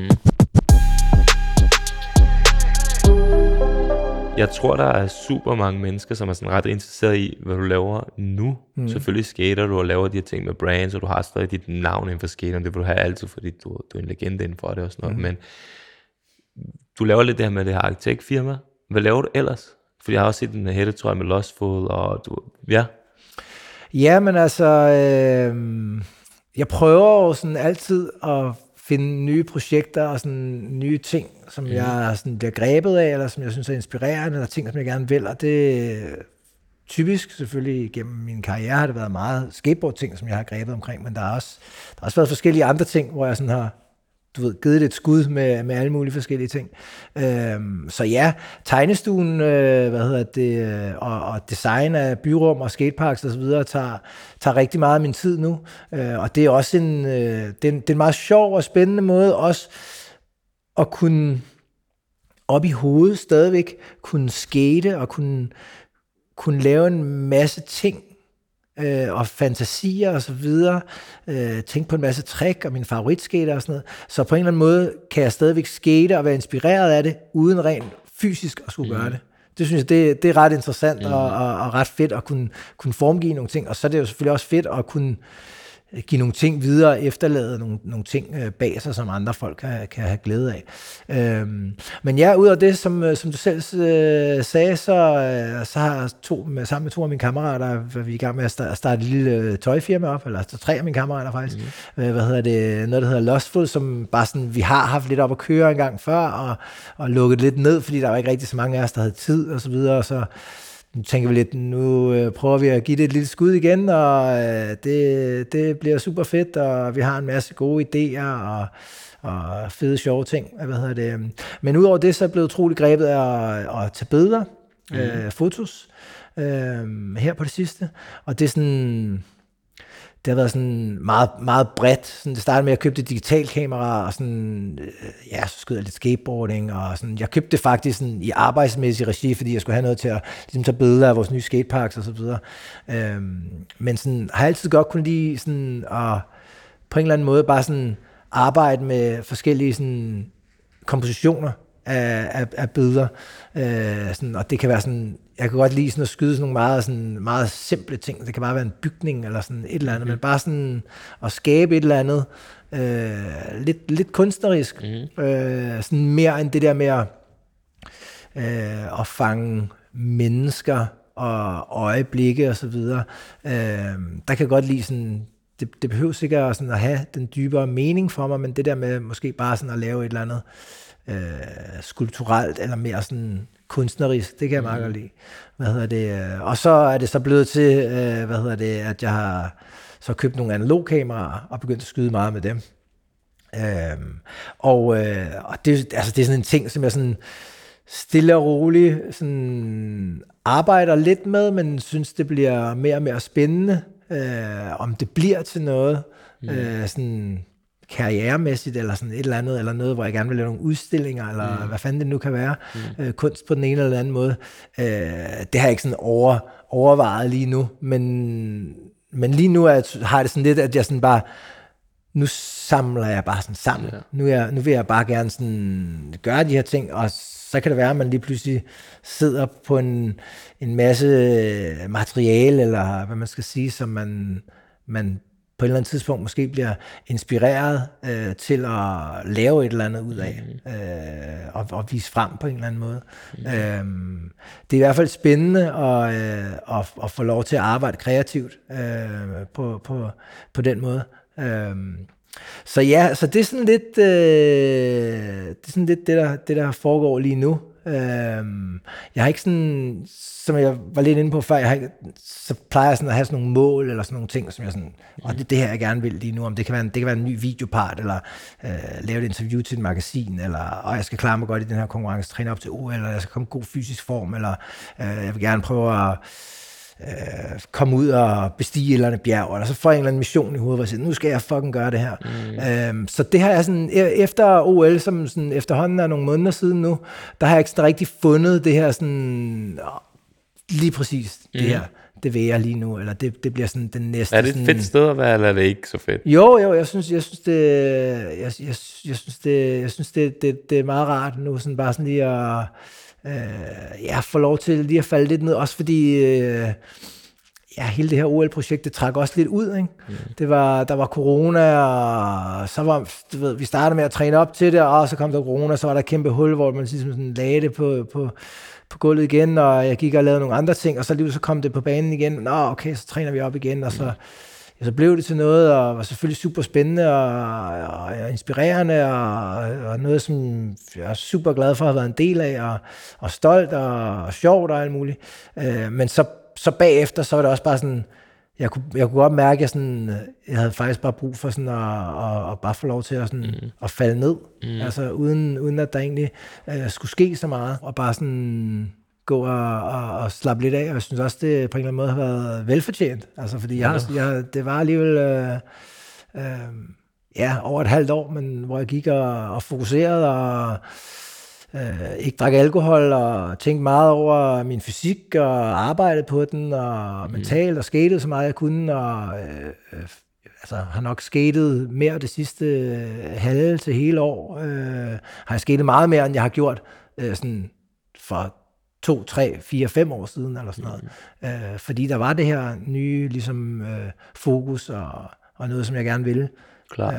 Jeg tror, der er super mange mennesker, som er sådan ret interesseret i, hvad du laver nu. Selvfølgelig skater du og laver de her ting med brands, og du har stadig dit navn inden for skateren. Det vil du have altid, fordi du er en legende inden for det og sådan noget. Men du laver lidt det her med det her arkitektfirma. Hvad laver du ellers? Fordi jeg har også set den hættetrøje med Lostful, og du... Ja. Ja, men altså... jeg prøver jo sådan altid at finde nye projekter og sådan nye ting, som jeg sådan bliver grebet af, eller som jeg synes er inspirerende, eller ting, som jeg gerne vil. Og det typisk selvfølgelig gennem min karriere har det været meget skateboard-ting, som jeg har grebet omkring, men der har også været forskellige andre ting, hvor jeg sådan har givet det et skud med alle mulige forskellige ting. Så ja, tegnestuen, og design af byrum og skateparks og så videre, tager rigtig meget af min tid nu. Og det er også en meget sjov og spændende måde også at kunne op i hovedet stadigvæk kunne skate og kunne lave en masse ting og fantasier og så videre, tænke på en masse trick og min favoritskater og sådan noget. Så på en eller anden måde kan jeg stadigvæk skate og være inspireret af det, uden rent fysisk at skulle gøre det. Det synes jeg, det er ret interessant og ret fedt at kunne formgive nogle ting. Og så er det jo selvfølgelig også fedt at kunne give nogle ting videre, efterlade nogle ting bag sig, som andre folk kan have glæde af. Men ja, ud af det, som du selv sagde, så har sammen med 2 af mine kammerater, vi er i gang med at starte et lille tøjfirma op, eller 3 af mine kammerater faktisk. Noget, der hedder Lostful, som bare sådan, vi har haft lidt op at køre en gang før, og lukket lidt ned, fordi der var ikke rigtig så mange af os, der havde tid, og så videre, og så nu tænker vi lidt, nu prøver vi at give det et lille skud igen, og det bliver super fedt, og vi har en masse gode idéer, og fede, sjove ting. Men udover det, så er jeg blevet utrolig grebet af at tage billeder, fotos, her på det sidste. Og det er sådan, det har været sådan meget, meget bredt. Sådan, det startede med, at jeg købte et digitalt kamera, og sådan, så skød jeg lidt skateboarding, og sådan, jeg købte det faktisk sådan, i arbejdsmæssig regi, fordi jeg skulle have noget til at ligesom, tage billeder af vores nye skateparks og så videre. Men sådan, har jeg altid godt kunne lide sådan, at på en eller anden måde bare sådan, arbejde med forskellige sådan, kompositioner af billeder. Sådan, og det kan være sådan, jeg kan godt lide sådan at skyde sådan nogle meget simple ting. Det kan bare være en bygning eller sådan et eller andet, men bare sådan at skabe et eller andet lidt kunstnerisk. Sådan mere end det der med at fange mennesker og øjeblikke og så videre. Der kan jeg godt lide sådan, det behøver sikkert sådan at have den dybere mening for mig, men det der med måske bare sådan at lave et eller andet skulpturelt eller mere sådan kunstnerisk, det kan jeg meget godt lide. Og så er det så blevet til, at jeg har så købt nogle analogkameraer og begyndt at skyde meget med dem. Og det er sådan en ting, som jeg sådan stille og roligt sådan arbejder lidt med, men synes, det bliver mere og mere spændende, om det bliver til noget, sådan karrieremæssigt, eller sådan et eller andet, eller noget, hvor jeg gerne vil lave nogle udstillinger, eller hvad fanden det nu kan være, kunst på den ene eller anden måde. Det har jeg ikke sådan overvejet lige nu, men lige nu har det sådan lidt, at jeg sådan bare, nu samler jeg bare sådan sammen. Nu vil jeg bare gerne sådan gøre de her ting, og så kan det være, at man lige pludselig sidder på en masse materiale, eller hvad man skal sige, som man på et eller andet tidspunkt måske bliver inspireret til at lave et eller andet ud af, og vise frem på en eller anden måde. Det er i hvert fald spændende at få lov til at arbejde kreativt på den måde. Så ja, så det er sådan lidt, det der foregår lige nu. Jeg har ikke sådan, som jeg var lidt inde på før, så plejer jeg sådan at have sådan nogle mål eller sådan nogle ting, som jeg sådan, og det her jeg gerne vil lige nu, om det kan være en ny videopart, eller lave et interview til et magasin, eller jeg skal klare mig godt i den her konkurrence, træne op til OL, eller jeg skal komme i god fysisk form, eller jeg vil gerne prøve at komme ud og bestige et eller andet bjerg, eller så får jeg en eller anden mission i hovedet, hvor jeg siger, nu skal jeg fucking gøre det her. Så det har jeg sådan, efter OL, som sådan efterhånden er nogle måneder siden nu, der har jeg ikke sådan rigtig fundet det her sådan, lige præcis det her, det vil jeg lige nu, eller det bliver sådan den næste. Er det et fedt sted at være, eller er det ikke så fedt? Jo, jeg synes det er meget rart nu, sådan bare sådan lige at få lov til lige at falde lidt ned, også fordi hele det her OL-projekt, det trak også lidt ud, ikke? Der var corona, og så var, vi startede med at træne op til det, og så kom der corona, så var der et kæmpe hul, hvor man ligesom sådan lagde det på gulvet igen, og jeg gik og lavede nogle andre ting, og så kom det på banen igen, okay, så træner vi op igen, og så blev det til noget, og var selvfølgelig super spændende og inspirerende, og noget, som jeg er super glad for at have været en del af, og stolt og sjovt og alt muligt. Men så bagefter, så var det også bare sådan, jeg kunne godt mærke, at jeg havde faktisk bare brug for sådan at bare få lov til at falde ned, altså uden at der egentlig skulle ske så meget, og bare sådan gå og slappe lidt af, og jeg synes også, det på en eller anden måde har været velfortjent, altså fordi det var alligevel over et halvt år, men hvor jeg gik og fokuserede og ikke drak alkohol og tænkte meget over min fysik og arbejdede på den og mentalt og skatede så meget jeg kunne og har nok skatet mere det sidste halve til hele år. Har jeg skatet meget mere, end jeg har gjort sådan for 2, 3, 4, 5 år siden eller sådan noget. Fordi der var det her nye ligesom fokus og noget, som jeg gerne ville. Klar.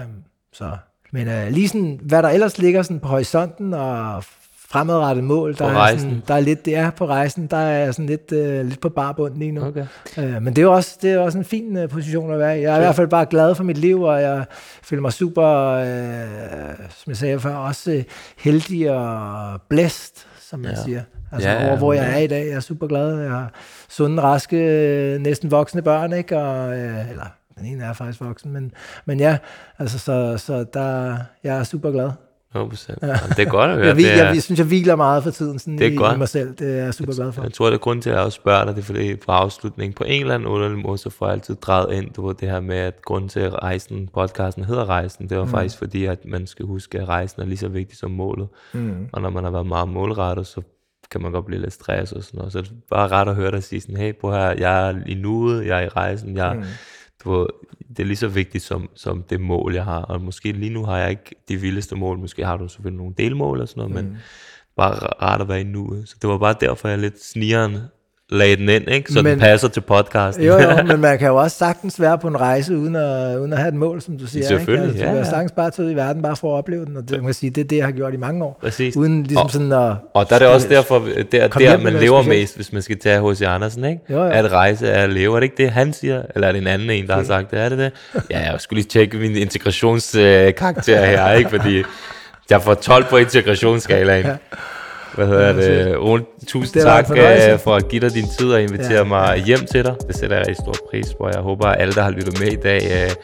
Men lige sådan, hvad der ellers ligger sådan på horisonten og fremadrettet mål, der er lidt, det er på rejsen, der er sådan lidt på barbund lige nu. Okay. Men det er også en fin position at være i. Jeg er i hvert fald bare glad for mit liv, og jeg føler mig super, som jeg sagde før, også heldig og blæst, som man siger. Over hvor jeg er i dag. Jeg er super glad. Jeg har sunde, raske, næsten voksne børn, ikke? Og, eller den ene er faktisk voksen, men ja, altså så der, jeg er super glad. 100%. Ja. Det er godt at høre. Jeg synes, jeg hviler meget for tiden sådan i mig selv. Det er jeg super glad for. Jeg tror, det er grund til, at jeg også spørger dig, det er fordi på afslutningen på en eller anden underlig måde, så får jeg altid drejet ind på det her med, at grund til at podcasten hedder Rejsen, det var faktisk fordi, at man skal huske, at rejsen er lige så vigtig som målet. Og når man har været meget målrettet, så kan man godt blive lidt stress og sådan noget. Så det er bare ret at høre dig sige sådan, hey, prøv her, jeg er i nuet, jeg er i rejsen, det er lige så vigtigt som det mål, jeg har. Og måske lige nu har jeg ikke de vildeste mål. Måske har du selvfølgelig nogle delmål og sådan noget, men bare rart at være i nuet. Så det var bare derfor, jeg lidt snigeren lagde den ind, ikke? Så den passer til podcasten. Jo, men man kan jo også sagtens være på en rejse, uden at have et mål, som du siger. Selvfølgelig, ikke? Altså, du kan sagtens bare tage ud i verden, bare for at opleve den, og det, man kan sige, det er det, jeg har gjort i mange år. Præcis. Uden ligesom sådan at... Og der er det også derfor, der man lever mest, hvis man skal tage H.C. Andersen, ikke? Jo. At rejse er at leve. Er det ikke det, han siger? Eller er det en anden der har sagt det? Er det det? Ja, jeg skulle lige tjekke min integrationskarakter her, ikke? Fordi jeg får 12 på integrationsskalaen. Hvad hedder det? Ole, tusind tak for at give dig din tid og invitere mig hjem til dig. Det sætter jeg rigtig stor pris på. Jeg håber, at alle, der har lyttet med i dag,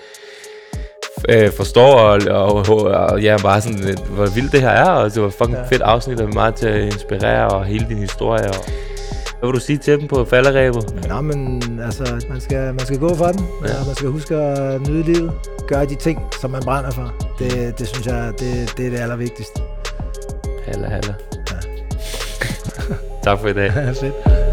forstår og ja, bare sådan, hvor vildt det her er. Og det var fucking fedt afsnit, og meget til at inspirere og hele din historie. Hvad vil du sige til dem på falderæbet? Nå, men altså, man skal gå for den. Ja. Man skal huske at nyde livet. Gøre de ting, som man brænder for. Det synes jeg, det er det allervigtigste. Halla. Tak for i dag. Fedt.